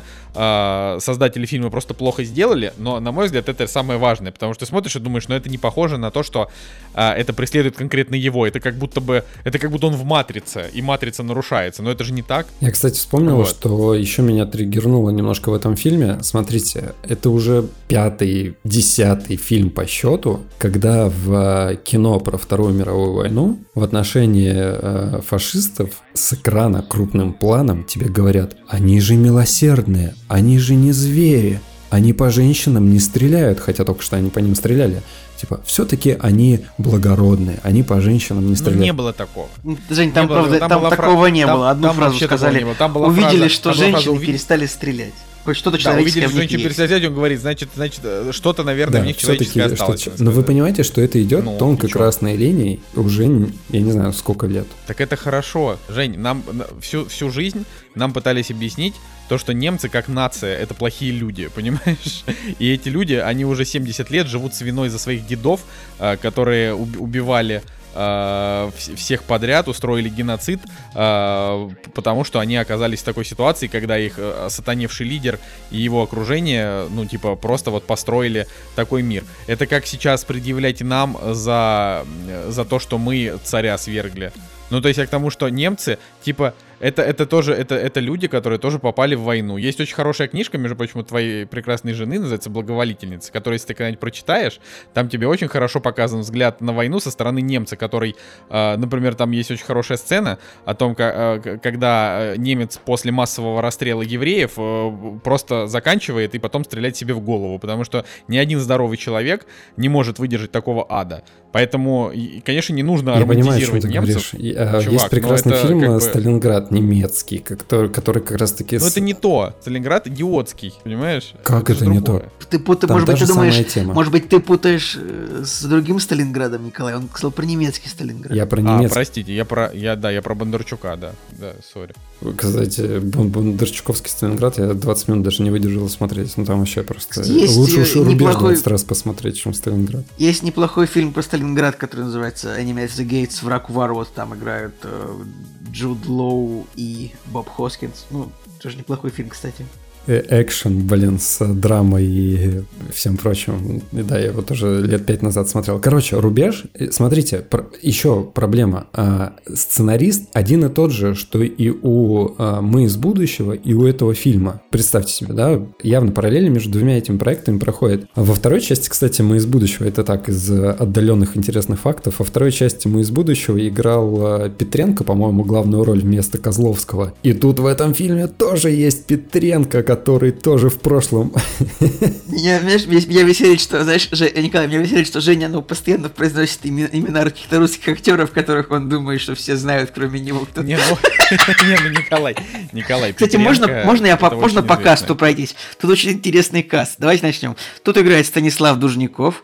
э, создатели фильма просто плохо сделали, но, на мой взгляд, это самое важное, потому что ты смотришь и думаешь, ну, это не похоже на то, что э, это преследует конкретно его. Это как будто бы, это как будто он в матрице, и матрица нарушается, но это же не так. Я, кстати, вспомнил, вот. что еще меня триггернуло немножко в этом фильме. Смотрите, это уже пятый, десятый фильм по счету, когда в кино про Вторую мировую войну в отношении э, фашистов с экрана крупным планом тебе говорят: они же милосердные, они же не звери, они по женщинам не стреляют, хотя только что они по ним стреляли. Типа, все-таки они благородные, они по женщинам не стреляют. Ну, не было такого. Жень, там, не правда, было, там, там такого фра... не там, было. Одну там фразу сказали, увидели, фраза, что женщины увид... перестали стрелять. Хоть что-то да, человеческое увидели, в что них женщины есть. перестали стрелять, он говорит, значит, значит что-то, наверное, да, в них человеческое осталось. Что... Но вы понимаете, что это идет ну, тонкой красной линией уже, я не знаю, сколько лет. Так это хорошо. Жень, нам всю, всю жизнь нам пытались объяснить то, что немцы как нация — это плохие люди, понимаешь? И эти люди, они уже семьдесят лет живут с виной за своих дедов, которые убивали всех подряд, устроили геноцид, потому что они оказались в такой ситуации, когда их сатаневший лидер и его окружение, ну, типа, просто вот построили такой мир. Это как сейчас предъявлять нам за, за то, что мы царя свергли. Ну, то есть я к тому, что немцы, типа, это, это тоже, это, это люди, которые тоже попали в войну. Есть очень хорошая книжка, между прочим, у твоей прекрасной жены, называется «Благоволительница», которую, если ты когда-нибудь прочитаешь, там тебе очень хорошо показан взгляд на войну со стороны немца, который, э, например, там есть очень хорошая сцена о том, как, э, когда немец после массового расстрела евреев э, просто заканчивает и потом стреляет себе в голову, потому что ни один здоровый человек не может выдержать такого ада. Поэтому, конечно, не нужно Я романтизировать понимаю, немцев. Чувак, есть Чувак, прекрасный фильм как бы... «Сталинград» немецкий, который, который как раз таки... Но с... это не то. Сталинград идиотский, понимаешь? Как это, это не то? Ты пут... Может быть, ты думаешь, может быть, ты путаешь э, с другим Сталинградом, Николай. Он сказал про немецкий Сталинград. Я про немецкий. А, простите, я про, я, да, я про Бондарчука, да, да, сори. Кстати, Бондарчуковский Сталинград я двадцать минут даже не выдержал смотреть. Ну там вообще просто есть лучше уж неплохой... рубеж раз посмотреть, чем Сталинград. Есть неплохой фильм про Сталинград, который называется «Enemy at the Gates. Враг у ворот». Там играют э, Джуд Лоу и Боб Хоскинс. Ну, тоже неплохой фильм, кстати. Экшен, блин, с драмой и всем прочим. И да, я его тоже лет пять назад смотрел. Короче, рубеж, смотрите, про, еще проблема. А, сценарист один и тот же, что и у а, «Мы из будущего», и у этого фильма. Представьте себе, да, явно параллели между двумя этими проектами проходит. А во второй части, кстати, «Мы из будущего», это так, из отдаленных интересных фактов, во второй части «Мы из будущего» играл а, Петренко, по-моему, главную роль вместо Козловского. И тут в этом фильме тоже есть Петренко, который тоже в прошлом. Меня, меня веселит, что, знаешь, Ж... Николай, меня веселит, что Женя, ну, постоянно произносит имена, имена каких-то русских актеров, которых он думает, что все знают, кроме него. Кто-то. Не, ну, не, ну, Николай, Николай. Кстати, можно, можно я по, можно по касту пройтись? Тут очень интересный каст. Давайте начнем. Тут играет Станислав Дужников.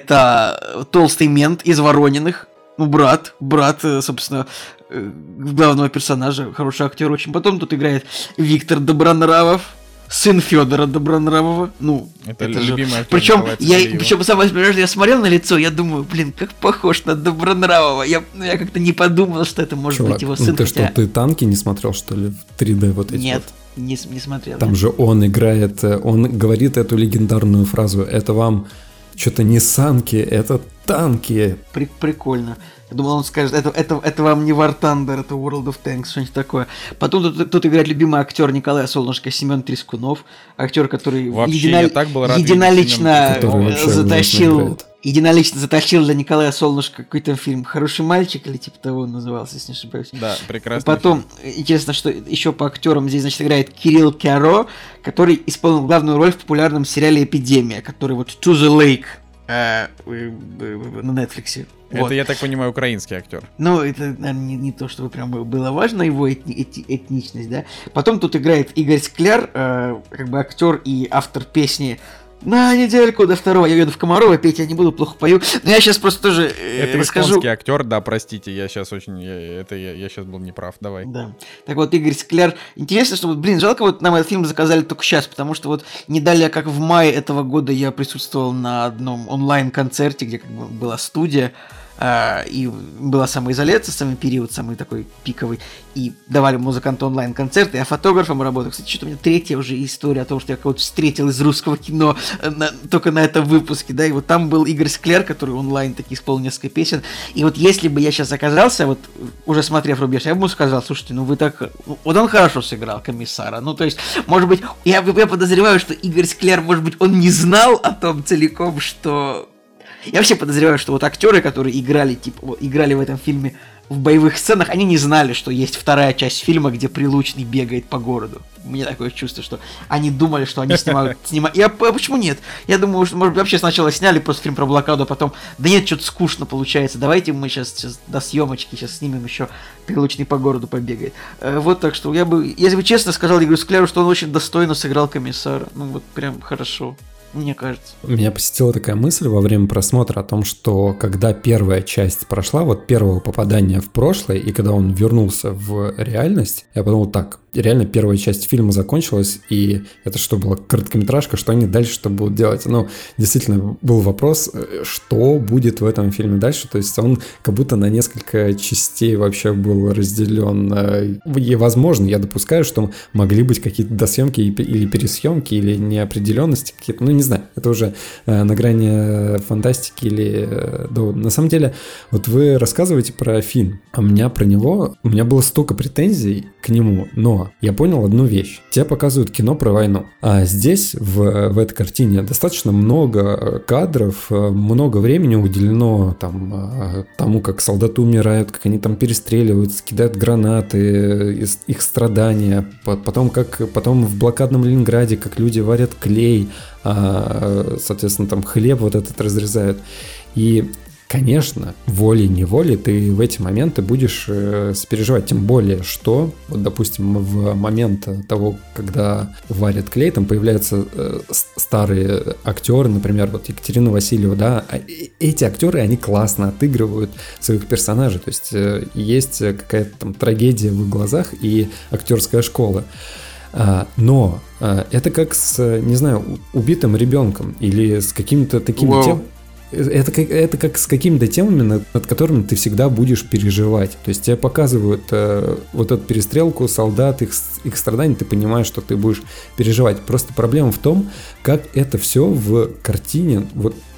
Это толстый мент из Ворониных. Ну, брат, брат, собственно, главного персонажа, хороший актер очень. Потом тут играет Виктор Добронравов, сын Федора Добронравова. Ну, это, это любимый же... актер. Причем, я, причем самое смешное, я смотрел на лицо, я думаю, блин, как похож на Добронравова. Я, ну, я как-то не подумал, что это может Чувак, быть его сын. Ну, ты хотя... что, ты танки не смотрел, что ли, в три дэ вот эти? Нет, вот? не, не смотрел. Там нет. же он играет, он говорит эту легендарную фразу: это вам что-то не санки, это танки. При- прикольно. Я думал, он скажет, это, это, это вам не War Thunder, это World of Tanks, что-нибудь такое. Потом тут, тут играет любимый актер Николая Солнышко, Семен Трескунов. Актер, который вообще, едино... я так был рад единолично видеть затащил... Единолично затащил для Николая Солнышко какой-то фильм «Хороший мальчик» или типа того он назывался, если не ошибаюсь. Да, прекрасно. Потом, интересно, что еще по актерам здесь, значит, играет Кирилл Кяро, который исполнил главную роль в популярном сериале «Эпидемия», который вот «To the Lake» э, на Netflix. Это, Вот. я так понимаю, украинский актер. Ну, это, наверное, не, не то, чтобы прям было важно, его этни, эти, этничность, да. Потом тут играет Игорь Скляр, э, как бы актер и автор песни «На недельку до второго я еду в Комарова, петь я не буду, плохо пою». Но я сейчас просто тоже э, это расскажу. испанский актер, да, простите, я сейчас очень, я, это я, я сейчас был неправ, давай. Да. Так вот, Игорь Скляр. Интересно, что вот, блин, жалко, вот нам этот фильм заказали только сейчас, потому что вот не далее, как в мае этого года я присутствовал на одном онлайн-концерте, где как бы была студия, Uh, и была самоизоляция, самый период, самый такой пиковый, и давали музыканту онлайн-концерты, я фотографом работал. Кстати, что-то у меня третья уже история о том, что я кого-то встретил из русского кино на, только на этом выпуске, да, и вот там был Игорь Скляр, который онлайн таки исполнил несколько песен, и вот если бы я сейчас оказался, вот уже смотрев «Рубеж», я бы ему сказал: слушайте, ну вы так, вот он хорошо сыграл комиссара, ну то есть, может быть, я, я подозреваю, что Игорь Скляр, может быть, он не знал о том целиком, что... Я вообще подозреваю, что вот актеры, которые играли, типа, играли в этом фильме в боевых сценах, они не знали, что есть вторая часть фильма, где Прилучный бегает по городу. У меня такое чувство, что они думали, что они снимают... снимают. Я, а почему нет? Я думаю, что, может быть, вообще сначала сняли просто фильм про блокаду, а потом, да нет, что-то скучно получается, давайте мы сейчас, сейчас до съемочки сейчас снимем еще Прилучный по городу побегает. Э, вот так что я бы, если бы честно сказал Игорю Скляру, что он очень достойно сыграл комиссара. Ну вот прям хорошо. Мне кажется. Меня посетила такая мысль во время просмотра о том, что когда первая часть прошла, вот первого попадания в прошлое, и когда он вернулся в реальность, я подумал: так, реально первая часть фильма закончилась, и это что, была короткометражка, что они дальше-то будут делать? Ну, действительно, был вопрос, что будет в этом фильме дальше, то есть он как будто на несколько частей вообще был разделен. И, возможно, я допускаю, что могли быть какие-то досъемки или пересъемки, или неопределенности какие-то, ну, не знаю, это уже э, на грани фантастики или... Э, да, на самом деле, вот вы рассказываете про фильм, а у меня про него, у меня было столько претензий к нему, но я понял одну вещь. Тебе показывают кино про войну, а здесь, в, в этой картине, достаточно много кадров, много времени уделено там, тому, как солдаты умирают, как они там перестреливаются, кидают гранаты, их страдания, потом, как, потом в блокадном Ленинграде, как люди варят клей, соответственно, там хлеб вот этот разрезают. И, конечно, волей-неволей ты в эти моменты будешь э, сопереживать. Тем более, что, вот, допустим, в момент того, когда варят клей, там появляются э, старые актеры, например, вот Екатерина Васильева, да, эти актеры, они классно отыгрывают своих персонажей. То есть э, есть какая-то там трагедия в их глазах и актерская школа. Но это как с, не знаю, убитым ребенком или с какими-то такими wow. темами. Это как, это как с какими-то темами, над, над которыми ты всегда будешь переживать. То есть тебе показывают э, вот эту перестрелку, солдат, их, их страдания, ты понимаешь, что ты будешь переживать. Просто проблема в том, как это все в картине, вот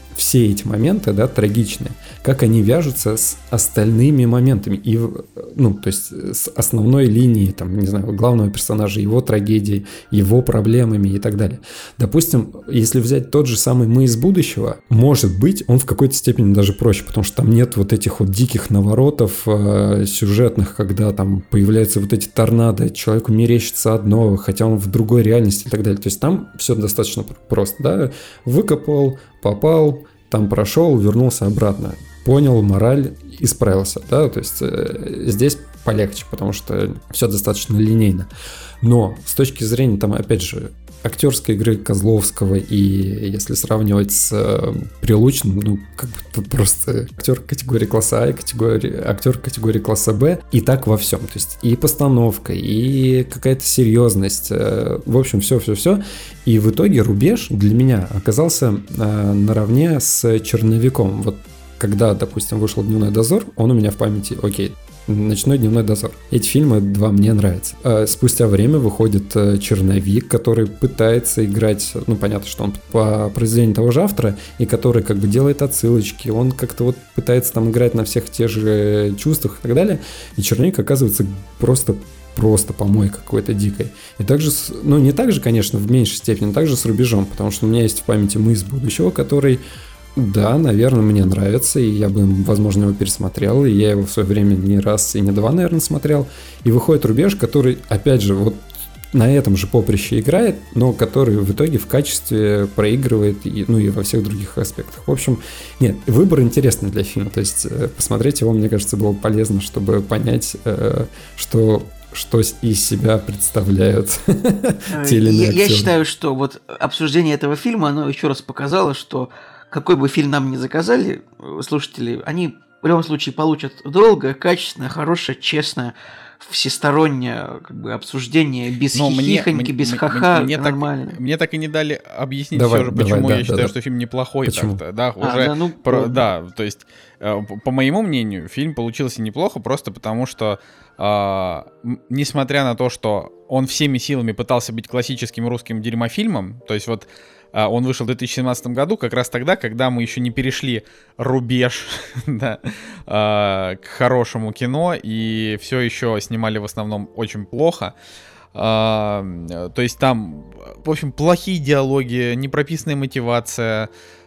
все эти моменты, да, трагичные, как они вяжутся с остальными моментами, и, ну, то есть с основной линией, там, не знаю, главного персонажа, его трагедией, его проблемами и так далее. Допустим, если взять тот же самый «Мы из будущего», может быть, он в какой-то степени даже проще, потому что там нет вот этих вот диких наворотов э, сюжетных, когда там появляются вот эти торнадо, человеку мерещится одно, хотя он в другой реальности и так далее. То есть там все достаточно просто, да, выкопал, попал, там прошел, вернулся обратно, понял мораль, исправился, да, то есть э, здесь полегче, потому что все достаточно линейно. Но с точки зрения, там, опять же, актерской игры Козловского, и если сравнивать с э, Прилучным, ну, как бы тут просто актер категории класса А и категории, актер категории класса Б, и так во всем. То есть и постановка, и какая-то серьезность, э, в общем, все-все-все. И в итоге рубеж для меня оказался э, наравне с Черновиком. Вот когда, допустим, вышел «Дневной дозор», он у меня в памяти, окей, «Ночной дневной дозор». Эти фильмы два мне нравятся. А спустя время выходит «Черновик», который пытается играть, ну, понятно, что он по произведению того же автора, и который как бы делает отсылочки, он как-то вот пытается там играть на всех тех же чувствах и так далее, и «Черновик» оказывается просто просто помойка какой-то дикой. И также, с, ну, не так же, конечно, в меньшей степени, но также с «Рубежом», потому что у меня есть в памяти «Мы из будущего», который... Да, наверное, мне нравится, и я бы, возможно, его пересмотрел, и я его в свое время не раз и не два, наверное, смотрел. И выходит «Рубеж», который, опять же, вот на этом же поприще играет, но который в итоге в качестве проигрывает, и, ну и во всех других аспектах. В общем, нет, выбор интересный для фильма, то есть посмотреть его, мне кажется, было полезно, чтобы понять, что... что из себя представляют те или иные актеры. Я считаю, что вот обсуждение этого фильма, оно еще раз показало, что какой бы фильм нам ни заказали, слушатели, они в любом случае получат долгое, качественное, хорошее, честное, всестороннее как бы, обсуждение, без Но хихихоньки, мне, без мне, ха-ха, мне нормально. Так, мне так и не дали объяснить давай, все же, давай, почему да, я да, считаю, да. что фильм неплохой. Почему? Так-то, да, а, уже да, ну, про, да, то есть, э, по моему мнению, фильм получился неплохо, просто потому что, э, несмотря на то, что он всеми силами пытался быть классическим русским дерьмофильмом, то есть вот он вышел в две тысячи семнадцатом году, как раз тогда, когда мы еще не перешли рубеж да, к хорошему кино, и все еще снимали в основном очень плохо. То есть там, в общем, плохие диалоги, непрописанная мотивация.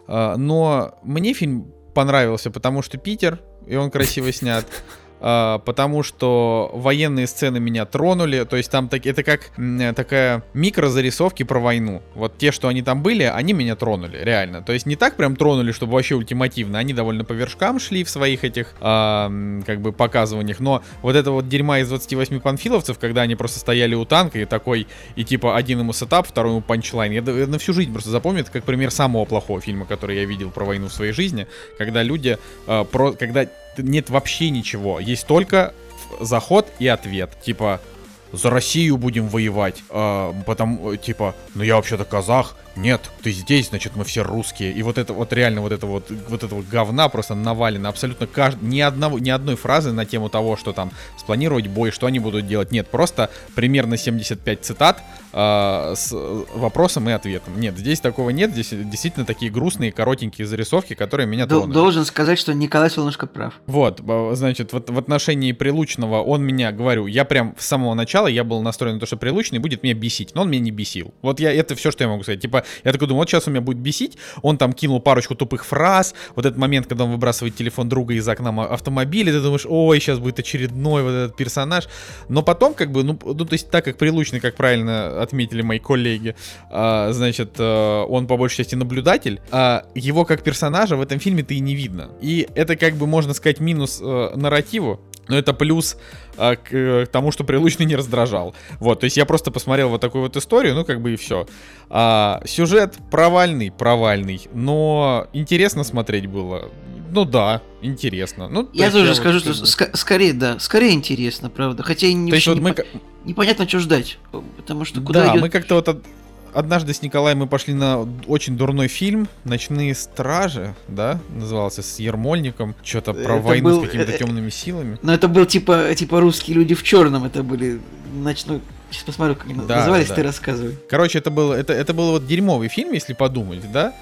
Но мне фильм понравился, потому что Питер, и он красиво снят. Uh, потому что военные сцены меня тронули, то есть там так, это как м, такая микрозарисовки про войну. Вот те, что они там были, они меня тронули, реально. То есть не так прям тронули, чтобы вообще ультимативно, они довольно по вершкам шли в своих этих uh, как бы показываниях, но вот это вот дерьма из двадцати восьми панфиловцев, когда они просто стояли у танка и такой, и типа один ему сетап, второй ему панчлайн, я, я на всю жизнь просто запомню, это как пример самого плохого фильма, который я видел про войну в своей жизни, когда люди, uh, про, когда нет вообще ничего, есть только заход и ответ, типа за Россию будем воевать, э, потому, типа, ну я вообще-то казах, нет, ты здесь, значит, мы все русские, и вот это вот реально вот это вот, вот этого говна просто навалено, абсолютно кажд... ни, одного, ни одной фразы на тему того, что там спланировать бой, что они будут делать, нет, просто примерно семьдесят пять цитат э, с вопросом и ответом, нет, здесь такого нет, здесь действительно такие грустные, коротенькие зарисовки, которые меня Д- тронули. Должен сказать, что Николай Солнышко прав. Вот, значит, вот в отношении Прилучного он меня, говорю, я прям с самого начала я был настроен на то, что Прилучный будет меня бесить, но он меня не бесил. Вот я, это все, что я могу сказать. Типа, я такой думаю, вот сейчас он меня будет бесить, он там кинул парочку тупых фраз, вот этот момент, когда он выбрасывает телефон друга из окна автомобиля, ты думаешь, ой, сейчас будет очередной вот этот персонаж. Но потом, как бы, ну, ну то есть, так как Прилучный, как правильно отметили мои коллеги, а, значит, а, он по большей части наблюдатель, а его как персонажа в этом фильме-то и не видно. И это, как бы, можно сказать, минус а, нарративу, но это плюс а, к, к тому, что Прилучный не раздражал. Вот, то есть я просто посмотрел вот такую вот историю, ну как бы и все. А, сюжет провальный, провальный, но интересно смотреть было. Ну да, интересно. Ну, я тоже я скажу, вот, что ск- скорее, да, скорее интересно, правда. Хотя и не, то есть вот не мы... по- непонятно, что ждать, потому что куда да, идет... мы как-то вот... От... Однажды с Николаем мы пошли на очень дурной фильм «Ночные стражи», да, назывался, с Ермольником, что-то про Это войну был... с какими-то темными силами. Но это был типа, типа «Русские люди в черном», это были ночной... Сейчас посмотрю, как они да, назывались, да. ты рассказывай. Короче, это был, это, это был вот дерьмовый фильм, если подумать, да?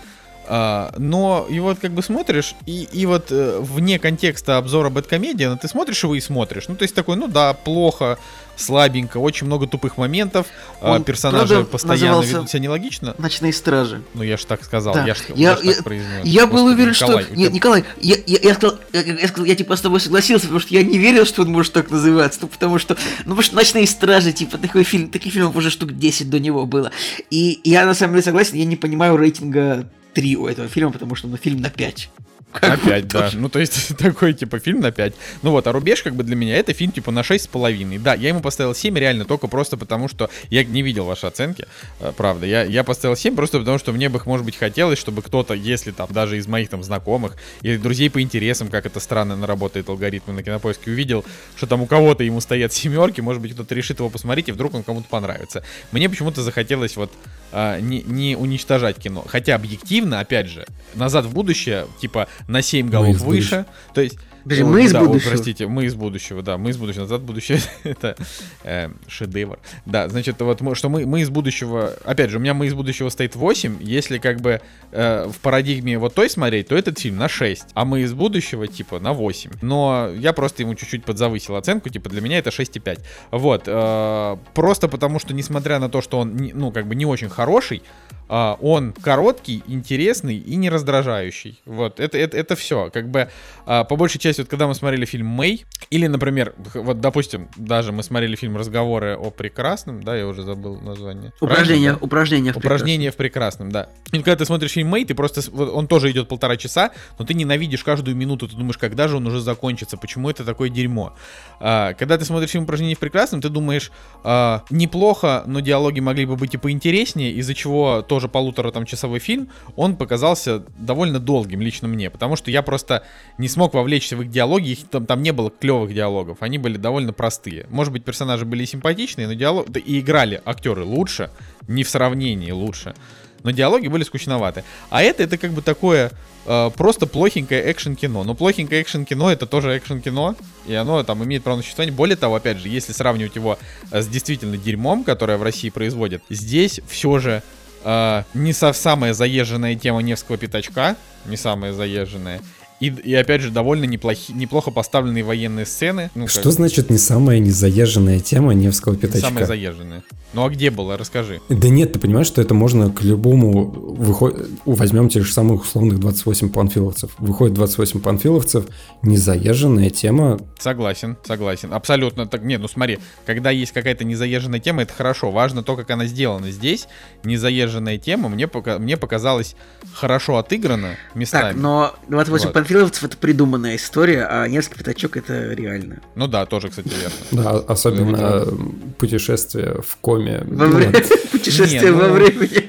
А, но и вот как бы смотришь, и, и вот э, вне контекста обзора Бэдкомедиана ты смотришь его и смотришь. Ну, то есть такой, ну да, плохо, слабенько, очень много тупых моментов, Он, персонажи правда, постоянно ведут себя нелогично. «Ночные стражи». Ну, я же так сказал, Да. я же Я, я, я, так произнес. я был Господи, уверен, Николай, что... у Я, тебя- Николай, я, я, я, сказал, я, я сказал, я типа с тобой согласился, потому что я не верил, что он может так называться. Ну, потому что, ну, потому что «Ночные стражи», типа, такой фильм, таких фильмов уже штук десять до него было. И я на самом деле согласен, я не понимаю рейтинга три у этого фильма, потому что, ну, фильм на пять. На пять, да. Ну, то есть, такой, типа, фильм на пять. Ну вот, а «Рубеж», как бы, для меня это фильм, типа, на шесть с половиной. Да, я ему поставил семь, реально, только просто потому, что я не видел ваши оценки, э, правда. Я, я поставил семь просто потому, что мне бы, может быть, хотелось, чтобы кто-то, если там, даже из моих там знакомых или друзей по интересам, как это странно работает алгоритмы на Кинопоиске, увидел, что там у кого-то ему стоят семерки, может быть, кто-то решит его посмотреть, и вдруг он кому-то понравится. Мне почему-то захотелось вот э, не, не уничтожать кино. Хотя, объективно, опять же, «Назад в будущее», типа, на семь голов из выше. То есть... Подожди, О, «Мы из да, ой, будущего». простите, «Мы из будущего», да, «Мы из будущего», «Назад в будущее» — это э, шедевр. Да, значит, вот мы, что мы, мы из будущего... Опять же, у меня «Мы из будущего» стоит восемь. Если как бы э, в парадигме вот той смотреть, то этот фильм на шесть. А «Мы из будущего» типа на восемь. Но я просто ему чуть-чуть подзавысил оценку. Типа для меня это шесть и пять. Вот. Э, просто потому, что несмотря на то, что он, не, ну, как бы не очень хороший, Uh, он короткий, интересный и не раздражающий. Вот, это, это, это все. Как бы, uh, по большей части, вот когда мы смотрели фильм «Мэй», или, например, вот, допустим, даже мы смотрели фильм «Разговоры о прекрасном», да, я уже забыл название. Упражнение, да? упражнение в Упражнение в прекрасном, да. И когда ты смотришь фильм «Мэй», ты просто, вот, он тоже идет полтора часа, но ты ненавидишь каждую минуту, ты думаешь, когда же он уже закончится, почему это такое дерьмо. Uh, когда ты смотришь фильм «Упражнение в прекрасном», ты думаешь, uh, неплохо, но диалоги могли бы быть и поинтереснее, из-за чего тоже полутора там часовой фильм, он показался довольно долгим лично мне, потому что я просто не смог вовлечься в их диалоги, их, там, там не было клевых диалогов, они были довольно простые. Может быть, персонажи были симпатичные, но диалог... да, и играли актеры лучше, не в сравнении лучше, но диалоги были скучноваты. А это, это как бы такое э, просто плохенькое экшн-кино. Но плохенькое экшн-кино — это тоже экшн-кино, и оно там имеет право на существование. Более того, опять же, если сравнивать его с действительно дерьмом, которое в России производят, здесь все же Uh, не со самая заезженная тема Невского пятачка, не самая заезженная, и, и опять же довольно неплохи, неплохо поставленные военные сцены. Ну, Что как... значит не самая незаезженная тема Невского пятачка? Не самая заезженная. Ну а где было? Расскажи. Да нет, ты понимаешь, что это можно к любому... Выход... Возьмем тех же самых условных двадцать восемь панфиловцев. Выходит двадцать восемь панфиловцев, незаезженная тема. Согласен, согласен. Абсолютно так. Не, ну смотри, когда есть какая-то незаезженная тема, это хорошо. Важно то, как она сделана. Здесь незаезженная тема мне, пока... мне показалась хорошо отыграна местами. Так, но двадцать восемь Вот. панфиловцев — это придуманная история, а Невский пятачок — это реально. Ну да, тоже, кстати, верно. Да, особенно путешествие в коме. Во Ну, время ладно. путешествия Не, ну- во времени.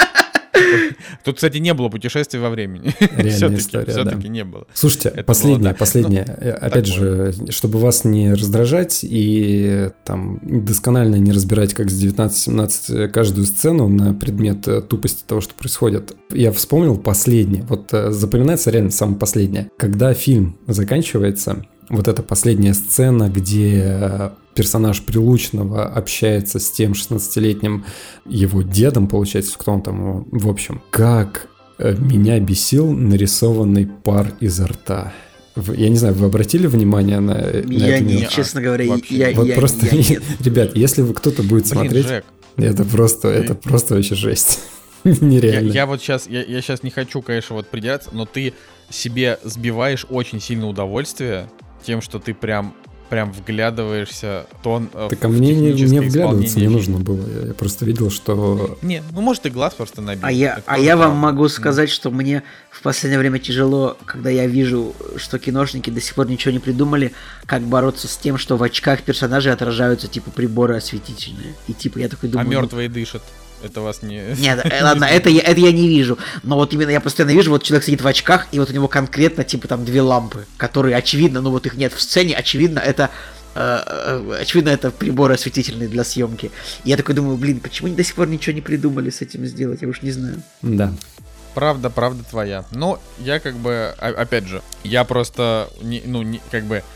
Тут, кстати, не было путешествий во времени. Реальная Все-таки, история, все-таки да. не было. Слушайте, Это последнее, было, да. последнее. Ну, Опять такое. же, чтобы вас не раздражать и там досконально не разбирать, как с девятнадцать семнадцать каждую сцену на предмет э, тупости того, что происходит. Я вспомнил последнее. Вот э, запоминается реально самое последнее. Когда фильм заканчивается, вот эта последняя сцена, где э, персонаж Прилучного общается с тем шестнадцатилетним его дедом, получается, кто он там, в общем. Как э, меня бесил нарисованный пар изо рта. В- Я не знаю, вы обратили внимание на, на Я это? не, не- честно говоря, вообще я, нет. Вот я- просто, я нет. ребят, если вы кто-то будет Блин, смотреть, Жек, это просто, Ты- это просто вообще жесть. я, Нереально. я вот сейчас, я, я сейчас не хочу, конечно, вот придираться, но ты себе сбиваешь очень сильное удовольствие тем, что ты прям, прям вглядываешься в тон, э, Так в а мне не, техническое не вглядываться не исполнение нужно было. Я, я просто видел, что... Не, ну может и глаз просто набил. А я, Это а тоже я вам правда. могу сказать, что мне в последнее время тяжело, когда я вижу, что киношники до сих пор ничего не придумали, как бороться с тем, что в очках персонажей отражаются типа приборы осветительные. И типа я такой А думаю... ну, мертвые дышат. Это вас не... Нет, э, ладно, это я, это я не вижу. Но вот именно я постоянно вижу, вот человек сидит в очках, и вот у него конкретно, типа, там две лампы, которые, очевидно, ну вот их нет в сцене, очевидно, это... э, э, очевидно, это приборы осветительные для съемки. И я такой думаю, блин, почему они до сих пор ничего не придумали с этим сделать? Я уж не знаю. Да. Правда, правда твоя. Но я как бы, о- опять же, я просто, не, ну, не, как бы,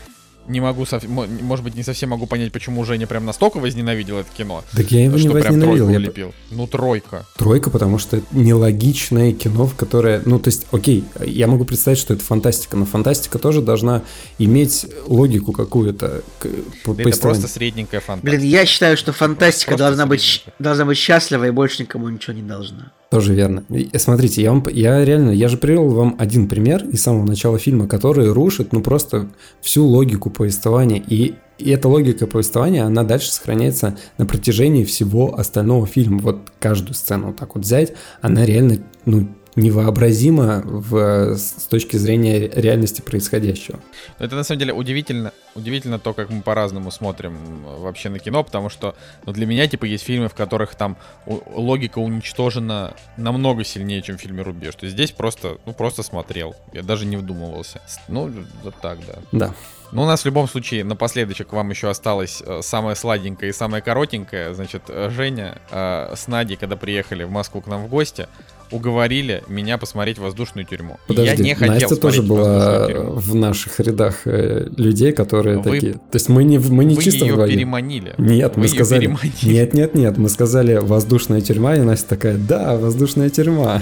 не могу, сов... может быть, не совсем могу понять, почему Женя прям настолько возненавидел это кино. Так я его не возненавидел. Я... Улепил. Ну, тройка. Тройка, потому что это нелогичное кино, в которое... Ну, то есть, окей, я могу представить, что это фантастика, но фантастика тоже должна иметь логику какую-то. По, да по это просто средненькая фантастика. Блин, я считаю, что фантастика должна быть, должна быть счастлива и больше никому ничего не должна. Тоже верно. Смотрите, я вам, я реально, я же привел вам один пример из самого начала фильма, который рушит, ну, просто всю логику повествования. И, и эта логика повествования, она дальше сохраняется на протяжении всего остального фильма. Вот каждую сцену вот так вот взять, она реально, ну, невообразимо в, с точки зрения реальности происходящего. Это на самом деле удивительно, удивительно то, как мы по-разному смотрим вообще на кино, потому что ну, для меня типа есть фильмы, в которых там логика уничтожена намного сильнее, чем в фильме «Рубеж». То есть здесь просто, ну, просто смотрел, я даже не вдумывался. Ну, вот так, да. Да. Ну, у нас в любом случае напоследочек вам еще осталось э, самое сладенькое и самое коротенькое. Значит, Женя э, с Надей, когда приехали в Москву к нам в гости, уговорили меня посмотреть «Воздушную тюрьму». Подожди, я не хотел Настя тоже была в наших рядах э, людей, которые вы, такие... То есть мы не, мы не вы чисто ее вдвоем. переманили. Нет, вы мы сказали... Переманили. Нет, нет, нет, мы сказали «Воздушная тюрьма», и Настя такая: да, «Воздушная тюрьма».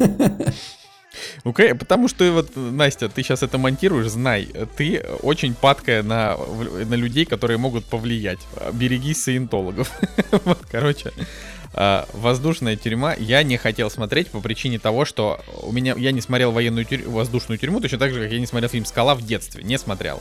Ну, потому что вот, Настя, ты сейчас это монтируешь, знай, ты очень падкая на, на людей, которые могут повлиять. Берегись саентологов. Вот, короче, «Воздушная тюрьма» я не хотел смотреть по причине того, что у меня я не смотрел военную тюрь... воздушную тюрьму, точно так же, как я не смотрел фильм «Скала» в детстве, не смотрел.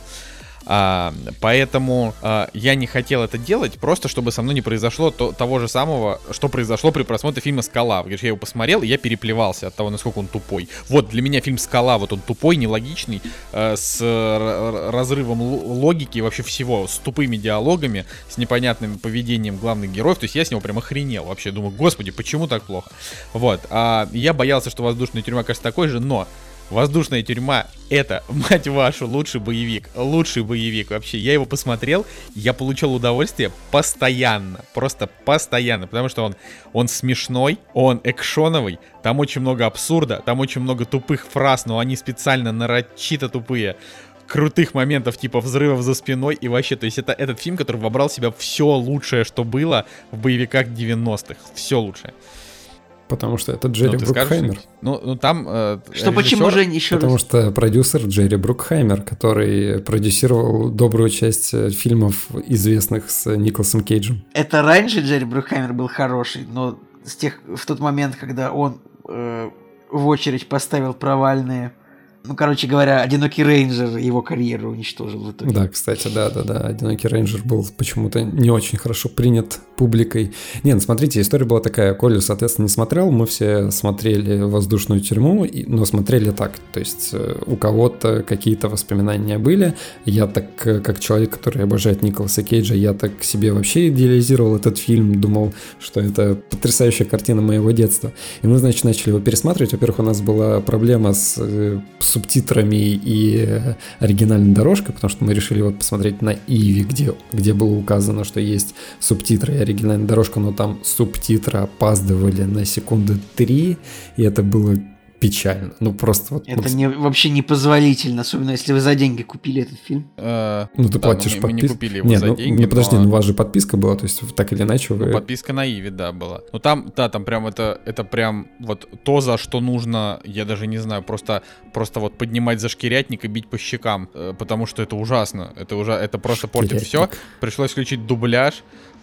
А, поэтому а, я не хотел это делать, просто чтобы со мной не произошло то, того же самого, что произошло при просмотре фильма «Скала». Потому что я его посмотрел, и я переплевался от того, насколько он тупой. Вот, для меня фильм «Скала», вот он тупой, нелогичный, э, с р- разрывом логики и вообще всего, с тупыми диалогами, с непонятным поведением главных героев. То есть я с него прям охренел вообще. Думаю, господи, почему так плохо? Вот. А я боялся, что «Воздушная тюрьма» кажется такой же, но «Воздушная тюрьма» — это, мать вашу, лучший боевик. Лучший боевик вообще. Я его посмотрел, я получил удовольствие постоянно. Просто постоянно. Потому что он, он смешной, он экшоновый. Там очень много абсурда, там очень много тупых фраз, но они специально нарочито тупые. Крутых моментов типа взрывов за спиной. И вообще, то есть это этот фильм, который вобрал в себя все лучшее, что было в боевиках девяностых. Все лучшее. Потому что это Джерри ну, Брукхаймер. Скажешь, ну, ну там э, Что режиссер, почему же еще Потому раз? что продюсер Джерри Брукхаймер, который продюсировал добрую часть фильмов, известных с Николасом Кейджем. Это раньше Джерри Брукхаймер был хороший, но с тех, в тот момент, когда он э, в очередь поставил провальные... Ну, короче говоря, «Одинокий рейнджер» его карьеру уничтожил в итоге. Да, кстати, да-да-да, «Одинокий рейнджер» был почему-то не очень хорошо принят публикой. Не, ну смотрите, история была такая. Коля, соответственно, не смотрел, мы все смотрели «Воздушную тюрьму», но смотрели так. То есть у кого-то какие-то воспоминания были. Я так, как человек, который обожает Николаса Кейджа, я так себе вообще идеализировал этот фильм, думал, что это потрясающая картина моего детства. И мы, значит, начали его пересматривать. Во-первых, у нас была проблема с... с субтитрами и оригинальной дорожкой, потому что мы решили вот посмотреть на Иви, где, где было указано, что есть субтитры и оригинальная дорожка, но там субтитры опаздывали на секунды три, и это было печально. Ну, просто вот... Это не, вообще непозволительно, особенно если вы за деньги купили этот фильм. Э, ну, ты да, платишь подписку. Мы не купили его Нет, за ну, деньги, ну, подожди, но... ну, у вас же подписка была, то есть так или иначе вы... Ну, подписка на Иви, да, была. Ну, там, да, там прям это, это прям вот то, за что нужно, я даже не знаю, просто, просто вот поднимать за шкирятник и бить по щекам, э, потому что это ужасно. Это, ужа... это просто портит все. Пришлось включить дубляж.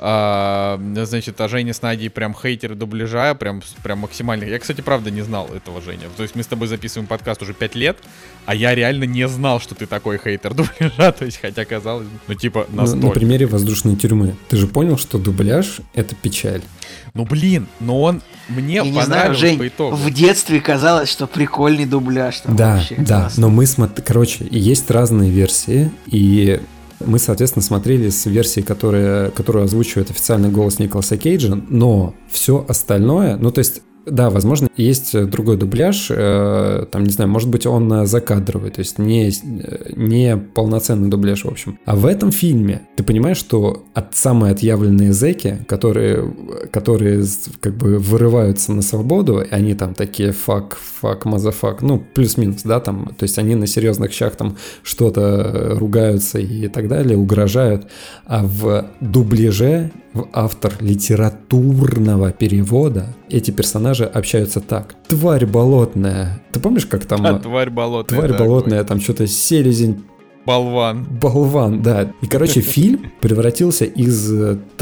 А, значит, а Женя с Надей прям хейтеры дубляжа, прям, прям максимально. Я, кстати, правда не знал этого, Женя. То есть мы с тобой записываем подкаст уже пять лет, а я реально не знал, что ты такой хейтер дубляжа. То есть, хотя казалось, ну типа настолько. На примере «Воздушной тюрьмы». Ты же понял, что дубляж — это печаль. Ну блин, но он мне я понравился, не знаю, Жень, по итогу. В детстве казалось, что прикольный дубляж. Там да, вообще да, классно. но мы смотрели, короче, есть разные версии, и мы, соответственно, смотрели с версией, которая, которую озвучивает официальный голос Николаса Кейджа, но все остальное, ну то есть... Да, возможно, есть другой дубляж, э, там, не знаю, может быть, он закадровый, то есть не, не полноценный дубляж, в общем. А в этом фильме ты понимаешь, что от самые отъявленные зэки, которые, которые как бы вырываются на свободу, они там такие fuck, fuck, motherfuck, ну, плюс-минус, да, там, то есть они на серьезных щах там что-то ругаются и так далее, угрожают, а в дубляже автор литературного перевода эти персонажи общаются так. Тварь болотная, ты помнишь, как там... А, тварь болотная. Тварь да, болотная, говорит. там что-то селезень, Болван. Болван, да. И, короче, фильм превратился из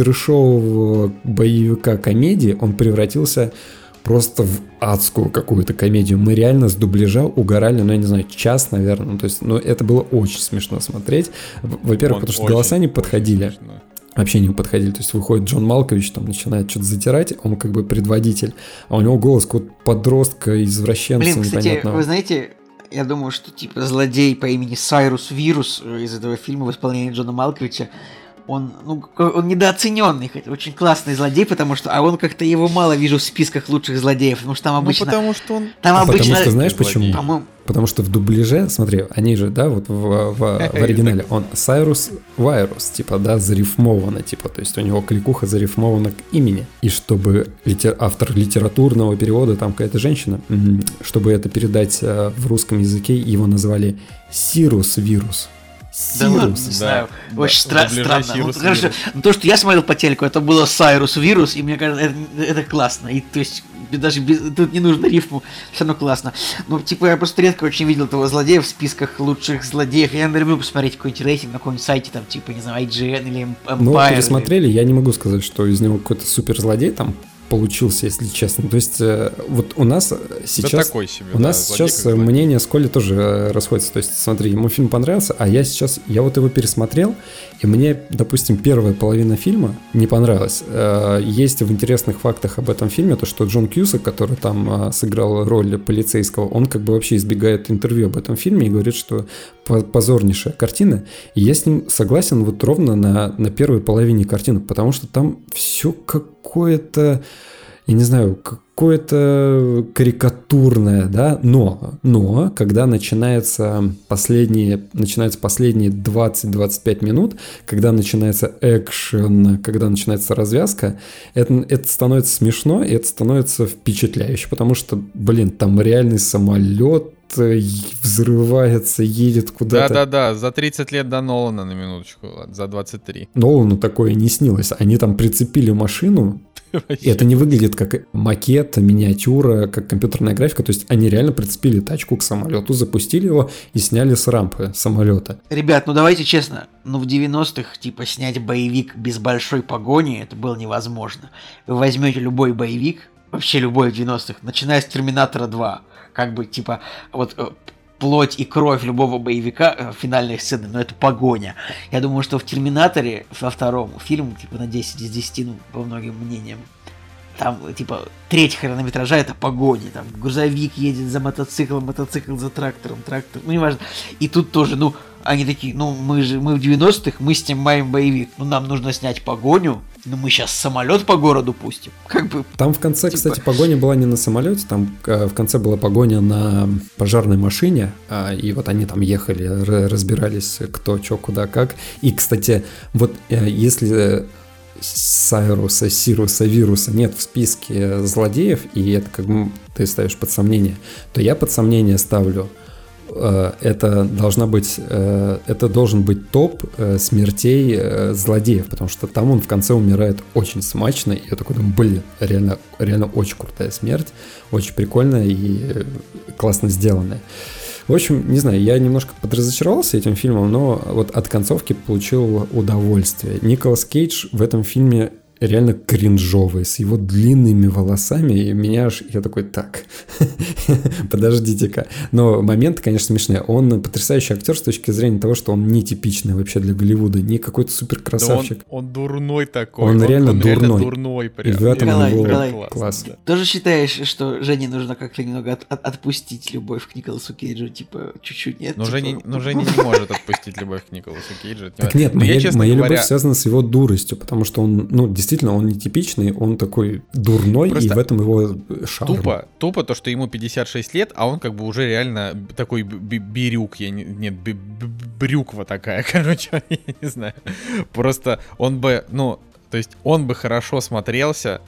трэшового боевика-комедии, он превратился просто в адскую какую-то комедию. Мы реально с дубляжа угорали, ну, я не знаю, час, наверное. Ну, то есть, ну, это было очень смешно смотреть. Во-первых, Он потому что очень, голоса не подходили. смешно. Вообще не подходили. То есть выходит Джон Малкович, там начинает что-то затирать, он как бы предводитель, а у него голос какого-то подростка, извращенца, Блин, кстати, непонятного. вы знаете, я думаю, что типа злодей по имени Сайрус Вирус из этого фильма в исполнении Джона Малковича, он, ну, он недооцененный, хотя очень классный злодей, потому что, а он как-то его мало вижу в списках лучших злодеев, потому что там обычно... Ну, потому что он... Там А обычно... потому что, знаешь почему? По-моему... Потому что в дубляже, смотри, они же, да, вот в, в, в оригинале, он Сайрус Вайрус, типа, да, зарифмовано, типа, то есть у него кликуха зарифмована к имени. И чтобы литер, автор литературного перевода, там какая-то женщина, чтобы это передать в русском языке, его назвали Сирус Вирус. Да ладно, не Сирус. знаю. Да, Очень да, стра- в дубляже странно. Сирус Вот, хорошо, Вирус. но то, что я смотрел по телеку, это было Сайрус Вирус, и мне кажется, это, это классно. И то есть даже без, тут не нужно рифму, все равно классно. Ну, типа, я просто редко очень видел этого злодея в списках лучших злодеев. Я иногда люблю посмотреть какой-нибудь рейтинг на каком-нибудь сайте, там, типа, не знаю, ай джи эн или Empire. Ну, или- пересмотрели, я не могу сказать, что из него какой-то суперзлодей там получился, если честно. То есть э, вот у нас сейчас... Да такой себе, У да, нас злодей сейчас как злодей. мнение с Колей тоже э, расходится. То есть, смотри, ему фильм понравился, а я сейчас, я вот его пересмотрел, и мне, допустим, первая половина фильма не понравилась. Э, Есть в интересных фактах об этом фильме то, что Джон Кьюсак, который там э, сыграл роль полицейского, он как бы вообще избегает интервью об этом фильме и говорит, что по- позорнейшая картина. И я с ним согласен вот ровно на, на первой половине картины, потому что там все какое-то... я не знаю, какое-то карикатурное, да, но, но, когда начинается последние, начинаются последние двадцать-двадцать пять минут, когда начинается экшен, когда начинается развязка, это, это становится смешно, и это становится впечатляюще, потому что, блин, там реальный самолет взрывается, едет куда-то. Да-да-да, за тридцать лет до Нолана, на минуточку, ладно, за двадцать три. Нолану такое не снилось. Они там прицепили машину, и это не выглядит как макет, миниатюра, как компьютерная графика. То есть они реально прицепили тачку к самолету, запустили его и сняли с рампы самолета. Ребят, ну давайте честно, ну в девяностых, типа, снять боевик без большой погони, это было невозможно. Вы возьмете любой боевик, вообще любой в девяностых, начиная с Терминатора два, как бы, типа, вот э, плоть и кровь любого боевика, э, финальные сцены, но это погоня. Я думаю, что в Терминаторе, во втором, фильм, типа, на десять из десяти, ну, по многим мнениям, там, типа, треть хронометража это погони, там, грузовик едет за мотоциклом, мотоцикл за трактором, трактор, ну, неважно. И тут тоже, ну, они такие, ну, мы же, мы в девяностых, мы снимаем боевик, ну, нам нужно снять погоню, ну, мы сейчас самолет по городу пустим, как бы. Там в конце, Типа- кстати, погоня была не на самолете, там э, в конце была погоня на пожарной машине, а, и вот они там ехали, р- разбирались, кто, что, куда, как. И, кстати, вот э, если Сайруса, Сируса, Вируса нет в списке злодеев, и это как бы ты ставишь под сомнение, то я под сомнение ставлю, э, это должна быть, э, это должен быть топ э, смертей э, злодеев, потому что там он в конце умирает очень смачно, и я такой думаю, блин, реально, реально очень крутая смерть, очень прикольная и э, классно сделанная. В общем, не знаю, я немножко подразочаровался этим фильмом, но вот от концовки получил удовольствие. Николас Кейдж в этом фильме реально кринжовый, с его длинными волосами, и меня аж, я такой, так, подождите-ка. Но моменты, конечно, смешные. Он потрясающий актер с точки зрения того, что он нетипичный вообще для Голливуда, не какой-то супер красавчик. Да он, он дурной такой. Он реально дурной. дурной И прям. в этом Николай, его Николай. класс. Да. Тоже считаешь, что Жене нужно как-то немного от- от- отпустить любовь к Николасу Кейджу, типа, чуть-чуть, нет? Но Типа, Женя, но Женя не может отпустить любовь к Николасу Кейджу. Так нет, Но я, моя, честно моя говоря, любовь связана с его дуростью, потому что он, ну, действительно, он нетипичный, он такой дурной, Просто и в этом его шарм. Тупо, тупо то, что ему пятьдесят шесть лет, а он как бы уже реально такой б- б- бирюк, я не, нет, б- б- брюква такая, короче, я не знаю. Просто он бы, ну, то есть он бы хорошо смотрелся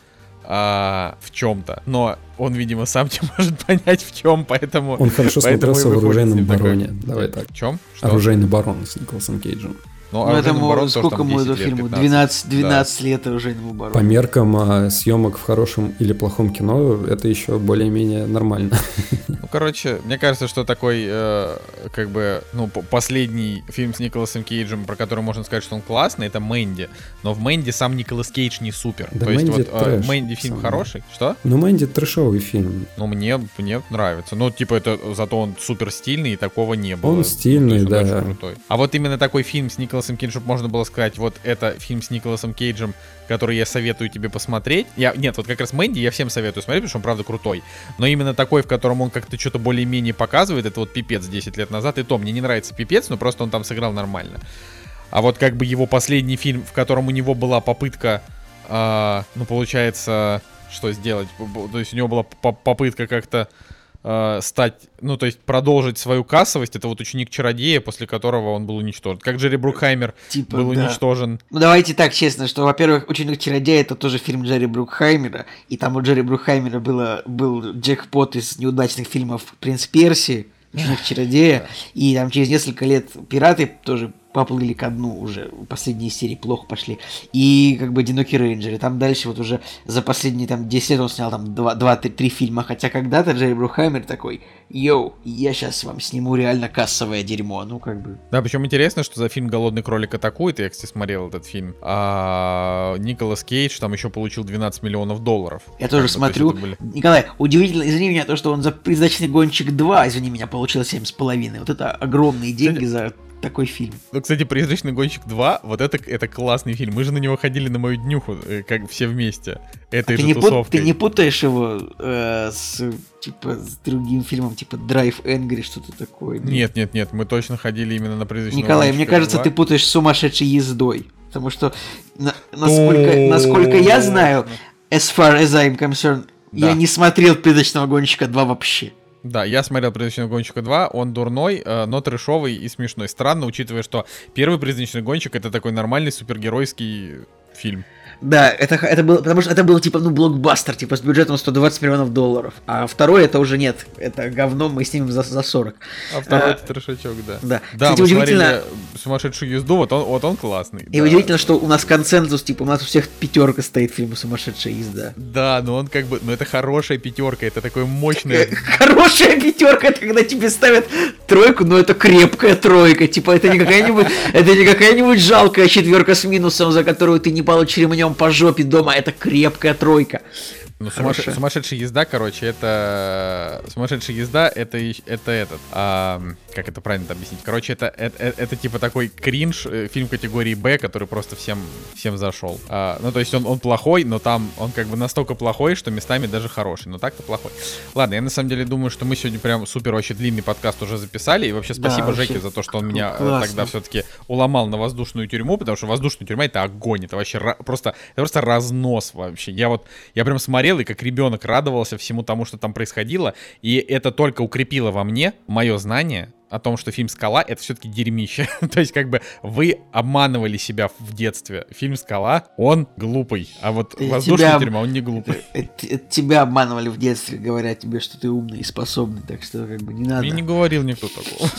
а, в чем-то, но он, видимо, сам не может понять в чем, поэтому... Он хорошо поэтому смотрелся и в выходит с «Оружейном ним такой- бароне». Давай так. В чем? Что? «Оружейный барон» с Николасом Кейджем. Ну, Ну, «Оружейный этому, барон» тоже сколько там ему десять этому лет, фильму? пятнадцать. двенадцать, Да. двенадцать лет оружейному По барону. меркам а, съемок в хорошем или плохом кино, это еще более-менее нормально. Ну, короче, мне кажется, что такой, э, как бы, ну, п- последний фильм с Николасом Кейджем, про который можно сказать, что он классный, это «Мэнди». Но в «Мэнди» сам Николас Кейдж не супер. Да, То есть «Мэнди» вот э, трэш, «Мэнди» фильм самый. хороший. Что? Ну, «Мэнди» трэшовый фильм. Ну, мне, мне нравится. Ну, типа, это зато он супер стильный, и такого не было. Он стильный, То есть он да. очень крутой. А вот именно такой фильм с Николасом Кейджем, чтобы можно было сказать, вот это фильм с Николасом Кейджем, который я советую тебе посмотреть. Я, нет, вот как раз «Мэнди» я всем советую смотреть, потому что он правда крутой. Но именно такой, в котором он как-то что-то более-менее показывает, это вот «Пипец» десять лет назад. И то, мне не нравится «Пипец», но просто он там сыграл нормально. А вот как бы его последний фильм, в котором у него была попытка, э, ну, получается, что сделать? То есть у него была по- попытка как-то э, стать, ну, то есть продолжить свою кассовость. Это вот «Ученик чародея», после которого он был уничтожен. Как Джерри Брукхаймер Типа, был да. уничтожен. Ну давайте так, честно, что, во-первых, «Ученик чародея» — это тоже фильм Джерри Брукхаймера, и там у Джерри Брукхаймера было, был джекпот из неудачных фильмов «Принц Персии», «Ученик чародея», и там через несколько лет «Пираты» тоже поплыли ко дну уже, последние серии плохо пошли, и как бы «Одинокий рейнджер», и там дальше вот уже за последние там десять лет он снял там два-три фильма, хотя когда-то Джерри Брукхаймер такой: «Йоу, я сейчас вам сниму реально кассовое дерьмо», ну как бы... Да, причем интересно, что за фильм «Голодный кролик атакует», я, кстати, смотрел этот фильм, а Николас Кейдж там еще получил двенадцать миллионов долларов. Я тоже Как бы, то есть смотрю. это были- Николай, удивительно, извини меня, то, что он за «Призрачный гонщик два», извини меня, получил семь с половиной. Вот это огромные деньги за такой фильм. Ну, кстати, «Призрачный гонщик два», вот это, это классный фильм. Мы же на него ходили на мою днюху, э, как все вместе. Этой А ты, же не пут- тусовкой. ты не путаешь его э, с, типа, с другим фильмом, типа Drive Angry, что-то такое? Нет, нет, нет, мы точно ходили именно на «Призрачного Николай, гонщика мне кажется, два. ты путаешь с «Сумасшедшей ездой». Потому что, на- насколько, насколько я знаю, as far as I'm concerned, Да. я не смотрел «Призрачного гонщика два» вообще. Да, я смотрел «Призрачного гонщика два», он дурной, э, но трэшовый и смешной. Странно, учитывая, что первый «Призрачный гонщик» — это такой нормальный супергеройский фильм. Да, это, это было, потому что это был типа, ну, блокбастер, типа, с бюджетом сто двадцать миллионов долларов. А второй это уже нет, это говно, мы снимем за, за сорок. А второй А, это трешачок, да. да. Да, Кстати, мы удивительно- смотрели «Сумасшедшую езду», вот он, вот он классный. И да. удивительно, что у нас консенсус, типа, у нас у всех пятерка стоит фильма «Сумасшедшая езда». Да, но он как бы, ну это хорошая пятерка, это такое мощное... Хорошая пятерка, это когда тебе ставят тройку, но это крепкая тройка. Типа, это не какая-нибудь, это не какая-нибудь жалкая четверка с минусом, за которую ты не получишь ремнем по жопе дома. Это крепкая тройка. Ну, сумасше- Хорошая. сумасшедшая езда, короче, это... Сумасшедшая езда, это, ещё- это этот... а, как это правильно объяснить? Короче, это, это, это, это типа такой кринж, э, фильм категории Б, который просто всем, всем зашел. А, ну, то есть он, он плохой, но там он как бы настолько плохой, что местами даже хороший. Но так-то плохой. Ладно, я на самом деле думаю, что мы сегодня прям супер вообще длинный подкаст уже записали. И вообще спасибо вообще Жеке за то, что он меня э, классно. тогда все-таки уломал на воздушную тюрьму, потому что воздушная тюрьма — это огонь. Это вообще ра- просто, это просто разнос вообще. Я вот, я прям смотрел и как ребенок радовался всему тому, что там происходило, и это только укрепило во мне мое знание о том, что фильм «Скала» — это все-таки дерьмище. То есть как бы вы обманывали себя в детстве. Фильм «Скала», он глупый, а вот И «Воздушная тебя- тюрьма», он не глупый. Это, это тебя обманывали в детстве, говоря тебе, что ты умный и способный, так что как бы не надо. Мне не говорил никто такого.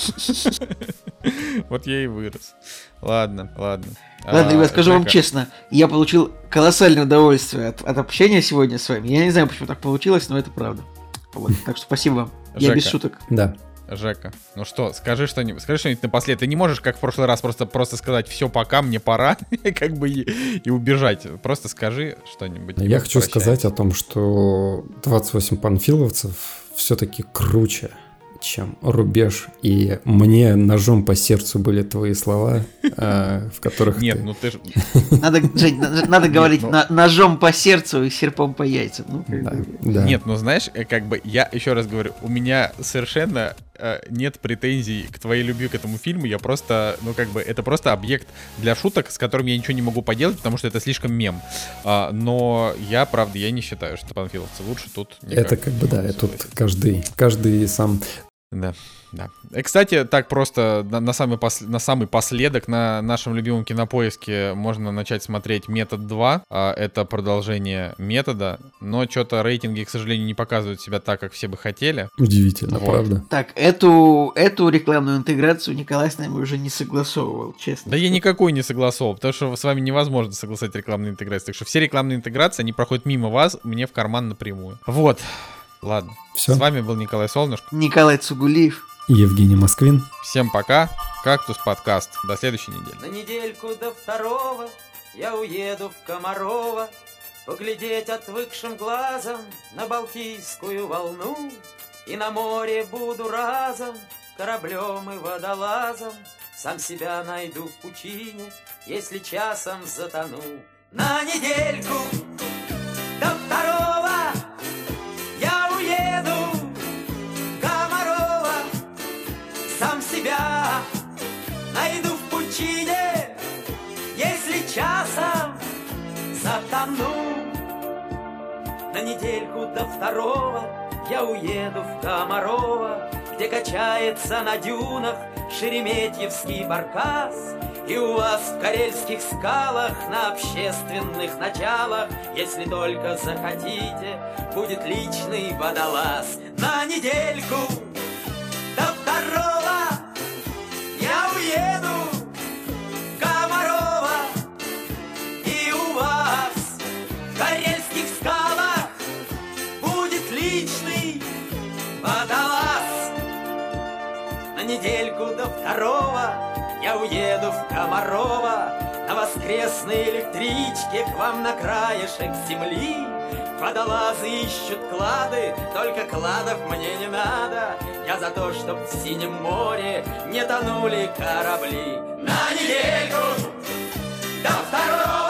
Вот я и вырос. Ладно, ладно. Ладно, А, ребят, скажу вам Жека, честно, я получил колоссальное удовольствие от, от общения сегодня с вами. Я не знаю, почему так получилось, но это правда. Вот, так что спасибо вам. Я Жека. без шуток. Да. Жека, ну что, скажи что-нибудь, скажи что-нибудь напоследок. Ты не можешь, как в прошлый раз, просто, просто сказать: все, пока, мне пора, как бы и, и убежать. Просто скажи что-нибудь. и Я мы хочу прощаемся. сказать о том, что двадцать восемь панфиловцев все-таки круче, чем «Рубеж». И мне ножом по сердцу были твои слова, э, в которых Нет, ты... ну ты же... Надо, Жень, надо, надо говорить ну- на- ножом по сердцу и серпом по яйцам. Ну, как Да, бы. да. Нет, ну знаешь, э, как бы я еще раз говорю, у меня совершенно э, нет претензий к твоей любви к этому фильму. Я просто, ну как бы, это просто объект для шуток, с которым я ничего не могу поделать, потому что это слишком мем. А, но я, правда, я не считаю, что панфиловцы лучше тут. никак Это как бы, не да, могу и тут согласиться. каждый, каждый сам Да, да. И, кстати, так просто на, на, самый пос, на самый последок на нашем любимом Кинопоиске можно начать смотреть «Метод два». А, это продолжение «Метода», но что-то рейтинги, к сожалению, не показывают себя так, как все бы хотели. Удивительно, Вот. правда. Так, эту, эту рекламную интеграцию Николай с нами уже не согласовывал, честно. Да я никакой не согласовал, потому что с вами невозможно согласовать рекламные интеграции. Так что все рекламные интеграции, они проходят мимо вас, мне в карман напрямую. Вот. Ладно. Все. С вами был Николай Солнышко. Николай Цугулиев. Евгений Москвин. Всем пока. Кактус подкаст. До следующей недели. На недельку до второго я уеду в Комарово, поглядеть отвыкшим глазом на Балтийскую волну. И на море буду разом кораблем и водолазом, сам себя найду в пучине, если часом затону. На недельку до второго я уеду в Комарово, сам себя найду в пучине, если часом затону. На недельку до второго я уеду в Комарово, где качается на дюнах шереметьевский баркас. И у вас в карельских скалах на общественных началах, если только захотите, будет личный водолаз. На недельку до второго я уеду в Комарово, и у вас в карельских скалах будет личный водолаз. На недельку до второго я уеду в Комарово на воскресной электричке к вам на краешек земли. Водолазы ищут клады, только кладов мне не надо. Я за то, чтоб в синем море не тонули корабли. На недельку до второго